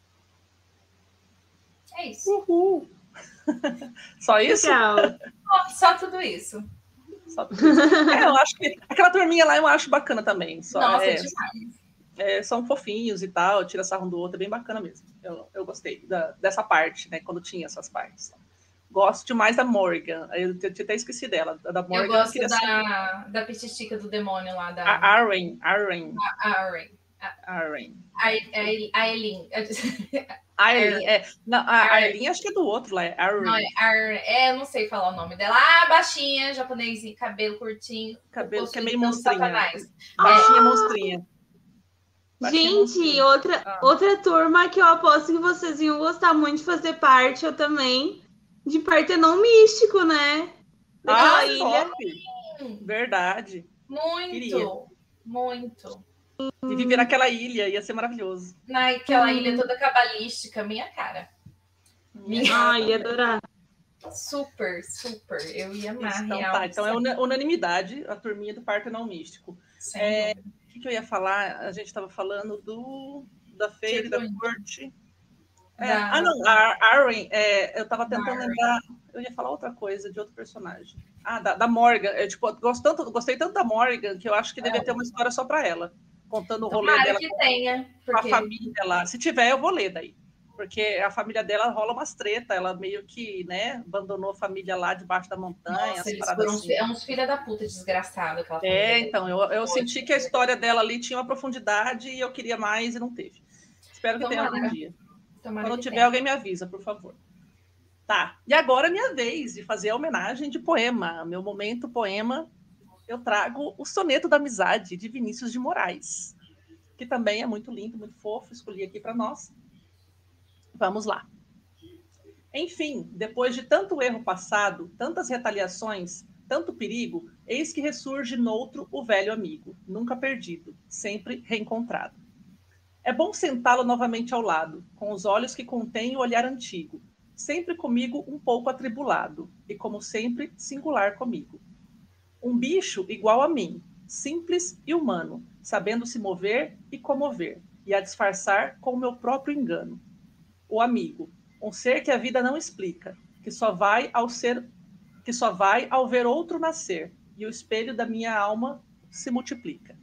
É isso. Uhul. Só isso? Só tudo isso. Só tudo isso. Eu acho que aquela turminha lá eu acho bacana também. Nossa, é demais. São fofinhos e tal, tira sarro um do outro, é bem bacana mesmo. Eu gostei dessa parte, né? Quando tinha essas partes. Gosto demais da Morgan. Eu tinha até esqueci dela. Da Morgan, eu gosto da pititica do demônio lá. A Arryn. A Arryn. A Eileen. A Eileen, a Eileen acho que é do outro lá, é Arryn. Não, eu não sei falar o nome dela. Baixinha, japonesinha, cabelo curtinho. Cabelo que é meio monstrinha. Baixinha, monstrinha. Gente, outra turma que eu aposto que vocês iam gostar muito de fazer parte, eu também, de Partenon Místico, né? Daquela ilha. Top. Verdade. Muito. De viver naquela ilha, ia ser maravilhoso. Naquela ilha toda cabalística, minha cara. Ia adorar. Super. Eu ia amar. Então é unanimidade, a turminha do Partenon Místico. O que eu ia falar? A gente estava falando da feira, da corte. A Arryn, eu estava tentando lembrar. Eu ia falar outra coisa, de outro personagem. Da Morgan. Gostei tanto da Morgan que eu acho que deve ter uma história só para ela. Contando o rolê dela com a família lá. Se tiver, eu vou ler daí. Porque a família dela rola umas treta. Ela meio que, abandonou a família lá debaixo da montanha. Nossa, eles foram uns filha da puta desgraçado. Então, eu senti que a história dela ali tinha uma profundidade e eu queria mais e não teve. Espero que tenha algum dia. Quando tiver, alguém me avisa, por favor. Tá, e agora é minha vez de fazer a homenagem de poema. Meu momento poema, eu trago o Soneto da Amizade, de Vinícius de Moraes, que também é muito lindo, muito fofo, escolhi aqui para nós. Vamos lá. Enfim, depois de tanto erro passado, tantas retaliações, tanto perigo, eis que ressurge noutro o velho amigo, nunca perdido, sempre reencontrado. É bom sentá-lo novamente ao lado, com os olhos que contêm o olhar antigo, sempre comigo um pouco atribulado, e como sempre, singular comigo. Um bicho igual a mim, simples e humano, sabendo se mover e comover, e a disfarçar com o meu próprio engano. O amigo, um ser que a vida não explica, que só vai ao ver outro nascer, e o espelho da minha alma se multiplica.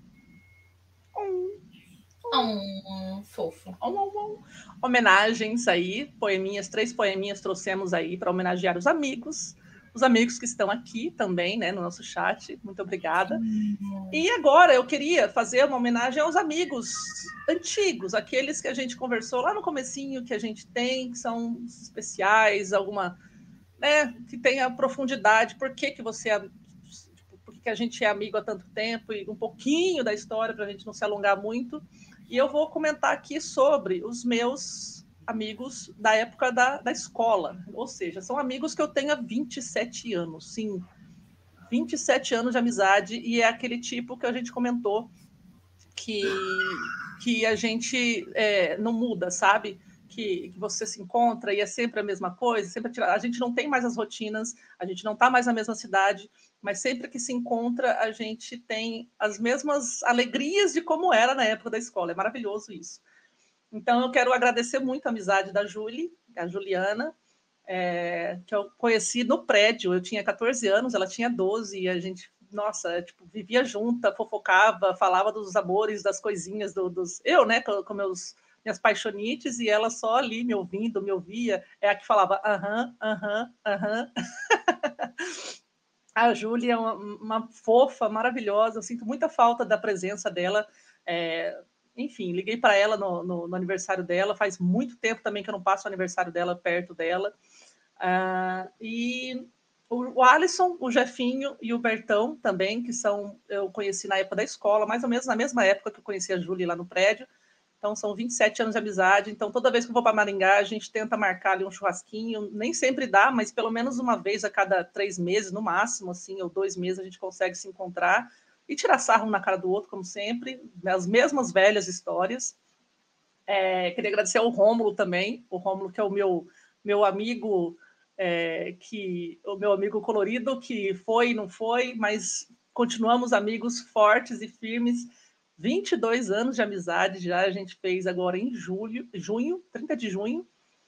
Fofo. Homenagens aí, poeminhas, 3 poeminhas trouxemos aí para homenagear os amigos que estão aqui também, né, no nosso chat. Muito obrigada. E agora eu queria fazer uma homenagem aos amigos antigos, aqueles que a gente conversou lá no comecinho, que a gente tem, que são especiais, alguma, né, que tenha profundidade. Por que a gente é amigo há tanto tempo, e um pouquinho da história para a gente não se alongar muito. E eu vou comentar aqui sobre os meus amigos da época da escola. Ou seja, são amigos que eu tenho há 27 anos. Sim, 27 anos de amizade. E é aquele tipo que a gente comentou que a gente não muda, sabe? Que você se encontra e é sempre a mesma coisa. A gente não tem mais as rotinas, a gente não está mais na mesma cidade, mas sempre que se encontra, a gente tem as mesmas alegrias de como era na época da escola. É maravilhoso isso. Então, eu quero agradecer muito a amizade da Julie, a Juliana, que eu conheci no prédio. Eu tinha 14 anos, ela tinha 12, e a gente, vivia junta, fofocava, falava dos amores, das coisinhas, eu, né, com minhas paixonites, e ela só ali me ouvindo, me ouvia, é a que falava aham. A Júlia é uma fofa, maravilhosa, eu sinto muita falta da presença dela. Enfim, liguei para ela no aniversário dela, faz muito tempo também que eu não passo o aniversário dela perto dela. E o Alisson, o Jefinho e o Bertão também, que eu conheci na época da escola, mais ou menos na mesma época que eu conheci a Júlia lá no prédio. Então, são 27 anos de amizade. Então, toda vez que eu vou para Maringá, a gente tenta marcar ali um churrasquinho. Nem sempre dá, mas pelo menos uma vez a cada 3 meses, no máximo, assim, ou 2 meses, a gente consegue se encontrar e tirar sarro um na cara do outro, como sempre. As mesmas velhas histórias. Queria agradecer ao Rômulo também. O Rômulo, que é o meu amigo, o meu amigo colorido, que foi e não foi, mas continuamos amigos fortes e firmes. 22 anos de amizade já, a gente fez agora em junho, 30 de junho,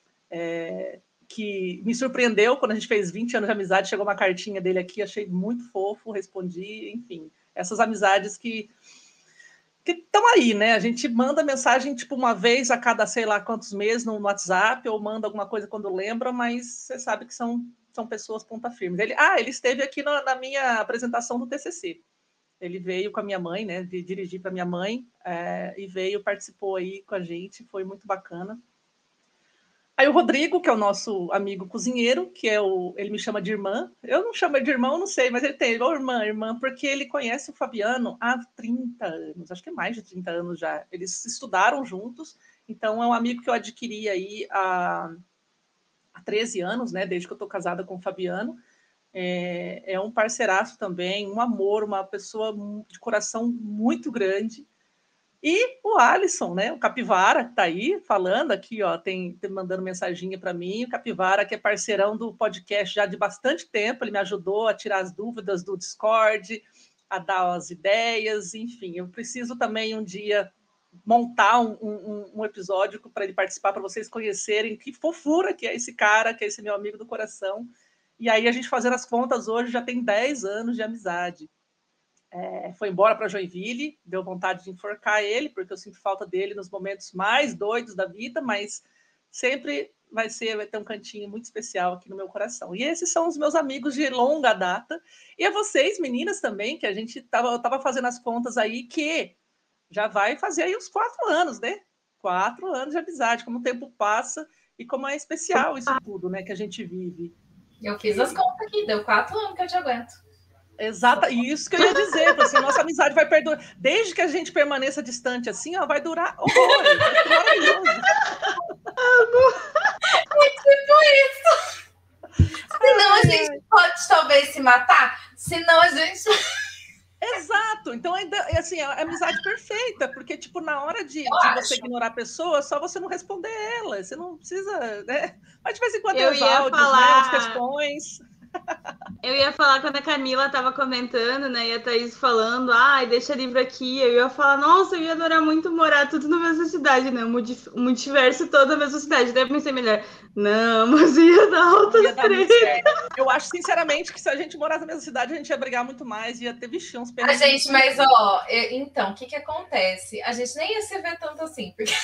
que me surpreendeu quando a gente fez 20 anos de amizade, chegou uma cartinha dele aqui, achei muito fofo, respondi, enfim, essas amizades que estão aí, né? A gente manda mensagem tipo uma vez a cada sei lá quantos meses no WhatsApp, ou manda alguma coisa quando lembra, mas você sabe que são são pessoas ponta firmes. Ele esteve aqui na minha apresentação do TCC. Ele veio com a minha mãe, né? Dirigir para minha mãe, e participou aí com a gente, foi muito bacana. Aí o Rodrigo, que é o nosso amigo cozinheiro, ele me chama de irmã. Eu não chamo de irmão, não sei, mas ele tem, irmã, porque ele conhece o Fabiano há 30 anos, acho que é mais de 30 anos já. Eles estudaram juntos, então é um amigo que eu adquiri aí há 13 anos, né? Desde que eu estou casada com o Fabiano. É um parceiraço também, um amor, uma pessoa de coração muito grande. E o Alisson, né? O Capivara, que está aí falando aqui, ó, tem mandando mensaginha para mim. O Capivara, que é parceirão do podcast já de bastante tempo, ele me ajudou a tirar as dúvidas do Discord, a dar as ideias, enfim. Eu preciso também um dia montar um episódio para ele participar, para vocês conhecerem que fofura que é esse cara, que é esse meu amigo do coração. E aí a gente fazendo as contas hoje já tem 10 anos de amizade. Foi embora para Joinville, deu vontade de enforcar ele, porque eu sinto falta dele nos momentos mais doidos da vida, mas sempre vai ter um cantinho muito especial aqui no meu coração. E esses são os meus amigos de longa data. E a vocês, meninas, também, que eu estava fazendo as contas aí, que já vai fazer aí uns 4 anos, né? 4 anos de amizade, como o tempo passa e como é especial isso tudo, né, que a gente vive. Eu fiz as contas aqui, deu 4 anos que eu te aguento. Exato, e isso que eu ia dizer, assim, nossa amizade vai perdurar. Desde que a gente permaneça distante assim, ó, vai durar horrores. Maravilhoso. É tipo isso. Senão a gente pode talvez se matar, senão a gente... Exato, então ainda assim, é a amizade perfeita, porque tipo, na hora de você ignorar a pessoa, só você não responder ela, você não precisa, né? Mas de vez em quando tem os áudios, né, as questões. Eu ia falar quando a Camila estava comentando, né, e a Thaís falando, deixa livro aqui, eu ia falar, nossa, eu ia adorar muito morar tudo na mesma cidade, né, o multiverso todo na mesma cidade. Daí eu pensei melhor, não, mas ia dar altas tretas. Eu acho, sinceramente, que se a gente morasse na mesma cidade, a gente ia brigar muito mais, ia ter uns períodos. A gente, mas ó, então, o que acontece? A gente nem ia se ver tanto assim, porque...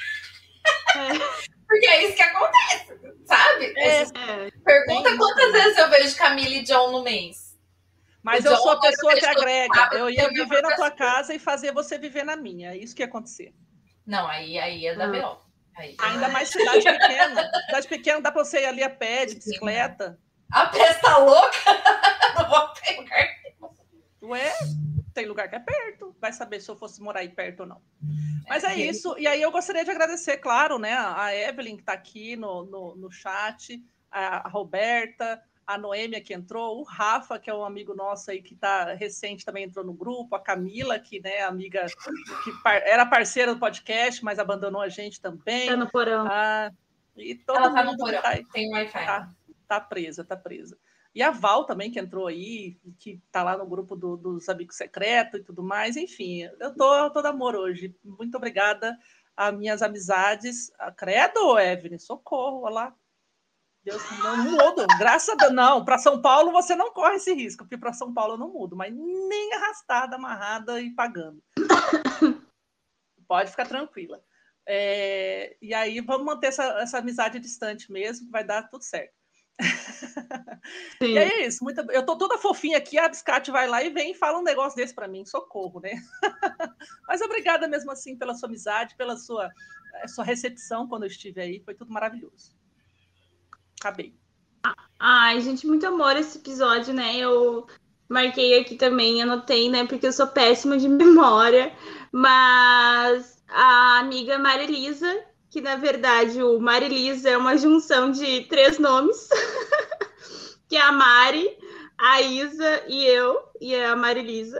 Porque é isso que acontece, sabe? Pergunta quantas vezes eu vejo Camila e John no mês. Mas eu sou a pessoa que agrega. Eu ia viver na tua casa e fazer você viver na minha. É isso que ia acontecer. Não, aí é da B.O. Ainda mais cidade pequena. Cidade pequena dá pra você ir ali a pé, de bicicleta. A pé tá louca? Não vou pegar. Ué, tem lugar que é perto. Vai saber se eu fosse morar aí perto ou não. Mas é isso. E aí eu gostaria de agradecer, claro, né, a Evelyn, que está aqui no chat, a Roberta, a Noêmia, que entrou, o Rafa, que é um amigo nosso aí, que está recente, também entrou no grupo, a Camila, que, né, amiga, que era parceira do podcast, mas abandonou a gente também. Está no porão. E todo Ela mundo está no porão, tem Wi-Fi. Tá presa. E a Val também, que entrou aí, que tá lá no grupo dos Amigos Secretos e tudo mais. Enfim, eu tô de amor hoje. Muito obrigada às minhas amizades. Credo, Evelyn, socorro, olha lá. Deus, não mudo. Graças a Deus. Não, para São Paulo você não corre esse risco, porque para São Paulo eu não mudo, mas nem arrastada, amarrada e pagando. Pode ficar tranquila. E aí vamos manter essa amizade distante mesmo, vai dar tudo certo. Sim. E é isso, eu tô toda fofinha aqui, a Biscate vai lá e vem e fala um negócio desse para mim, socorro, né? Mas obrigada mesmo assim pela sua amizade, pela sua recepção quando eu estive aí, foi tudo maravilhoso. Acabei. Ai, gente, muito amor esse episódio, né? Eu marquei aqui também, anotei, né? Porque eu sou péssima de memória, mas a amiga Marilisa, que na verdade o Marilisa é uma junção de 3 nomes, que é a Mari, a Isa e eu, e é a Marilisa.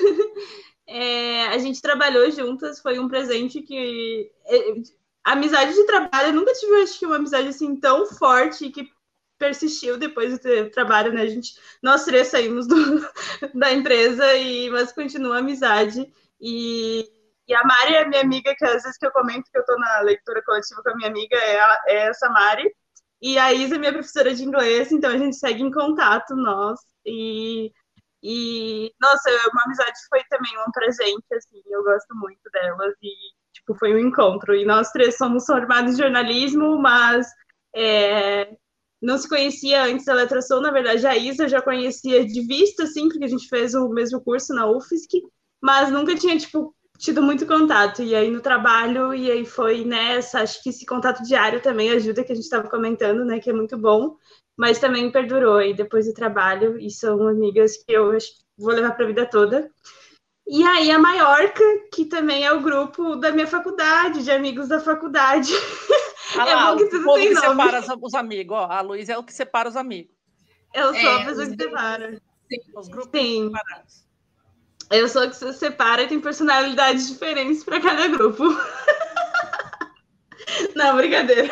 A gente trabalhou juntas, foi um presente que... amizade de trabalho, eu nunca tive, acho que, uma amizade assim tão forte que persistiu depois do trabalho, né? Nós 3 saímos da empresa, mas continua a amizade. E a Mari é minha amiga, que às vezes que eu comento que eu tô na leitura coletiva com a minha amiga, é essa Mari. E a Isa é minha professora de inglês, então a gente segue em contato, nós. E nossa, uma amizade foi também um presente, assim, eu gosto muito delas. E, tipo, foi um encontro. E nós 3 somos formados em jornalismo, mas não se conhecia antes da Eletrosul. Na verdade, a Isa eu já conhecia de vista, assim, porque a gente fez o mesmo curso na UFSC, mas nunca tinha, tipo, tido muito contato. E aí no trabalho, e aí foi nessa, acho que esse contato diário também ajuda, que a gente estava comentando, né, que é muito bom, mas também perdurou aí depois do trabalho, e são amigas que eu acho que vou levar para a vida toda. E aí a Maiorca, que também é o grupo da minha faculdade, de amigos da faculdade. Lá, é bom que tudo tem nome. Separa os amigos, ó. A Luísa é o que separa os amigos. Eu sou a pessoa que separa. Os grupos Sim. separados. Eu sou a que se separa e tem personalidades diferentes para cada grupo. Não, brincadeira.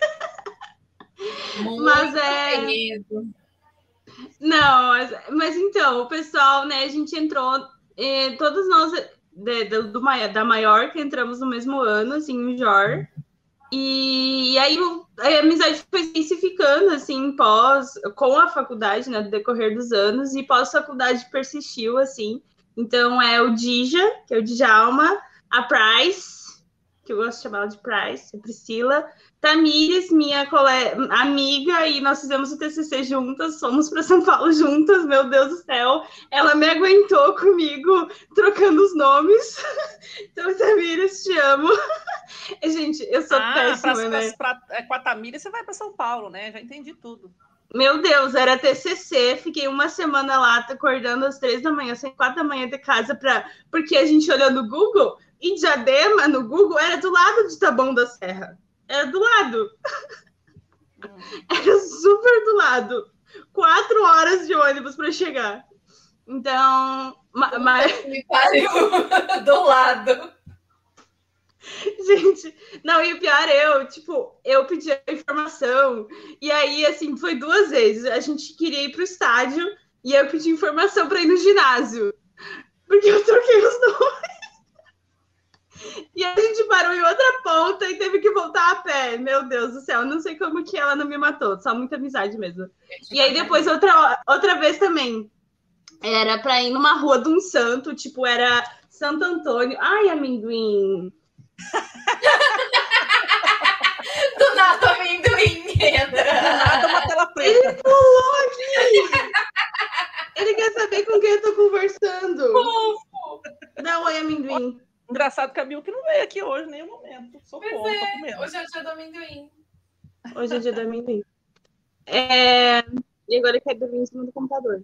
Mas medo. Não, mas então, o pessoal, né, a gente entrou, todos nós da Maiorca entramos no mesmo ano, assim, no JOR, e aí a amizade foi intensificando, assim, com a faculdade, né, no decorrer dos anos, e pós-faculdade persistiu, assim. Então, é o Dija, que é o Djalma, a Price, que eu gosto de chamar ela de Price, a Priscila, Tamires, minha amiga, e nós fizemos o TCC juntas, fomos para São Paulo juntas, meu Deus do céu, ela me aguentou comigo, trocando os nomes. Então, Tamires, te amo. Gente, eu sou péssima, né? Com a Tamires, você vai para São Paulo, né? Já entendi tudo. Meu Deus, era TCC, fiquei uma semana lá, acordando às 3 da manhã, saí 4 da manhã de casa, porque a gente olhou no Google, e Diadema, no Google, era do lado de Taboão da Serra. Era do lado. Era super do lado. 4 horas de ônibus para chegar. Então... Me pariu do lado. Gente, não, e o pior eu pedi a informação, e aí, assim, foi 2 vezes. A gente queria ir pro estádio, e eu pedi informação para ir no ginásio, porque eu troquei os nomes. E a gente parou em outra ponta e teve que voltar a pé. Meu Deus do céu, não sei como que ela não me matou, só muita amizade mesmo. E aí depois, outra vez também, era para ir numa rua de um santo, tipo, era Santo Antônio. Ai, amendoim! Do nada, amendoim entra. Do nada, uma tela preta. Ele pulou aqui! Ele quer saber com quem eu tô conversando. Fofo. Dá um oi, amendoim. Engraçado que a Milk não veio aqui hoje em nenhum momento. Hoje é o dia do amendoim. Hoje é dia do amendoim. E agora eu quero dormir em cima do computador.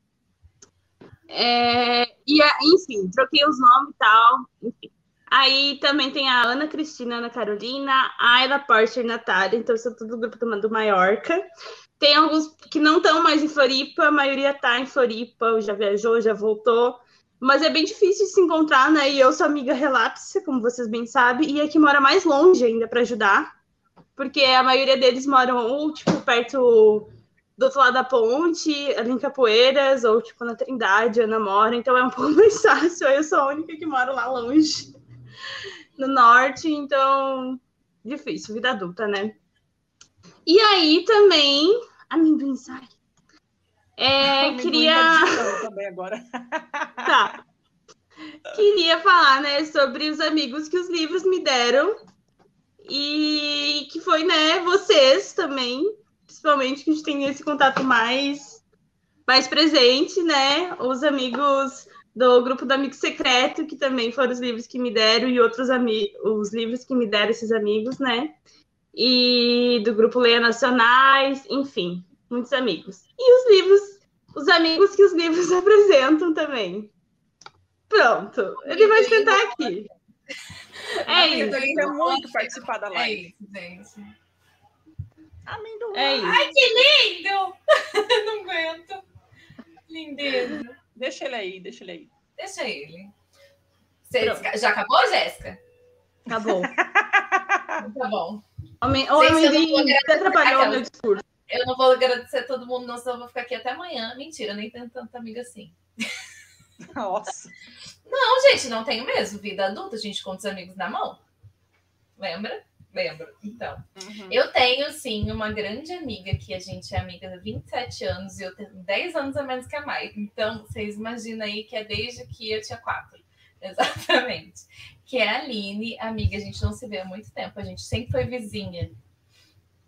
Enfim, troquei os nomes e tal. Enfim. Aí também tem a Ana Cristina, Ana Carolina, a Ayla Porter e Natália. Então, são tudo do grupo do Maiorca. Tem alguns que não estão mais em Floripa, a maioria está em Floripa, já viajou, já voltou. Mas é bem difícil de se encontrar, né? E eu sou amiga relapse, como vocês bem sabem, e é que mora mais longe ainda para ajudar, porque a maioria deles moram ou, tipo, perto do outro lado da ponte, ali em Capoeiras, ou, tipo, na Trindade, Ana mora, então é um pouco mais fácil. Eu sou a única que mora lá longe, no norte, então, difícil, vida adulta, né? E aí também, amendoim sai. Queria... também agora. Tá. Queria falar, né, sobre os amigos que os livros me deram e que foi, né, vocês também, principalmente, que a gente tem esse contato mais presente, né, os amigos do grupo do Amigo Secreto, que também foram os livros que me deram, e outros os livros que me deram esses amigos, né, e do grupo Leia Nacionais, enfim, muitos amigos. E os amigos que os livros apresentam também. Pronto, ele vai sentar aqui. Isso. Ele quer muito participar da live. É isso, gente. Amendoim. Ai, que lindo! Não aguento. Lindeza. Deixa ele aí. Deixa ele. Já acabou, Jéssica? Acabou. Tá bom. Amendoim até atrapalhou o meu discurso. Eu não vou agradecer a todo mundo, não, senão eu vou ficar aqui até amanhã. Mentira, nem tenho tanta amiga assim. Nossa. Não, gente, não tenho mesmo. Vida adulta, a gente conta os amigos na mão. Lembra? Lembro. Então, eu tenho, sim, uma grande amiga que a gente é amiga há 27 anos e eu tenho 10 anos a menos que a Mai. Então, vocês imaginam aí que é desde que eu tinha 4. Exatamente. Que é a Aline, amiga, a gente não se vê há muito tempo. A gente sempre foi vizinha.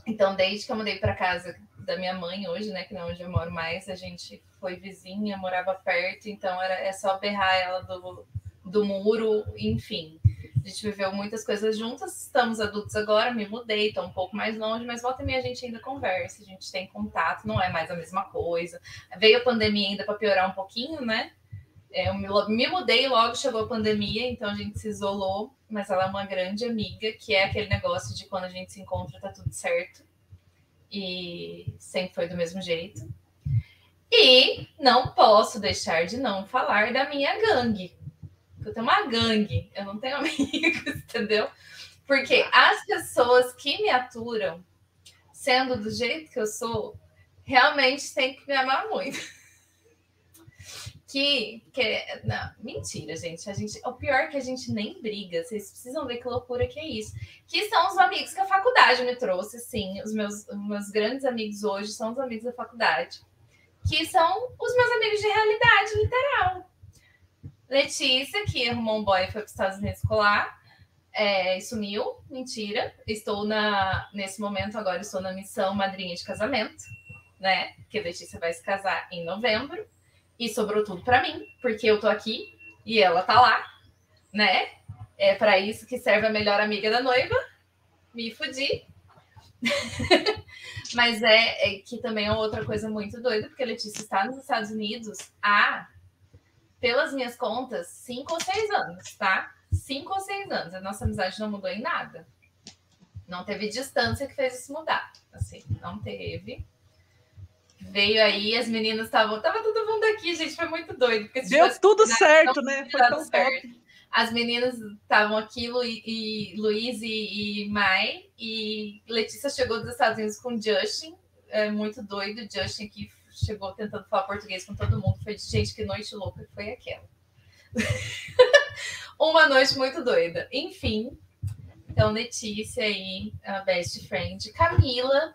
Então, desde que eu mudei para casa da minha mãe hoje, né, que não é onde eu moro mais, a gente foi vizinha, morava perto, então é só berrar ela do muro, enfim. A gente viveu muitas coisas juntas, estamos adultos agora, me mudei, estou um pouco mais longe, mas volta e meia a gente ainda conversa, a gente tem contato, não é mais a mesma coisa. Veio a pandemia ainda para piorar um pouquinho, né? Eu me mudei logo, chegou a pandemia, então a gente se isolou, mas ela é uma grande amiga, que é aquele negócio de quando a gente se encontra, tá tudo certo. E sempre foi do mesmo jeito. E não posso deixar de não falar da minha gangue. Eu tenho uma gangue, eu não tenho amigos, entendeu? Porque as pessoas que me aturam, sendo do jeito que eu sou, realmente tem que me amar muito. Não, mentira, gente. O pior é que a gente nem briga. Vocês precisam ver que loucura que é isso. Que são os amigos que a faculdade me trouxe, sim. Os meus grandes amigos hoje são os amigos da faculdade. Que são os meus amigos de realidade, literal. Letícia, que arrumou um boy e foi para os Estados Unidos escolar. E sumiu. Mentira. Nesse momento agora, estou na missão madrinha de casamento, né? Porque a Letícia vai se casar em novembro. E sobrou tudo para mim, porque eu tô aqui e ela tá lá, né? É para isso que serve a melhor amiga da noiva. Me fudi. Mas é que também é outra coisa muito doida, porque a Letícia está nos Estados Unidos há, pelas minhas contas, 5 ou 6 anos, tá? 5 ou 6 anos. A nossa amizade não mudou em nada. Não teve distância que fez isso mudar. Assim, não teve. Veio aí, as meninas tava todo mundo aqui, gente, foi muito doido. Porque deu tudo certo, né? Foi tão certo. As meninas estavam aqui, Luiz e Mai, e Letícia chegou dos Estados Unidos com o Justin, muito doido. O Justin aqui chegou tentando falar português com todo mundo. Foi, gente, que noite louca que foi aquela. Uma noite muito doida. Enfim, então Letícia aí, a best friend, Camila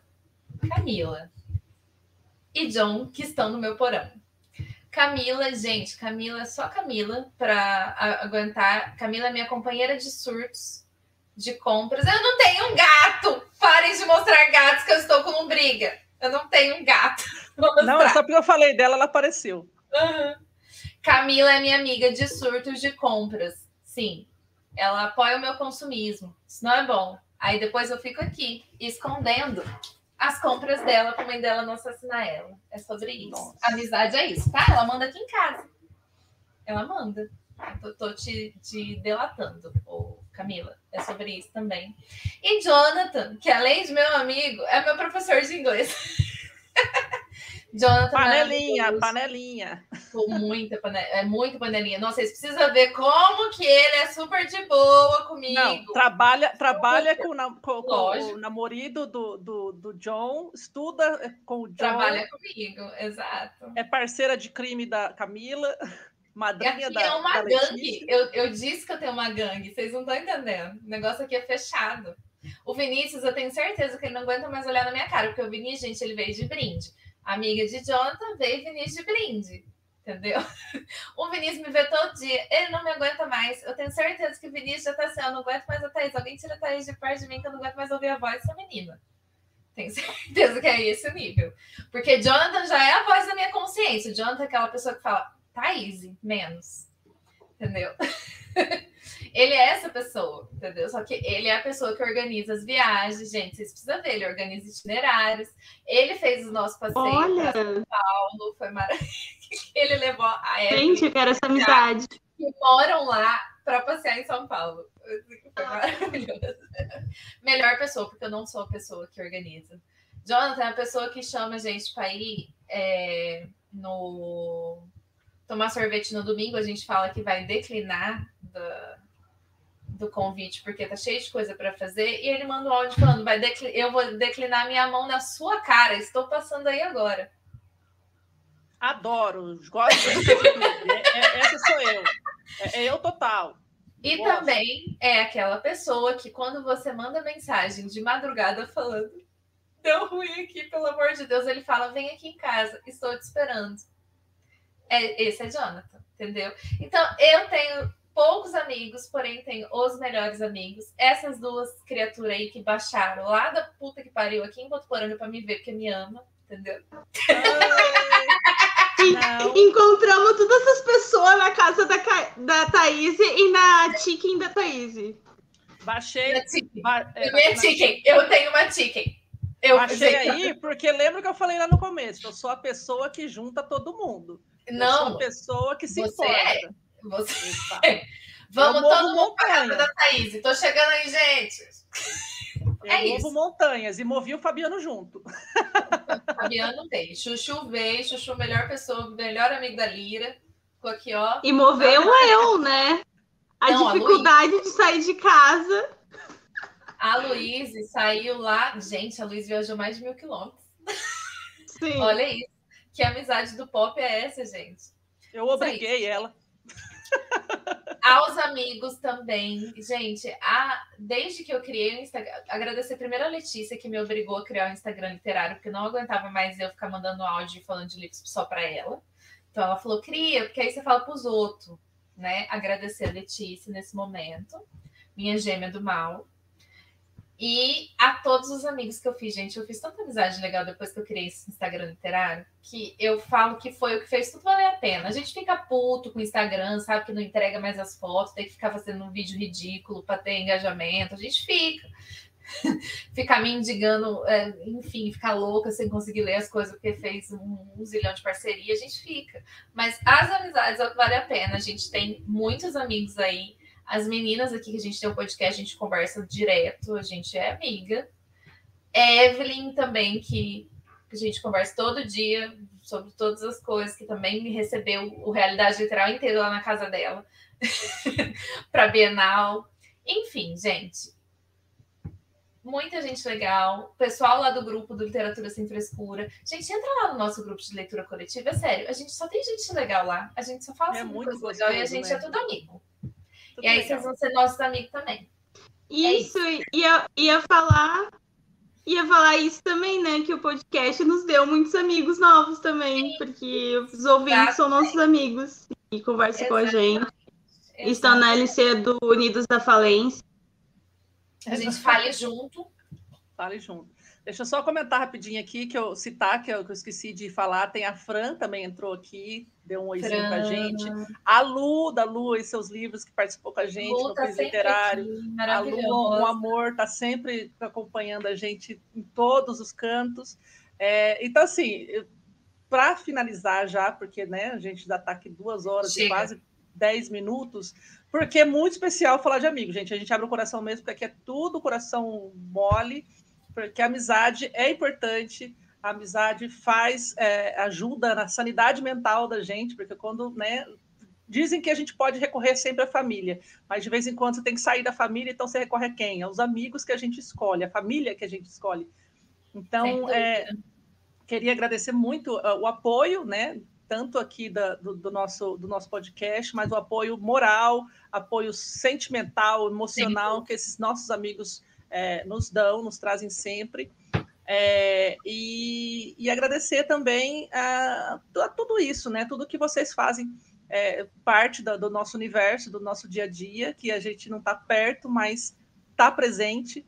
e John, que estão no meu porão. Camila, gente, Camila, só Camila para aguentar. Camila é minha companheira de surtos, de compras. Eu não tenho um gato! Parem de mostrar gatos que eu estou com lombriga. Eu não tenho um gato. Não, é só porque eu falei dela, ela apareceu. Uhum. Camila é minha amiga de surtos de compras. Sim, ela apoia o meu consumismo. Isso não é bom. Aí depois eu fico aqui, escondendo as compras dela, para a mãe dela não assassinar ela. É sobre isso. Nossa. A amizade é isso, tá? Ela manda aqui em casa. Ela manda. Tô te delatando, Camila. É sobre isso também. E Jonathan, que além de meu amigo, é meu professor de inglês. Jonathan, panelinha. Muita panelinha. Nossa, vocês precisam ver como que ele é super de boa comigo. Não, trabalha com o namorado do John, estuda com o John. Trabalha comigo, exato. É parceira de crime da Camila, madrinha aqui da é uma da gangue. Eu disse que eu tenho uma gangue, vocês não estão entendendo. O negócio aqui é fechado. O Vinícius, eu tenho certeza que ele não aguenta mais olhar na minha cara, porque o Vinícius, gente, ele veio de brinde. Amiga de Jonathan, veio Vinícius de brinde. Entendeu? O Vinícius me vê todo dia. Ele não me aguenta mais. Eu tenho certeza que o Vinícius já tá assim, eu não aguento mais a Thaís. Alguém tira a Thaís de perto de mim que eu não aguento mais ouvir a voz dessa menina. Tenho certeza que é esse o nível. Porque Jonathan já é a voz da minha consciência. O Jonathan é aquela pessoa que fala, Thaís, menos. Entendeu? Ele é essa pessoa, entendeu? Só que ele é a pessoa que organiza as viagens, gente. Vocês precisam ver, ele organiza itinerários. Ele fez o nosso passeio para São Paulo, foi maravilhoso. Ele levou a Evelyn. Gente, eu quero essa amizade. Que moram lá para passear em São Paulo. Foi maravilhoso. Melhor pessoa, porque eu não sou a pessoa que organiza. Jonathan é a pessoa que chama a gente para ir tomar sorvete no domingo. A gente fala que vai declinar do convite, porque tá cheio de coisa para fazer, e ele manda um áudio falando, eu vou declinar minha mão na sua cara, estou passando aí agora. Adoro, gosto disso. Essa sou eu. É eu total. E gosto. Também é aquela pessoa que quando você manda mensagem de madrugada falando, deu ruim aqui, pelo amor de Deus, ele fala, vem aqui em casa, estou te esperando. Esse é Jonathan, entendeu? Então, eu tenho poucos amigos amigos, porém tenho os melhores amigos. Essas duas criaturas aí que baixaram lá da puta que pariu aqui em Botuporanga pra me ver, porque me ama, entendeu? Encontramos todas essas pessoas na casa da Thaís e na chicken da Thaís. Baixei. Minha chicken. Eu tenho uma chicken. Eu baixei aí porque lembra que eu falei lá no começo. Eu sou a pessoa que junta todo mundo. Não. Eu sou a pessoa que se importa. Você. Vamos todo mundo pra casa da Thaís. Tô chegando aí, gente. Eu movo montanhas e movi o Fabiano junto. Fabiano veio. Chuchu veio. Chuchu, melhor pessoa, melhor amigo da Lira. Ficou aqui, ó. E moveu eu, né? A dificuldade de sair de casa. A Luíse saiu lá. Gente, a Luíse viajou mais de 1.000 quilômetros. Sim. Olha isso. Que amizade do pop é essa, gente? Eu obriguei ela. Aos amigos também. Gente, desde que eu criei o Instagram... Agradecer primeiro a Letícia, que me obrigou a criar o Instagram literário, porque não aguentava mais eu ficar mandando áudio e falando de livros só para ela. Então ela falou, cria, porque aí você fala para os outros, né? Agradecer a Letícia nesse momento. Minha gêmea do mal. E a todos os amigos que eu fiz, gente. Eu fiz tanta amizade legal depois que eu criei esse Instagram literário, que eu falo que foi o que fez tudo valer a pena. A gente fica puto com o Instagram, sabe? Que não entrega mais as fotos, tem que ficar fazendo um vídeo ridículo para ter engajamento. A gente fica. Ficar mendigando, enfim, ficar louca sem conseguir ler as coisas porque fez um zilhão de parceria. A gente fica. Mas as amizades é o que vale a pena. A gente tem muitos amigos aí. As meninas aqui que a gente tem um podcast, a gente conversa direto, a gente é amiga. Evelyn também, que a gente conversa todo dia sobre todas as coisas, que também me recebeu o Realidade Literal inteiro lá na casa dela, para Bienal. Enfim, gente, muita gente legal. Pessoal lá do grupo do Literatura Sem Frescura. Gente, entra lá no nosso grupo de leitura coletiva, é sério, a gente só tem gente legal lá, a gente só fala sobre coisa legal e a gente é tudo amigo. E aí vocês vão ser nossos amigos também. Isso, ia falar isso também, né? Que o podcast nos deu muitos amigos novos também, porque os ouvintes são nossos amigos e conversam com a gente. Estão na LC do Unidos da Falência. A gente fale junto. Fale junto. Deixa eu só comentar rapidinho aqui, que eu esqueci de falar. Tem a Fran, também entrou aqui, deu um oizinho pra gente. A Lu, da Lu e seus livros, que participou com a gente no Quiz Literário. A Lu, um amor, tá sempre acompanhando a gente em todos os cantos. Então, assim, para finalizar já, porque né, a gente já está aqui 2 horas e quase 10 minutos, porque é muito especial falar de amigo, gente. A gente abre o coração mesmo, porque aqui é tudo coração mole, porque a amizade é importante, a amizade ajuda na sanidade mental da gente, porque quando, né, dizem que a gente pode recorrer sempre à família, mas de vez em quando você tem que sair da família, então você recorre a quem? Aos amigos que a gente escolhe, a família que a gente escolhe. Então, queria agradecer muito o apoio, né, tanto aqui do nosso podcast, mas o apoio moral, apoio sentimental, emocional, que esses nossos amigos nos trazem sempre. E agradecer também a tudo isso, né? Tudo que vocês fazem parte do nosso universo, do nosso dia a dia, que a gente não está perto, mas está presente.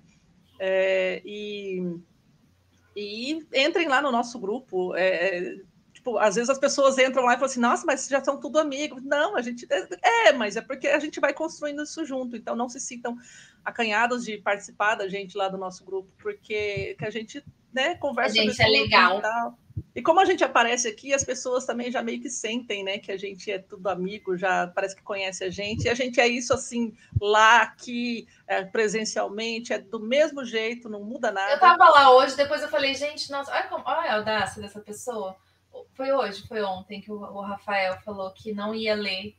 E entrem lá no nosso grupo. Tipo, às vezes as pessoas entram lá e falam assim, nossa, mas já são tudo amigos. Não, a gente... mas é porque a gente vai construindo isso junto. Então, não se sintam acanhados de participar da gente lá do nosso grupo, porque que a gente, né, conversa... A gente é legal. E como a gente aparece aqui, as pessoas também já meio que sentem, né, que a gente é tudo amigo, já parece que conhece a gente. E a gente é isso, assim, lá, aqui, presencialmente, é do mesmo jeito, não muda nada. Eu tava lá hoje, depois eu falei, gente, nossa, olha a audácia dessa pessoa. Foi hoje, foi ontem, que o Rafael falou que não ia ler.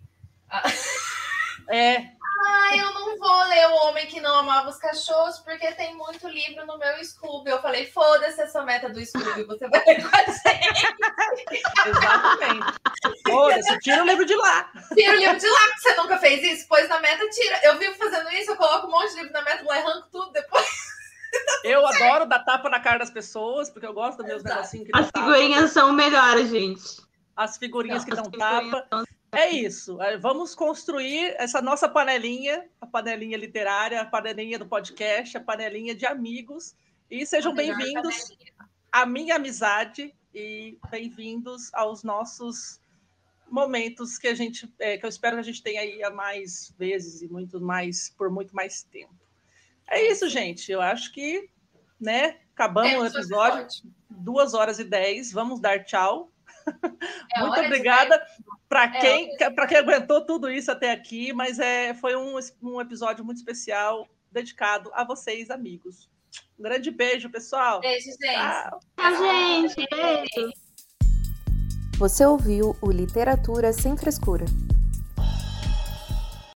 Eu não vou ler O Homem que Não Amava os Cachorros, porque tem muito livro no meu Scooby. Eu falei, foda-se essa meta do Scooby, você vai ler com a gente. Exatamente. Foda-se, tira o livro de lá. Tira o livro de lá, porque você nunca fez isso? Pôs na meta, tira. Eu vivo fazendo isso, eu coloco um monte de livro na meta, arranco tudo depois. Eu adoro dar tapa na cara das pessoas, porque eu gosto dos meus negocinhos que as figurinhas são melhores, gente. As figurinhas que dão tapa. É isso. Vamos construir essa nossa panelinha, a panelinha literária, a panelinha do podcast, a panelinha de amigos. E sejam bem-vindos à minha amizade e bem-vindos aos nossos momentos que que eu espero que a gente tenha aí a mais vezes e por muito mais tempo. É isso, gente. Eu acho que, né, acabamos o episódio. 2h10. Vamos dar tchau. Muito obrigada para quem aguentou tudo isso até aqui, mas foi um episódio muito especial dedicado a vocês, amigos. Um grande beijo, pessoal. Beijo, gente. Tchau, gente. Beijo. Você ouviu o Literatura Sem Frescura.